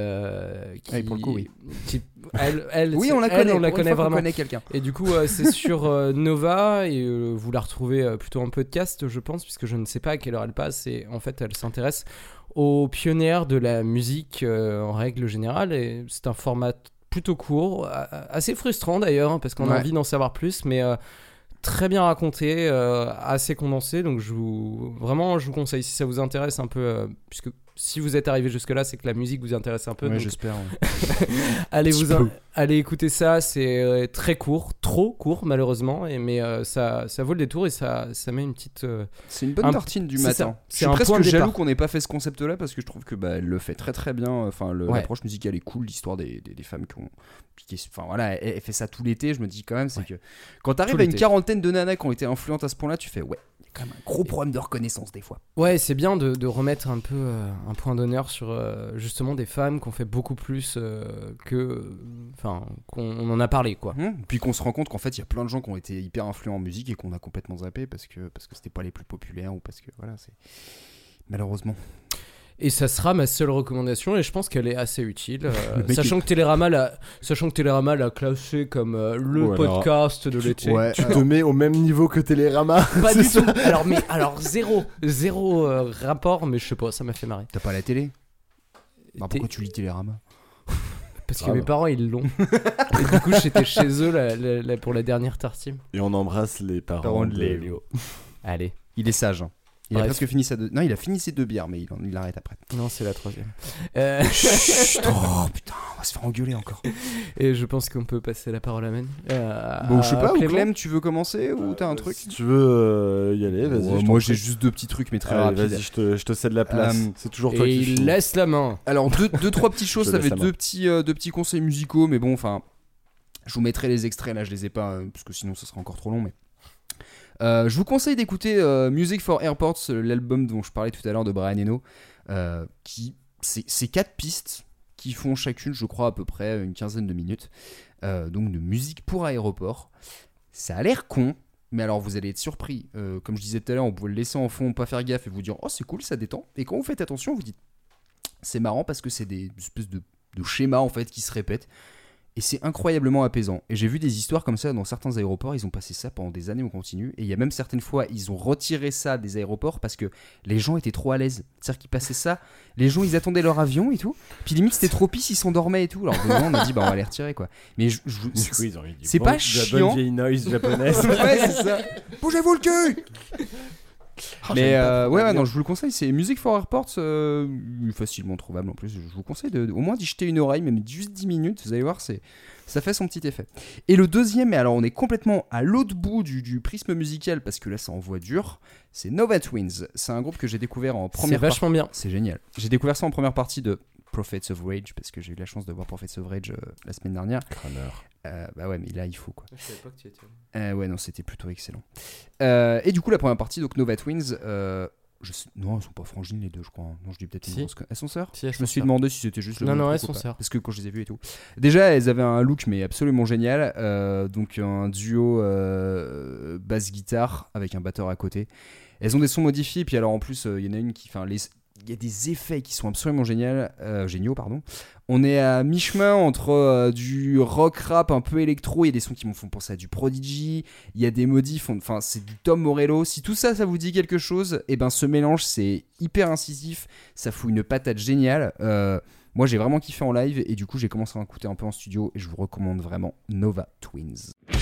le coup, oui. Oui, on la connaît. On la connaît vraiment. On connaît quelqu'un. Et du coup, c'est sur Nova et vous la retrouvez plutôt en podcast, je pense, puisque je ne sais pas à quelle heure elle passe. Et en fait, elle s'intéresse aux pionnières de la musique en règle générale, et c'est un format plutôt court, assez frustrant d'ailleurs, hein, parce qu'on a envie d'en savoir plus, mais très bien raconté, assez condensé, donc je vous conseille, si ça vous intéresse un peu, puisque si vous êtes arrivé jusque là, c'est que la musique vous intéresse un peu. Ouais, donc j'espère. Ouais. Allez écouter ça, c'est très court, trop court malheureusement, mais ça vaut le détour et ça met une petite. C'est une bonne tartine du matin. Je suis presque jaloux qu'on n'ait pas fait ce concept-là parce que je trouve que elle le fait très très bien. Enfin, l'approche musicale est cool, l'histoire des femmes enfin voilà, elle fait ça tout l'été. Je me dis quand même, c'est que quand t'arrives à une quarantaine de nanas qui ont été influentes à ce point-là, tu fais ouais. Quand même un gros problème de reconnaissance des fois. Ouais, c'est bien de remettre un peu un point d'honneur sur justement des femmes qui ont fait beaucoup plus qu'on en a parlé quoi. Puis qu'on se rend compte qu'en fait il y a plein de gens qui ont été hyper influents en musique et qu'on a complètement zappé parce que c'était pas les plus populaires ou parce que voilà, c'est malheureusement. Et ça sera ma seule recommandation et je pense qu'elle est assez utile. Sachant est... que Télérama l'a classé comme le podcast de l'été. Ouais, tu te mets au même niveau que Télérama. Pas du tout. Alors zéro rapport, mais je sais pas, ça m'a fait marrer. T'as pas la télé ? Pourquoi tu lis Télérama ? Parce que mes parents ils l'ont. Et du coup j'étais chez eux pour la dernière tartine. Et on embrasse les parents de Léo. Allez. Il est sage. Hein. Il a presque fini sa Non, il a fini ses 2 bières, mais il arrête après. Non, c'est la 3e. Chut, oh putain, on va se faire engueuler encore. Et je pense qu'on peut passer la parole à Manu. Bon, je sais pas, Clément. Ou Clem, tu veux commencer ou t'as un truc ? Si tu veux y aller, vas-y. Moi, j'ai juste 2 petits trucs, mais très rapides. Vas-y, je te cède la place. C'est toujours toi qui il laisse la main. Alors, 2-3 petites choses. Ça fait 2 petits conseils musicaux, mais bon, enfin, je vous mettrai les extraits. Là, je les ai pas, parce que sinon, ça sera encore trop long, mais. Je vous conseille d'écouter Music for Airports, l'album dont je parlais tout à l'heure de Brian Eno, c'est 4 pistes qui font chacune, je crois, à peu près une quinzaine de minutes, donc de musique pour aéroport. Ça a l'air con, mais alors vous allez être surpris. Comme je disais tout à l'heure, on pouvait le laisser en fond, pas faire gaffe et vous dire « Oh, c'est cool, ça détend ». Et quand vous faites attention, vous dites « C'est marrant parce que c'est des espèces de schémas en fait qui se répètent ». Et c'est incroyablement apaisant. Et j'ai vu des histoires comme ça dans certains aéroports. Ils ont passé ça pendant des années en continu. Et il y a même certaines fois, ils ont retiré ça des aéroports parce que les gens étaient trop à l'aise. C'est-à-dire qu'ils passaient ça. Les gens, ils attendaient leur avion et tout. Puis limite, c'était trop pisse, ils s'endormaient et tout. Alors, on m'a dit, on va les retirer, quoi. Mais c'est pas chiant. La bonne vieille noise japonaise. Ouais, c'est ça. Bougez-vous le cul. Mais non, je vous le conseille, c'est Music for Airports, facilement trouvable en plus. Je vous conseille au moins d'y jeter une oreille, même juste 10 minutes, vous allez voir, ça fait son petit effet. Et le deuxième, et alors on est complètement à l'autre bout du prisme musical, parce que là ça envoie dur, c'est Nova Twins. C'est un groupe que j'ai découvert en première partie. C'est vachement bien. C'est génial. J'ai découvert ça en première partie de Prophets of Rage, parce que j'ai eu la chance de voir Prophets of Rage la semaine dernière. Bah ouais, mais là il faut quoi. Je savais pas que tu étais. Ouais, non, c'était plutôt excellent. Et du coup, la première partie, donc Nova Twins, non, elles sont pas frangines les deux, je crois. Non, je dis peut-être une grosse. Elles sont sœurs ? Si, je me suis demandé si c'était juste le Non, même elles truc sont sœurs. Parce que quand je les ai vues et tout. Déjà, elles avaient un look, mais absolument génial. Donc, un duo basse-guitare avec un batteur à côté. Elles ont des sons modifiés, puis alors en plus, il y en a une qui. Il y a des effets qui sont absolument géniaux. On est à mi-chemin entre du rock rap un peu électro. Il y a des sons qui me font penser à du Prodigy. Il y a des modifs, enfin c'est du Tom Morello. Si tout ça, ça vous dit quelque chose, et ben ce mélange c'est hyper incisif. Ça fout une patate géniale. Moi j'ai vraiment kiffé en live et du coup j'ai commencé à écouter un peu en studio et je vous recommande vraiment Nova Twins.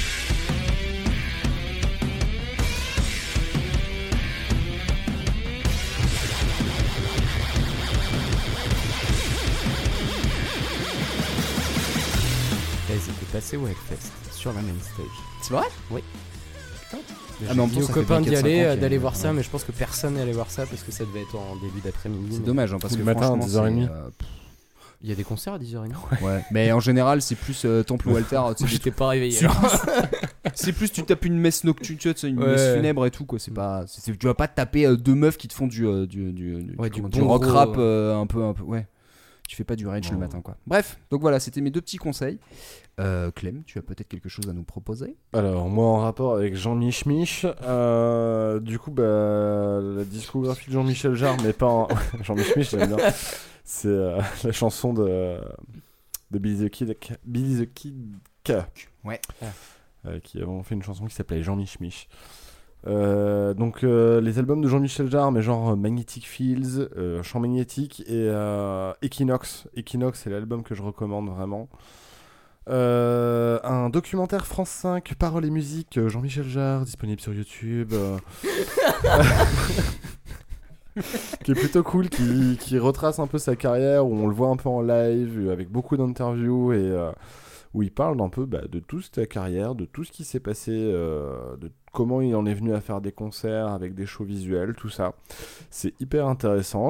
Elles étaient passées au Hellfest sur la main stage. C'est vrai ? Oui. Mais en dit aux copains d'aller voir ça, mais je pense que personne n'est allé voir ça parce que ça devait être en début d'après-midi. C'est dommage, parce que le matin à 10h30. Il y a des concerts à 10h30. Ouais, mais en général, c'est plus temple ou altar. J'étais pas réveillé. C'est plus tu tapes une messe nocturne, une messe funèbre et tout quoi. C'est pas, tu vas pas te taper 2 meufs qui te font du rock rap un peu. Ouais. Tu fais pas du rage le matin quoi. Bref, donc voilà, c'était mes 2 petits conseils. Clem, tu as peut-être quelque chose à nous proposer ? Alors moi en rapport avec Jean Mich, du coup la discographie de Jean-Michel Jarre, mais pas en... Jean Mich, j'aime bien. C'est la chanson de Billy the Kid ouais. Qui a fait une chanson qui s'appelait Jean Mich. Donc les albums de Jean-Michel Jarre, mais genre Magnetic Fields, Champ Magnétique et Equinox. Equinox, c'est l'album que je recommande vraiment. Un documentaire France 5, Paroles et musique, Jean-Michel Jarre, disponible sur YouTube. Qui est plutôt cool, qui retrace un peu sa carrière, où on le voit un peu en live, avec beaucoup d'interviews et où il parle un peu de toute sa carrière, de tout ce qui s'est passé, de comment il en est venu à faire des concerts avec des shows visuels, tout ça. C'est hyper intéressant.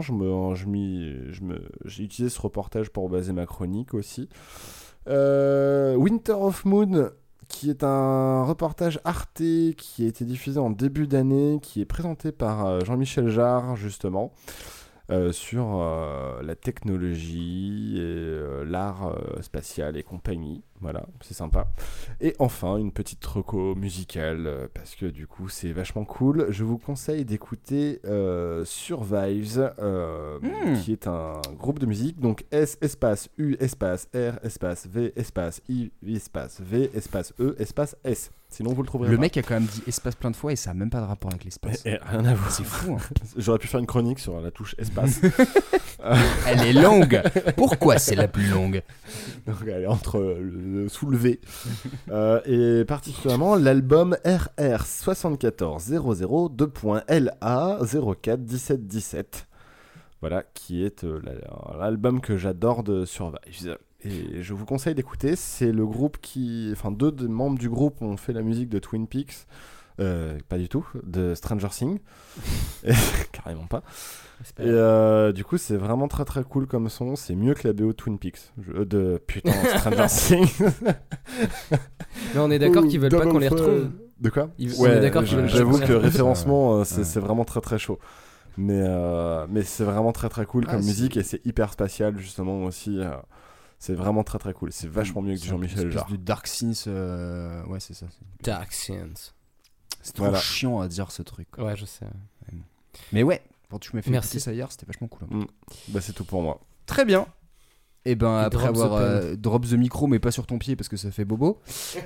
J'ai utilisé ce reportage pour baser ma chronique aussi. Winter of Moon, qui est un reportage Arte qui a été diffusé en début d'année, qui est présenté par Jean-Michel Jarre justement. sur la technologie et l'art spatial et compagnie. Voilà, c'est sympa. Et enfin, une petite reco musicale, parce que du coup, c'est vachement cool. Je vous conseille d'écouter Survives, qui est un groupe de musique. Donc S, espace U, espace R, espace V, espace I, espace V, espace E, espace S. Sinon, vous le trouverez Le pas. mec a quand même dit espace plein de fois et ça a même pas de rapport avec l'espace. Rien à voir. C'est fou. Hein. J'aurais pu faire une chronique sur la touche espace. Elle est longue. Pourquoi c'est la plus longue? Donc, elle est entre le soulevé. Et particulièrement l'album RR 7400 2.LA 04 17 17. Voilà, qui est l'album que j'adore de Survives. Et je vous conseille d'écouter. C'est le groupe deux des membres du groupe ont fait la musique de Twin Peaks. Pas du tout, de Stranger Things. Carrément pas. Et du coup, c'est vraiment très très cool comme son. C'est mieux que la BO de Twin Peaks. Stranger Things. Mais on est d'accord qu'ils veulent pas qu'on les retrouve. De quoi? On est d'accord qu'ils veulent pas qu'on j'avoue les que le retrouve. référencement, c'est vraiment très très chaud. Mais c'est vraiment très très cool comme musique et c'est hyper spatial justement aussi. C'est vraiment très très cool. C'est vachement mieux que du Jean-Michel Jarre. Du Dark Synth, ouais, c'est ça. Dark Synth. C'est trop chiant à dire ce truc. Quoi. Ouais, je sais. Mais ouais, quand tu m'as fait Merci. écouter ça hier, c'était vachement cool. Bah, c'est tout pour moi. Très bien. Et ben Et après drop the avoir pen. drop the micro, mais pas sur ton pied parce que ça fait bobo.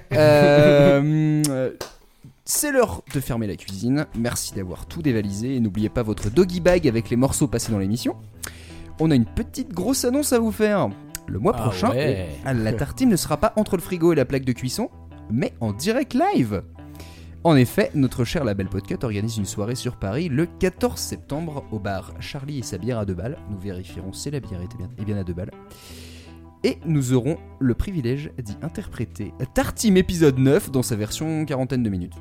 C'est l'heure de fermer la cuisine. Merci d'avoir tout dévalisé et n'oubliez pas votre doggy bag avec les morceaux passés dans l'émission. On a une petite grosse annonce à vous faire. Le mois prochain, la tartine ne sera pas entre le frigo et la plaque de cuisson, mais en direct live. En effet, notre cher label Podcut organise une soirée sur Paris le 14 septembre au bar Charlie et sa bière à 2 balles. Nous vérifierons si la bière est bien à 2 balles. Et nous aurons le privilège d'y interpréter Tartime épisode 9 dans sa version 40aine de minutes.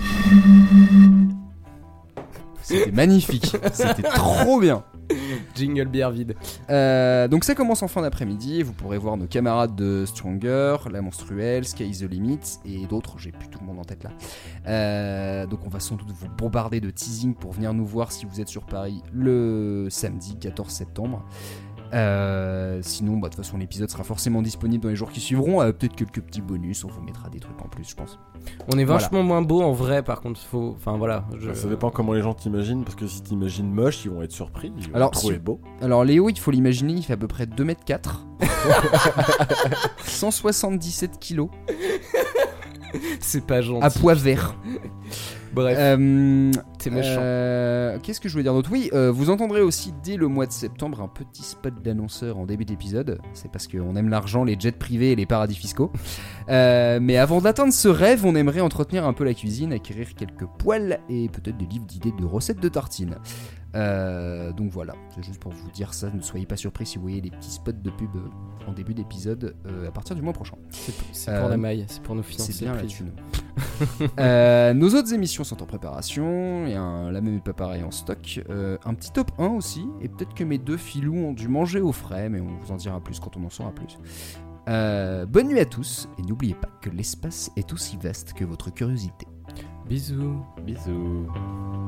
C'était magnifique, c'était trop bien. Jingle bière vide. Donc ça commence en fin d'après-midi. Vous pourrez voir nos camarades de Stronger, La Monstruelle, Sky the Limit et d'autres. J'ai plus tout le monde en tête là. Donc on va sans doute vous bombarder de teasing pour venir nous voir si vous êtes sur Paris le samedi 14 septembre. Sinon, de toute façon, l'épisode sera forcément disponible dans les jours qui suivront. Peut-être quelques petits bonus, on vous mettra des trucs en plus, je pense. On est vachement moins beau en vrai, par contre. Enfin voilà. Ça dépend comment les gens t'imaginent, parce que si t'imagines moche, ils vont être surpris. Ils vont trouver beau. Alors, Léo, il faut l'imaginer, il fait à peu près 2m4, 177 kilos. C'est pas gentil. À poids vert. Bref, c'est méchant. Qu'est-ce que je voulais dire d'autre? Oui, vous entendrez aussi dès le mois de septembre un petit spot d'annonceur en début d'épisode. C'est parce qu'on aime l'argent, les jets privés et les paradis fiscaux. Mais avant d'atteindre ce rêve, on aimerait entretenir un peu la cuisine, acquérir quelques poêles et peut-être des livres d'idées de recettes de tartines. Donc voilà, c'est juste pour vous dire ça. Ne soyez pas surpris si vous voyez des petits spots de pub en début d'épisode à partir du mois prochain. C'est pour la maille, c'est pour nos fiancés. C'est bien la thune. Nos autres émissions sont en préparation. Il y a La Même est pas pareil en stock. Un petit top 1 aussi. Et peut-être que mes deux filous ont dû manger au frais, mais on vous en dira plus quand on en saura plus. Bonne nuit à tous. Et n'oubliez pas que l'espace est aussi vaste que votre curiosité. Bisous. Bisous.